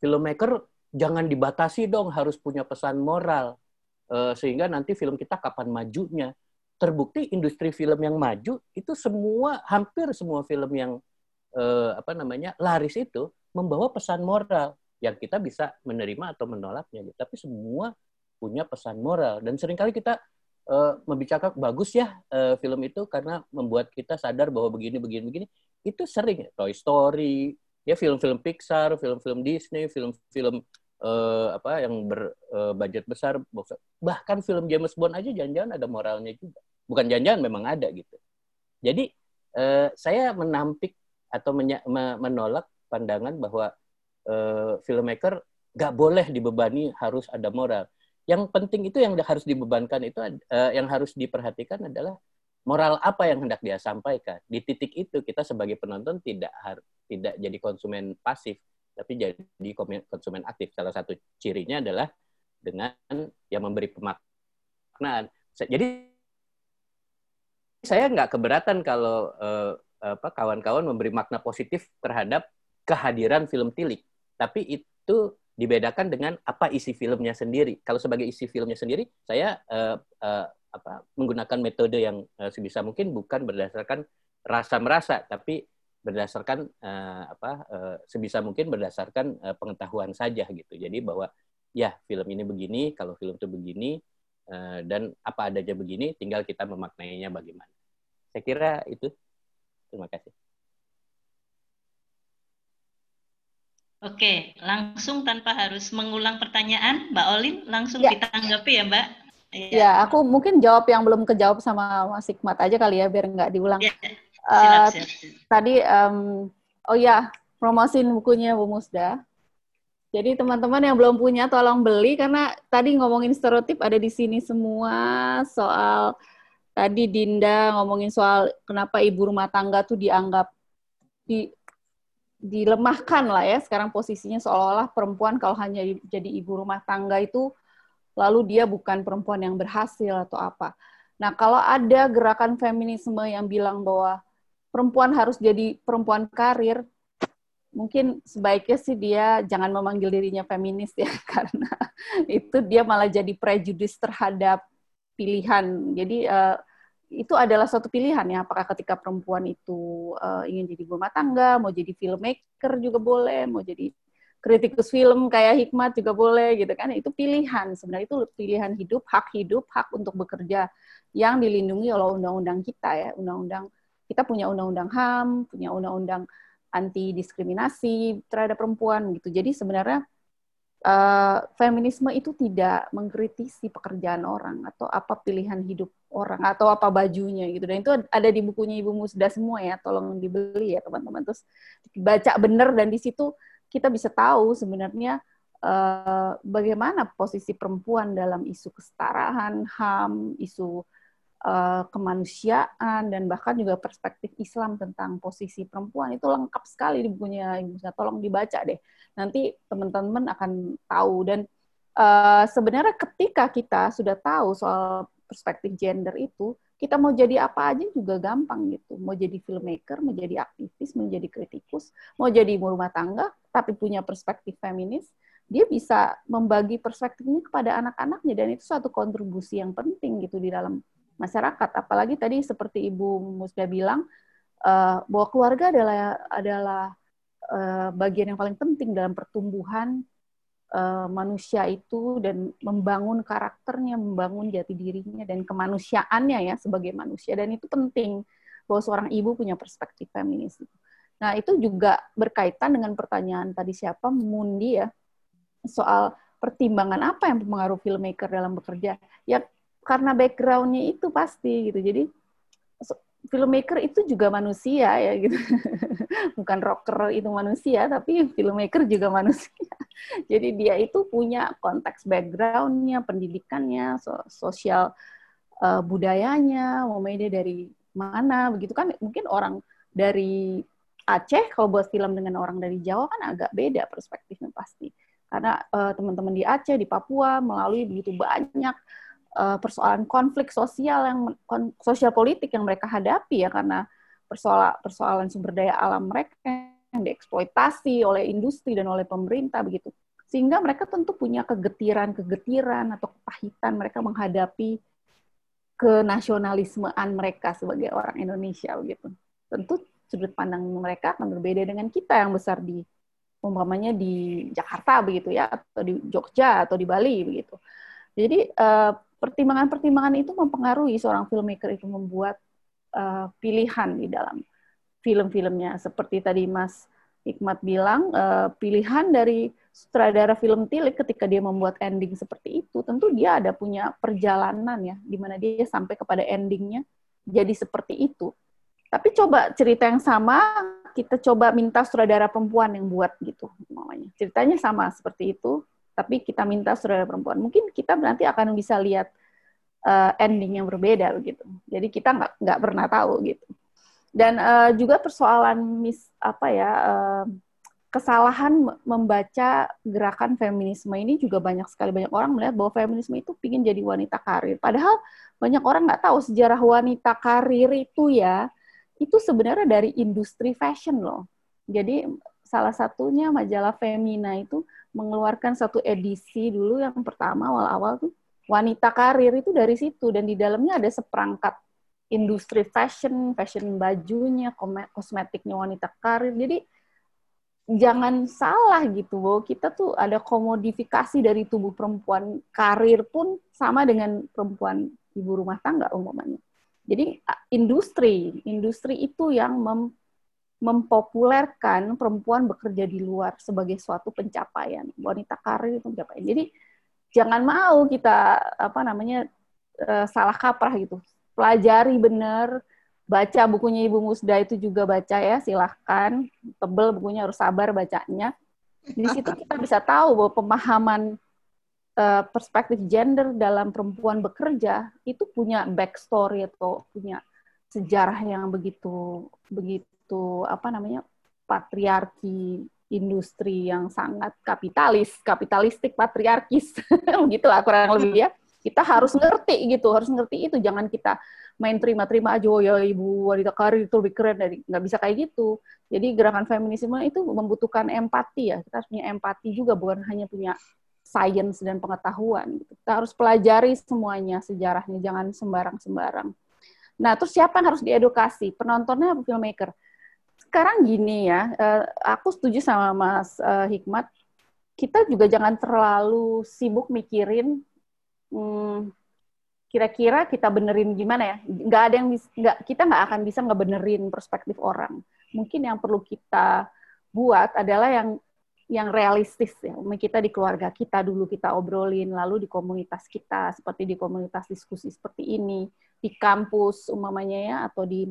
filmmaker jangan dibatasi dong, harus punya pesan moral. Uh, sehingga nanti film kita kapan majunya. Terbukti industri film yang maju itu semua, hampir semua film yang uh, apa namanya laris itu membawa pesan moral yang kita bisa menerima atau menolaknya. Tapi semua punya pesan moral. Dan seringkali kita uh, membicarakan bagus ya uh, film itu karena membuat kita sadar bahwa begini, begini, begini. Itu sering. Toy Story, ya film-film Pixar, film-film Disney, film-film Uh, apa yang berbudget uh, besar, bahkan film James Bond aja jangan-jangan ada moralnya juga. Bukan jangan-jangan, memang ada gitu. Jadi uh, saya menampik atau menya- menolak pandangan bahwa uh, filmmaker nggak boleh dibebani harus ada moral. Yang penting itu yang harus dibebankan itu, uh, yang harus diperhatikan adalah moral apa yang hendak dia sampaikan. Di titik itu kita sebagai penonton tidak harus tidak jadi konsumen pasif, tapi jadi konsumen aktif. Salah satu cirinya adalah dengan yang memberi pemaknaan. Jadi saya nggak keberatan kalau eh, apa, kawan-kawan memberi makna positif terhadap kehadiran film tilik. Tapi itu dibedakan dengan apa isi filmnya sendiri. Kalau sebagai isi filmnya sendiri, saya eh, eh, apa, menggunakan metode yang eh, sebisa mungkin bukan berdasarkan rasa merasa, tapi berdasarkan uh, apa uh, sebisa mungkin berdasarkan uh, pengetahuan saja gitu. Jadi bahwa ya film ini begini, kalau film itu begini, uh, dan apa adanya begini, tinggal kita memaknainya bagaimana. Saya kira itu. Terima kasih. Oke, langsung tanpa harus mengulang pertanyaan, Mbak Olin, langsung ya. ditanggapi ya, Mbak. Ya. ya, aku mungkin jawab yang belum kejawab sama Mas Hikmat aja kali ya, biar nggak diulang. Ya. Uh, siap, siap, siap. Tadi, um, oh ya, promosiin bukunya Bu Musda. Jadi teman-teman yang belum punya, tolong beli, karena tadi ngomongin stereotip ada di sini semua, soal, tadi Dinda ngomongin soal kenapa ibu rumah tangga tuh dianggap, di, dilemahkan lah ya, sekarang posisinya seolah-olah perempuan kalau hanya jadi ibu rumah tangga itu, lalu dia bukan perempuan yang berhasil atau apa. Nah, kalau ada gerakan feminisme yang bilang bahwa perempuan harus jadi perempuan karir, mungkin sebaiknya sih dia jangan memanggil dirinya feminis ya, karena itu dia malah jadi prejudis terhadap pilihan. Jadi uh, itu adalah suatu pilihan ya, apakah ketika perempuan itu uh, ingin jadi rumah tangga, mau jadi filmmaker juga boleh, mau jadi kritikus film kayak Hikmat juga boleh gitu kan, itu pilihan, sebenarnya itu pilihan hidup, hak hidup, hak untuk bekerja yang dilindungi oleh undang-undang kita ya, undang-undang. Kita punya undang-undang H A M, punya undang-undang anti diskriminasi terhadap perempuan gitu. Jadi sebenarnya uh, feminisme itu tidak mengkritisi pekerjaan orang atau apa pilihan hidup orang atau apa bajunya gitu. Dan itu ada di bukunya Ibu Musda semua ya, tolong dibeli ya teman-teman. Terus baca bener, dan di situ kita bisa tahu sebenarnya uh, bagaimana posisi perempuan dalam isu kesetaraan, H A M, isu Uh, kemanusiaan, dan bahkan juga perspektif Islam tentang posisi perempuan. Itu lengkap sekali di bukunya Ibu Musda, tolong dibaca deh. Nanti teman-teman akan tahu. Dan uh, sebenarnya ketika kita sudah tahu soal perspektif gender itu, kita mau jadi apa aja juga gampang gitu. Mau jadi filmmaker, mau jadi aktivis, mau jadi kritikus, mau jadi ibu rumah tangga, tapi punya perspektif feminis, dia bisa membagi perspektifnya kepada anak-anaknya, dan itu suatu kontribusi yang penting gitu di dalam masyarakat. Apalagi tadi seperti Ibu Musda bilang, uh, bahwa keluarga adalah adalah uh, bagian yang paling penting dalam pertumbuhan uh, manusia itu, dan membangun karakternya, membangun jati dirinya dan kemanusiaannya ya sebagai manusia. Dan itu penting bahwa seorang ibu punya perspektif feminis. Nah, itu juga berkaitan dengan pertanyaan tadi siapa, Mundi ya, soal pertimbangan apa yang mempengaruhi filmmaker dalam bekerja. Ya karena background-nya itu pasti gitu. Jadi filmmaker itu juga manusia ya gitu. Bukan rocker itu manusia, tapi filmmaker juga manusia. Jadi dia itu punya konteks background-nya, pendidikannya, so sosial uh, budayanya, mau dia dari mana begitu kan. Mungkin orang dari Aceh kalau buat film dengan orang dari Jawa kan agak beda perspektifnya pasti. Karena uh, teman-teman di Aceh, di Papua melalui begitu banyak Uh, persoalan konflik sosial yang kon, sosial politik yang mereka hadapi ya, karena persoalan persoalan sumber daya alam mereka yang yang dieksploitasi oleh industri dan oleh pemerintah begitu. Sehingga mereka tentu punya kegetiran-kegetiran atau kepahitan mereka menghadapi kenasionalismean mereka sebagai orang Indonesia begitu. Tentu sudut pandang mereka akan berbeda dengan kita yang besar di umpamanya di Jakarta begitu ya, atau di Jogja atau di Bali begitu. Jadi pertimbangan-pertimbangan itu mempengaruhi seorang filmmaker itu membuat uh, pilihan di dalam film-filmnya. Seperti tadi Mas Hikmat bilang, uh, pilihan dari sutradara film Tilik ketika dia membuat ending seperti itu, tentu dia ada punya perjalanan ya, di mana dia sampai kepada endingnya jadi seperti itu. Tapi coba cerita yang sama, kita coba minta sutradara perempuan yang buat gitu, namanya. Ceritanya sama seperti itu, tapi kita minta sutradara perempuan. Mungkin kita nanti akan bisa lihat uh, ending yang berbeda begitu. Jadi kita nggak nggak pernah tahu gitu. Dan uh, juga persoalan mis apa ya uh, kesalahan membaca gerakan feminisme ini juga banyak sekali, banyak orang melihat bahwa feminisme itu ingin jadi wanita karir. Padahal banyak orang nggak tahu sejarah wanita karir itu ya, itu sebenarnya dari industri fashion loh. Jadi salah satunya majalah Femina itu mengeluarkan satu edisi dulu yang pertama awal-awal tuh wanita karir itu dari situ, dan di dalamnya ada seperangkat industri fashion, fashion bajunya, kosmetiknya wanita karir. Jadi jangan salah gitu, bahwa kita tuh ada komodifikasi dari tubuh perempuan karir pun sama dengan perempuan ibu rumah tangga umumnya. Jadi industri, industri itu yang mem, mempopulerkan perempuan bekerja di luar sebagai suatu pencapaian. Wanita karir itu pencapaian. Jadi jangan mau kita apa namanya uh, salah kaprah gitu. Pelajari benar, baca bukunya Ibu Musda itu juga baca ya, silahkan. Tebel bukunya, harus sabar bacanya. Di situ kita bisa tahu bahwa pemahaman uh, perspektif gender dalam perempuan bekerja itu punya backstory atau punya sejarah yang begitu begitu apa namanya patriarki industri yang sangat kapitalis, kapitalistik, patriarkis, begitulah kurang lebih ya. Kita harus ngerti gitu, harus ngerti itu. Jangan kita main terima-terima aja, oh ya ibu wanita karir itu lebih keren dari, nggak bisa kayak gitu. Jadi gerakan feminisme itu membutuhkan empati ya. Kita harus punya empati juga, bukan hanya punya sains dan pengetahuan. Kita harus pelajari semuanya sejarahnya, jangan sembarang-sembarang. Nah, terus siapa yang harus diedukasi? Penontonnya apa filmmaker? Sekarang gini ya, aku setuju sama Mas Hikmat, kita juga jangan terlalu sibuk mikirin Hmm, kira-kira kita benerin gimana ya? Nggak ada yang bisa, nggak, kita nggak akan bisa ngebenerin perspektif orang. Mungkin yang perlu kita buat adalah yang yang realistis ya. Kita di keluarga kita dulu kita obrolin, lalu di komunitas kita seperti di komunitas diskusi seperti ini, di kampus umamanya ya, atau di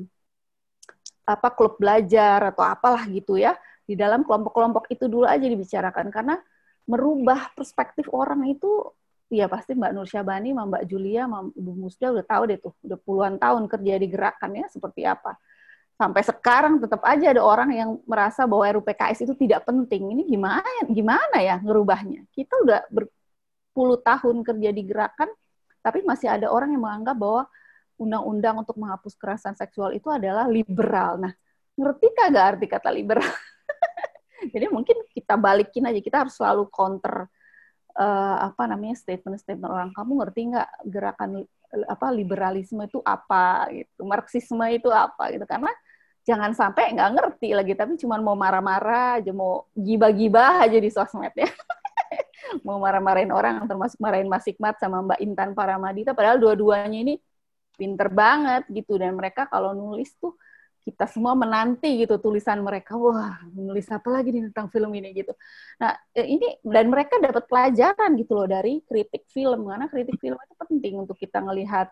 apa klub belajar atau apalah gitu ya. Di dalam kelompok-kelompok itu dulu aja dibicarakan, karena merubah perspektif orang itu ya pasti Mbak Nur Syahbani, Mbak Julia, Ibu Musda udah tahu deh tuh, udah puluhan tahun kerja di gerakannya seperti apa. Sampai sekarang tetap aja ada orang yang merasa bahwa R U P K S itu tidak penting. Ini gimana gimana ya ngerubahnya? Kita udah berpuluh tahun kerja di gerakan, tapi masih ada orang yang menganggap bahwa undang-undang untuk menghapus kekerasan seksual itu adalah liberal. Nah, ngerti kagak arti kata liberal? Jadi mungkin kita balikin aja, kita harus selalu counter Uh, apa namanya statement-statement orang. Kamu ngerti nggak gerakan apa liberalisme itu apa gitu, marxisme itu apa gitu, karena jangan sampai nggak ngerti lagi tapi cuma mau marah-marah aja, mau gibah-gibah aja di sosmed ya. Mau marah-marahin orang, termasuk marahin Mas Hikmat sama Mbak Intan Paramadita, padahal dua-duanya ini pinter banget gitu, dan mereka kalau nulis tuh kita semua menanti gitu tulisan mereka, wah nulis apa lagi nih tentang film ini gitu. Nah ini, dan mereka dapat pelajaran gitu loh dari kritik film, karena kritik film itu penting untuk kita ngelihat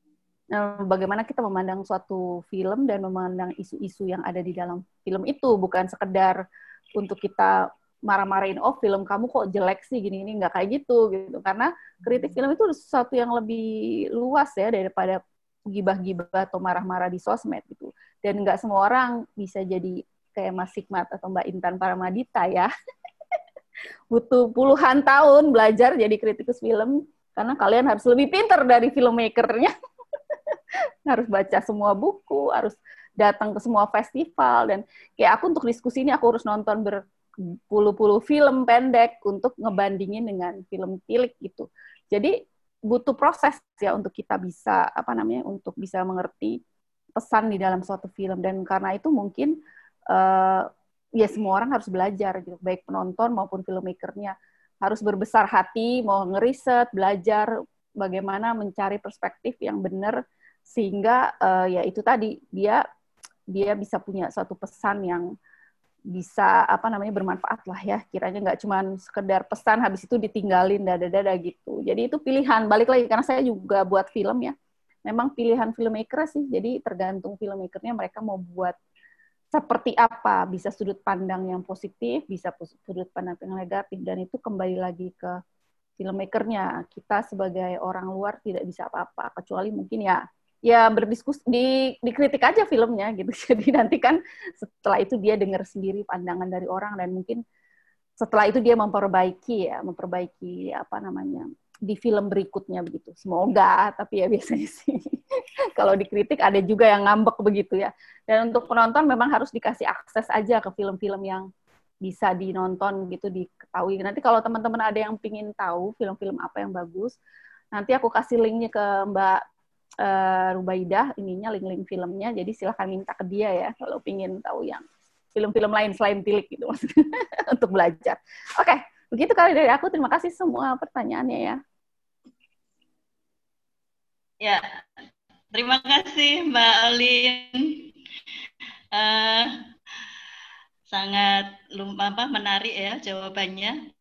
eh, bagaimana kita memandang suatu film dan memandang isu-isu yang ada di dalam film itu, bukan sekedar untuk kita marah-marahin, oh film kamu kok jelek sih gini-gini, nggak kayak gitu gitu. Karena kritik film itu sesuatu yang lebih luas ya daripada gibah-gibah atau marah-marah di sosmed gitu. Dan nggak semua orang bisa jadi kayak Mas Hikmat atau Mbak Intan Paramadita ya. Butuh puluhan tahun belajar jadi kritikus film, karena kalian harus lebih pintar dari filmmaker-nya. Harus baca semua buku, harus datang ke semua festival, dan kayak aku untuk diskusi ini aku harus nonton berpuluh-puluh film pendek untuk ngebandingin dengan film cilik gitu. Jadi butuh proses ya untuk kita bisa apa namanya untuk bisa mengerti pesan di dalam suatu film, dan karena itu mungkin uh, ya semua orang harus belajar gitu, baik penonton maupun filmmakernya harus berbesar hati, mau ngeriset, belajar bagaimana mencari perspektif yang benar sehingga uh, ya itu tadi dia dia bisa punya suatu pesan yang bisa apa namanya bermanfaat lah ya, kiranya nggak cuma sekedar pesan habis itu ditinggalin dada-dada gitu. Jadi itu pilihan, balik lagi karena saya juga buat film ya, memang pilihan filmmaker sih, jadi tergantung filmmakernya mereka mau buat seperti apa, bisa sudut pandang yang positif, bisa sudut pandang yang negatif, dan itu kembali lagi ke filmmakernya. Kita sebagai orang luar tidak bisa apa-apa, kecuali mungkin ya ya berdiskusi, di, dikritik aja filmnya gitu. Jadi nanti kan setelah itu dia dengar sendiri pandangan dari orang, dan mungkin setelah itu dia memperbaiki ya, memperbaiki apa namanya di film berikutnya begitu. Semoga, tapi ya biasanya sih kalau dikritik ada juga yang ngambek begitu ya. Dan untuk penonton memang harus dikasih akses aja ke film-film yang bisa dinonton gitu, diketahui. Nanti kalau teman-teman ada yang pingin tahu film-film apa yang bagus, nanti aku kasih linknya ke Mbak uh, Rubaidah, ininya link-link filmnya. Jadi silahkan minta ke dia ya kalau pingin tahu yang film-film lain selain Tilik gitu maksudnya untuk belajar. Oke, begitu kali dari aku. Terima kasih semua pertanyaannya ya. Ya, terima kasih Mbak Olin. Uh, sangat apa, menarik ya jawabannya.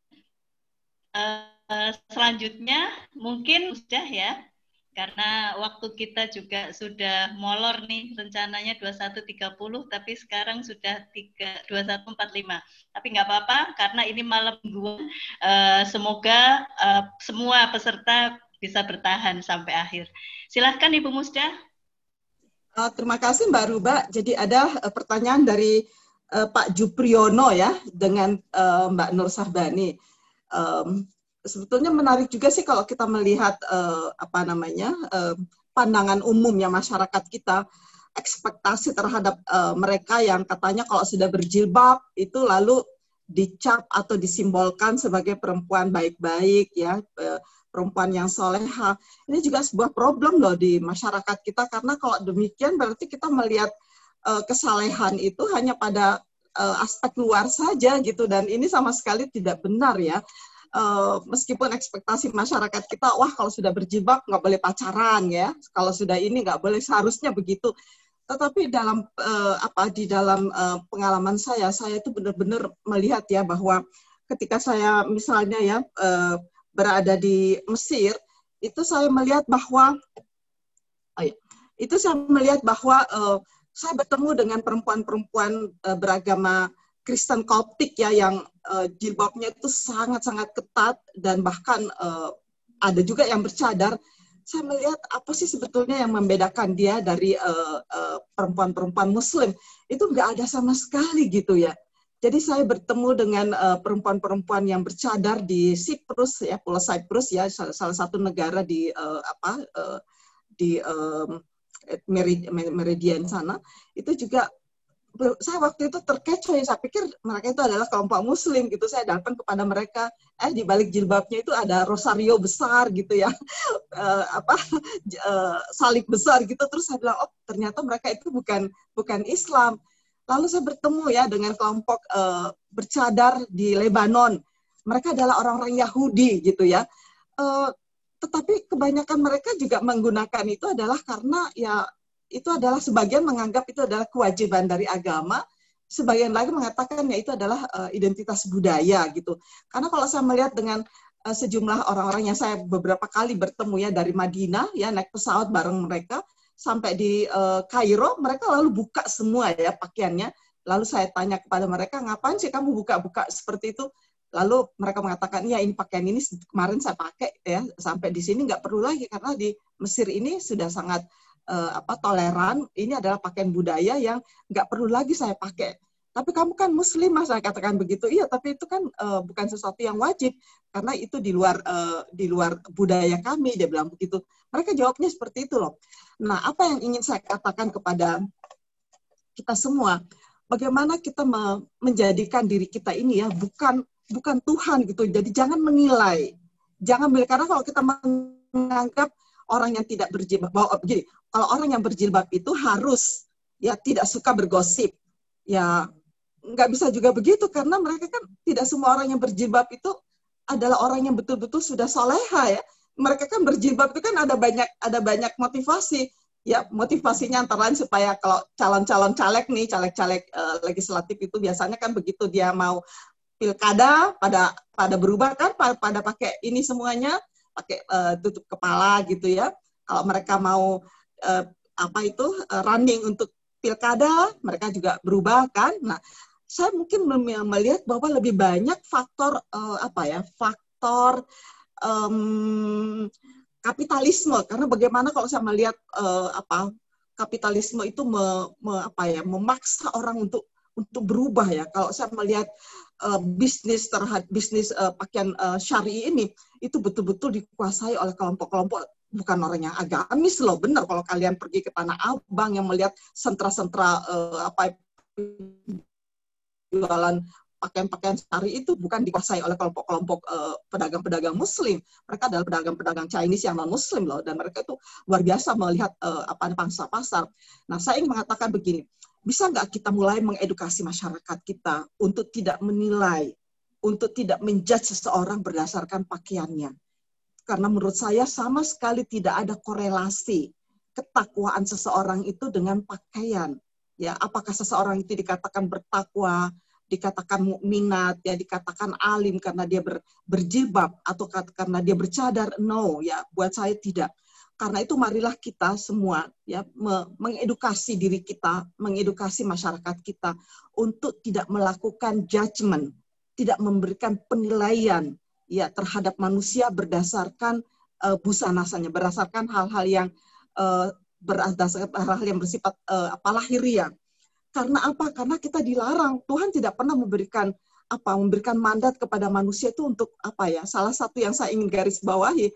Uh, selanjutnya mungkin sudah ya, karena waktu kita juga sudah molor nih, rencananya dua puluh satu tiga puluh, tapi sekarang sudah dua puluh satu empat puluh lima. Tapi nggak apa-apa, karena ini malam mingguan. Uh, semoga uh, semua peserta bisa bertahan sampai akhir. Silahkan Ibu Musda. Uh, terima kasih Mbak Ruba. Jadi ada uh, pertanyaan dari uh, Pak Jupriyono ya, dengan uh, Mbak Nur Sahbani. Um, sebetulnya menarik juga sih kalau kita melihat uh, apa namanya uh, pandangan umum ya masyarakat kita, ekspektasi terhadap uh, mereka yang katanya kalau sudah berjilbab itu lalu dicap atau disimbolkan sebagai perempuan baik-baik ya, uh, perempuan yang soleha. Ini juga sebuah problem loh di masyarakat kita, karena kalau demikian berarti kita melihat uh, kesalehan itu hanya pada uh, aspek luar saja gitu, dan ini sama sekali tidak benar ya. Uh, meskipun ekspektasi masyarakat kita, wah kalau sudah berjilbab nggak boleh pacaran ya, kalau sudah ini nggak boleh, seharusnya begitu. Tetapi dalam uh, apa di dalam uh, pengalaman saya, saya itu benar-benar melihat ya bahwa ketika saya misalnya ya uh, berada di Mesir, itu saya melihat bahwa oh ya, itu saya melihat bahwa uh, saya bertemu dengan perempuan-perempuan uh, beragama Kristen Koptik ya, yang uh, jilbabnya itu sangat-sangat ketat, dan bahkan uh, ada juga yang bercadar. Saya melihat apa sih sebetulnya yang membedakan dia dari uh, uh, perempuan-perempuan Muslim. Itu nggak ada sama sekali gitu ya. Jadi saya bertemu dengan uh, perempuan-perempuan yang bercadar di Siprus ya, Pulau Cyprus ya, salah, salah satu negara di uh, apa uh, di um, Meridian sana. Itu juga saya waktu itu terkecoh ya, saya pikir mereka itu adalah kelompok Muslim gitu. Saya datang kepada mereka, eh di balik jilbabnya itu ada rosario besar gitu ya, uh, apa uh, salib besar gitu. Terus saya bilang, oh ternyata mereka itu bukan bukan Islam. Lalu saya bertemu ya dengan kelompok uh, bercadar di Lebanon. Mereka adalah orang-orang Yahudi gitu ya. Uh, tetapi kebanyakan mereka juga menggunakan itu adalah karena ya itu adalah sebagian menganggap itu adalah kewajiban dari agama. Sebagian lagi mengatakan ya itu adalah uh, identitas budaya gitu. Karena kalau saya melihat dengan uh, sejumlah orang-orang yang saya beberapa kali bertemu ya dari Madinah ya, naik pesawat bareng mereka sampai di uh, Kairo, mereka lalu buka semua ya pakaiannya. Lalu saya tanya kepada mereka, ngapain sih kamu buka-buka seperti itu? Lalu mereka mengatakan, ya ini pakaian ini kemarin saya pakai ya, sampai di sini nggak perlu lagi karena di Mesir ini sudah sangat uh, apa toleran. Ini adalah pakaian budaya yang nggak perlu lagi saya pakai. Tapi kamu kan muslimah, saya katakan begitu. Iya, tapi itu kan uh, bukan sesuatu yang wajib karena itu di luar uh, di luar budaya kami, dia bilang begitu. Mereka jawabnya seperti itu loh. Nah, apa yang ingin saya katakan kepada kita semua. Bagaimana kita me menjadikan diri kita ini ya bukan bukan Tuhan gitu. Jadi jangan menilai, jangan menilai, karena kalau kita menganggap orang yang tidak berjilbab, bahwa begini, kalau orang yang berjilbab itu harus ya tidak suka bergosip, ya nggak bisa juga begitu, karena mereka kan tidak semua orang yang berjilbab itu adalah orang yang betul-betul sudah soleha ya. Mereka kan berjilbab itu kan ada banyak ada banyak motivasi ya, motivasinya antara lain supaya kalau calon-calon caleg nih, caleg-caleg uh, legislatif itu biasanya kan begitu dia mau pilkada pada pada berubah kan pada, pada pakai ini semuanya, pakai uh, tutup kepala gitu ya. Kalau mereka mau uh, apa itu uh, running untuk pilkada, mereka juga berubah kan. Nah, saya mungkin melihat bahwa lebih banyak faktor uh, apa ya, faktor Um, kapitalisme, karena bagaimana kalau saya melihat uh, apa kapitalisme itu me, me, apa ya memaksa orang untuk untuk berubah ya. Kalau saya melihat uh, bisnis terhadap bisnis uh, pakaian uh, syari ini itu betul-betul dikuasai oleh kelompok-kelompok bukan orang yang agamis loh. Benar kalau kalian pergi ke Tanah Abang yang melihat sentra-sentra uh, apa jualan pakaian-pakaian syari itu bukan dikuasai oleh kelompok-kelompok uh, pedagang-pedagang muslim. Mereka adalah pedagang-pedagang Chinese yang non-muslim loh, dan mereka itu luar biasa melihat uh, apa pangsa pasar. Nah, saya ingin mengatakan begini, bisa nggak kita mulai mengedukasi masyarakat kita untuk tidak menilai, untuk tidak menjudge seseorang berdasarkan pakaiannya. Karena menurut saya sama sekali tidak ada korelasi ketakwaan seseorang itu dengan pakaian. Ya, apakah seseorang itu dikatakan bertakwa, dikatakan mukminat, ya dikatakan alim karena dia ber, berjilbab atau karena dia bercadar? No, ya buat saya tidak. Karena itu marilah kita semua ya me, mengedukasi diri kita, mengedukasi masyarakat kita untuk tidak melakukan judgement, tidak memberikan penilaian ya terhadap manusia berdasarkan uh, busanasanya, berdasarkan hal-hal yang uh, berdasarkan hal-hal yang bersifat uh, apa lahiriah. Karena apa? Karena kita dilarang. Tuhan tidak pernah memberikan apa? Memberikan mandat kepada manusia itu untuk apa ya? Salah satu yang saya ingin garis bawahi,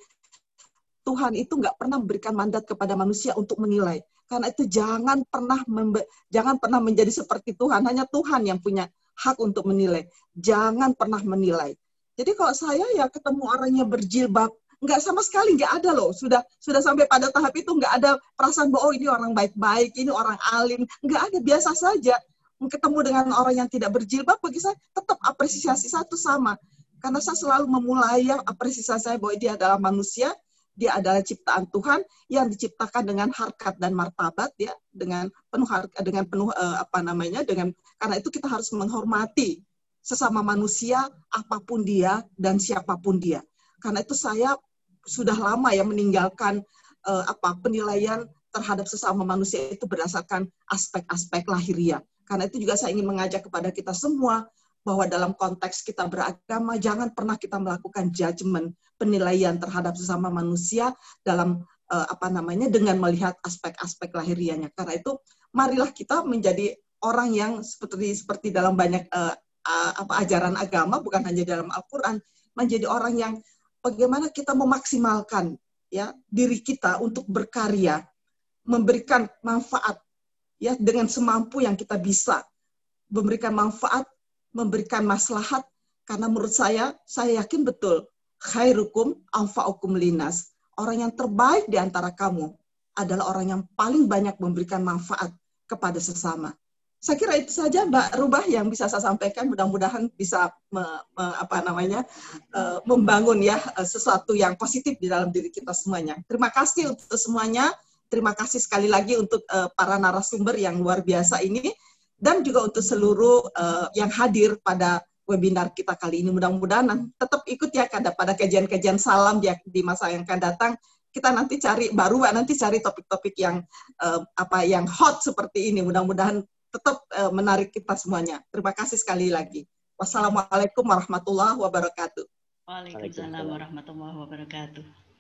Tuhan itu nggak pernah memberikan mandat kepada manusia untuk menilai. Karena itu jangan pernah membe- jangan pernah menjadi seperti Tuhan. Hanya Tuhan yang punya hak untuk menilai. Jangan pernah menilai. Jadi kalau saya ya ketemu orang yang berjilbab, nggak sama sekali, nggak ada loh. Sudah sudah sampai pada tahap itu nggak ada perasaan bahwa oh ini orang baik-baik, ini orang alim. Nggak ada, biasa saja. Ketemu dengan orang yang tidak berjilbab, bagi saya tetap apresiasi satu sama. Karena saya selalu memulai apresiasi saya bahwa dia adalah manusia, dia adalah ciptaan Tuhan yang diciptakan dengan harkat dan martabat ya, dengan penuh dengan penuh uh, apa namanya, dengan karena itu kita harus menghormati sesama manusia apapun dia dan siapapun dia. Karena itu saya sudah lama ya meninggalkan uh, apa penilaian terhadap sesama manusia itu berdasarkan aspek-aspek lahiriah. Karena itu juga saya ingin mengajak kepada kita semua bahwa dalam konteks kita beragama jangan pernah kita melakukan judgement, penilaian terhadap sesama manusia dalam uh, apa namanya dengan melihat aspek-aspek lahiriahnya. Karena itu marilah kita menjadi orang yang seperti seperti dalam banyak uh, uh, apa ajaran agama, bukan hanya dalam Al-Qur'an, menjadi orang yang bagaimana kita memaksimalkan ya diri kita untuk berkarya, memberikan manfaat ya dengan semampu yang kita bisa, memberikan manfaat, memberikan maslahat. Karena menurut saya, saya yakin betul khairukum anfa'ukum linas. Orang yang terbaik di antara kamu adalah orang yang paling banyak memberikan manfaat kepada sesama. Saya kira itu saja Mbak Rubah yang bisa saya sampaikan. Mudah-mudahan bisa me, me, apa namanya uh, membangun ya uh, sesuatu yang positif di dalam diri kita semuanya. Terima kasih untuk semuanya. Terima kasih sekali lagi untuk uh, para narasumber yang luar biasa ini dan juga untuk seluruh uh, yang hadir pada webinar kita kali ini. Mudah-mudahan tetap ikut ya pada kajian-kajian salam di, di masa yang akan datang. Kita nanti cari baru nanti cari topik-topik yang uh, apa yang hot seperti ini. Mudah-mudahan tetap uh, menarik kita semuanya. Terima kasih sekali lagi. Wassalamualaikum warahmatullahi wabarakatuh. Waalaikumsalam warahmatullahi wabarakatuh.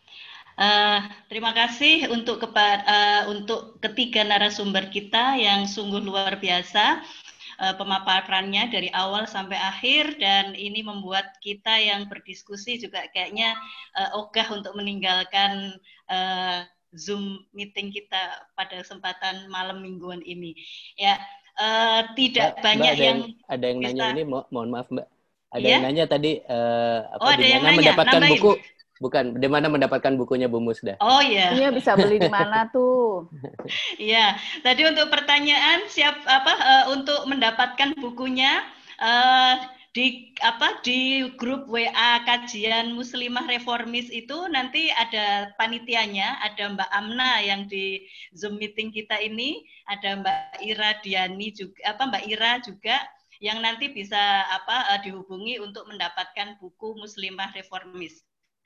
Uh, terima kasih untuk kepada uh, untuk ketiga narasumber kita yang sungguh luar biasa uh, pemaparannya dari awal sampai akhir, dan ini membuat kita yang berdiskusi juga kayaknya uh, ogah untuk meninggalkan uh, Zoom meeting kita pada kesempatan malam mingguan ini. Ya, uh, tidak Mbak, banyak Mbak ada yang, yang ada yang bisa. nanya ini, mo mohon maaf Mbak. Ada Iya? yang nanya tadi uh, apa Oh, ada di yang mana nanya, mendapatkan nambahin. buku? Bukan, di mana mendapatkan bukunya Bu Musda? Oh iya. Bukunya bisa beli di mana tuh? Iya, tadi untuk pertanyaan siap apa uh, untuk mendapatkan bukunya uh, di apa di grup W A kajian Muslimah Reformis itu nanti ada panitianya, ada Mbak Amna yang di Zoom meeting kita ini, ada Mbak Ira Diani juga, apa Mbak Ira juga yang nanti bisa apa uh, dihubungi untuk mendapatkan buku Muslimah Reformis.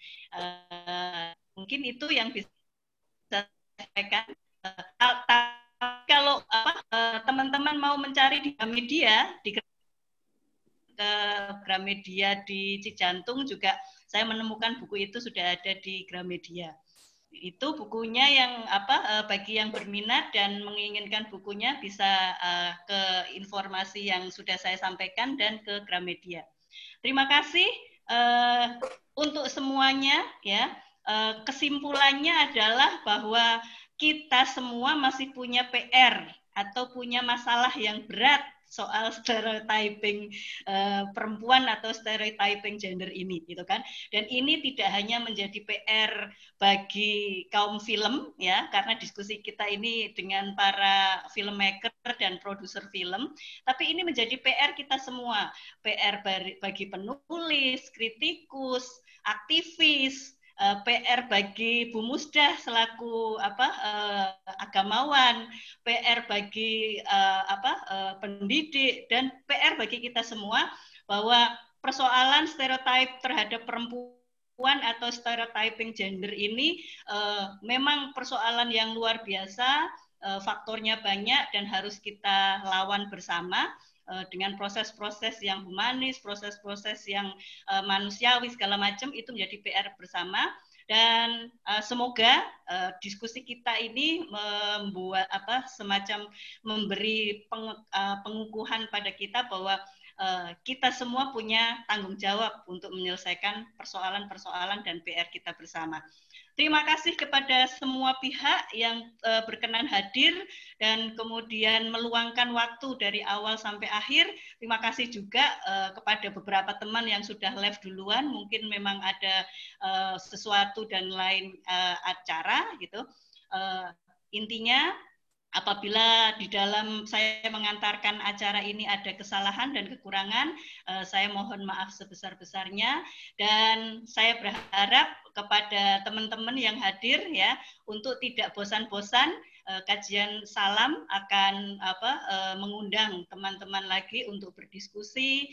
Uh, mungkin itu yang bisa saya sampaikan. Kalau apa teman-teman mau mencari di Gramedia, di ke Gramedia di Cijantung juga saya menemukan buku itu sudah ada di Gramedia. Itu bukunya yang apa bagi yang berminat dan menginginkan bukunya bisa uh, ke informasi yang sudah saya sampaikan dan ke Gramedia. Terima kasih uh, untuk semuanya ya. Uh, kesimpulannya adalah bahwa kita semua masih punya P R atau punya masalah yang berat soal stereotyping uh, perempuan atau stereotyping gender ini gitu kan. Dan ini tidak hanya menjadi P R bagi kaum film ya, karena diskusi kita ini dengan para filmmaker dan produser film, tapi ini menjadi P R kita semua, P R bagi penulis, kritikus, aktivis, P R bagi Bu Musda selaku apa uh, agamawan, P R bagi uh, apa uh, pendidik, dan P R bagi kita semua bahwa persoalan stereotip terhadap perempuan atau stereotyping gender ini uh, memang persoalan yang luar biasa, uh, faktornya banyak dan harus kita lawan bersama dengan proses-proses yang humanis, proses-proses yang uh, manusiawi segala macam, itu menjadi P R bersama. Dan uh, semoga uh, diskusi kita ini membuat apa semacam memberi peng, uh, pengukuhan pada kita bahwa uh, kita semua punya tanggung jawab untuk menyelesaikan persoalan-persoalan dan P R kita bersama. Terima kasih kepada semua pihak yang uh, berkenan hadir dan kemudian meluangkan waktu dari awal sampai akhir. Terima kasih juga uh, kepada beberapa teman yang sudah live duluan, mungkin memang ada uh, sesuatu dan lain uh, acara gitu. Uh, intinya apabila di dalam saya mengantarkan acara ini ada kesalahan dan kekurangan, saya mohon maaf sebesar-besarnya, dan saya berharap kepada teman-teman yang hadir ya untuk tidak bosan-bosan. Kajian Salam akan apa mengundang teman-teman lagi untuk berdiskusi,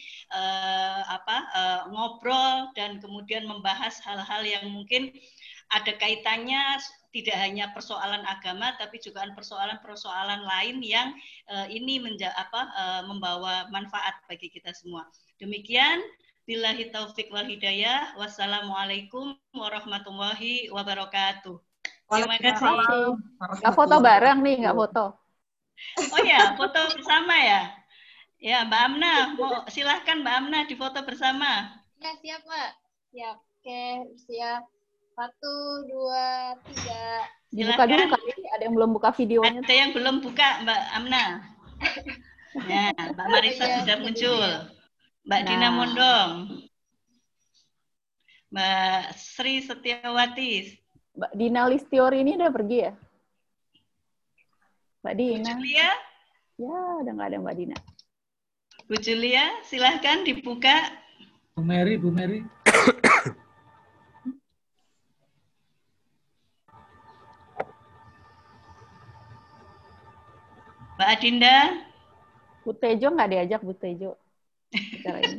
apa ngobrol dan kemudian membahas hal-hal yang mungkin ada kaitannya tidak hanya persoalan agama tapi juga persoalan-persoalan lain yang uh, ini menja- apa, uh, membawa manfaat bagi kita semua. Demikian, billahi taufik wal hidayah. Wassalamualaikum warahmatullahi wabarakatuh. Terima kasih. Nggak foto bareng nih, nggak foto. Oh ya, foto bersama ya. Ya, Mbak Amna, mau silahkan Mbak Amna difoto bersama. Ya, siap Mbak. Siap. Oke, siap. Satu, dua, tiga. Dibuka dulu kali, ada yang belum buka videonya. Ada yang belum buka, Mbak Amna. Ya, Mbak Marisa ya, sudah muncul. Mbak nah. Dina Mondong. Mbak Sri Setiawati. Mbak Dina Listiori ini udah pergi ya? Mbak Dina. Bu Julia? Ya, udah nggak ada Mbak Dina. Bu Julia, silahkan dibuka. Bu Mary, Bu Mary. Mbak Adinda. Bu Tejo nggak diajak Bu Tejo. Ini.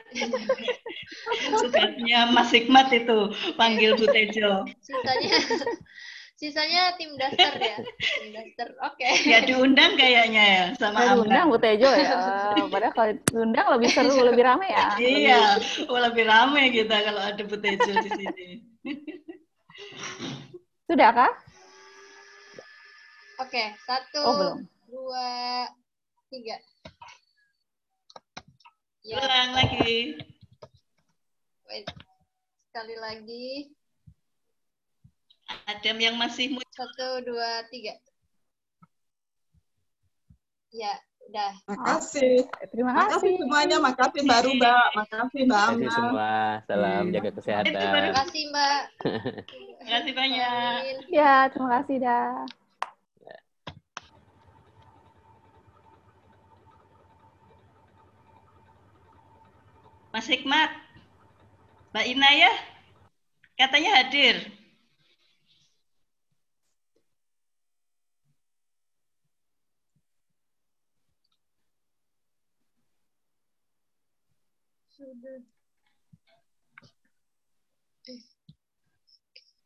Tugasnya Mas Hikmat itu panggil Bu Tejo. Sisanya, sisanya tim daster ya. Tim daster, oke. Okay. Ya diundang kayaknya ya sama Amna. Diundang Bu Tejo ya. Padahal kalau diundang lebih seru, lebih ramai ya. Iya, lebih, oh, lebih ramai kita kalau ada Bu Tejo di sini. Sudah kah? Oke, okay, satu. Oh, belum. Dua, tiga. Ya. Ulang lagi. Wait. Sekali lagi. Ada yang masih muncul. Satu, dua, tiga. Ya, Udah. Makasih. Terima Makasih kasih. semuanya, makasih Mbak Ruba, makasih Mbak Terima kasih Amna. semua. Salam Hmm. jaga Itu kesehatan. baru. Terima kasih Mbak. Terima kasih banyak. Ya, terima kasih dah. Mas Hikmat, Mbak Ina ya, katanya hadir. Sudah. Eh.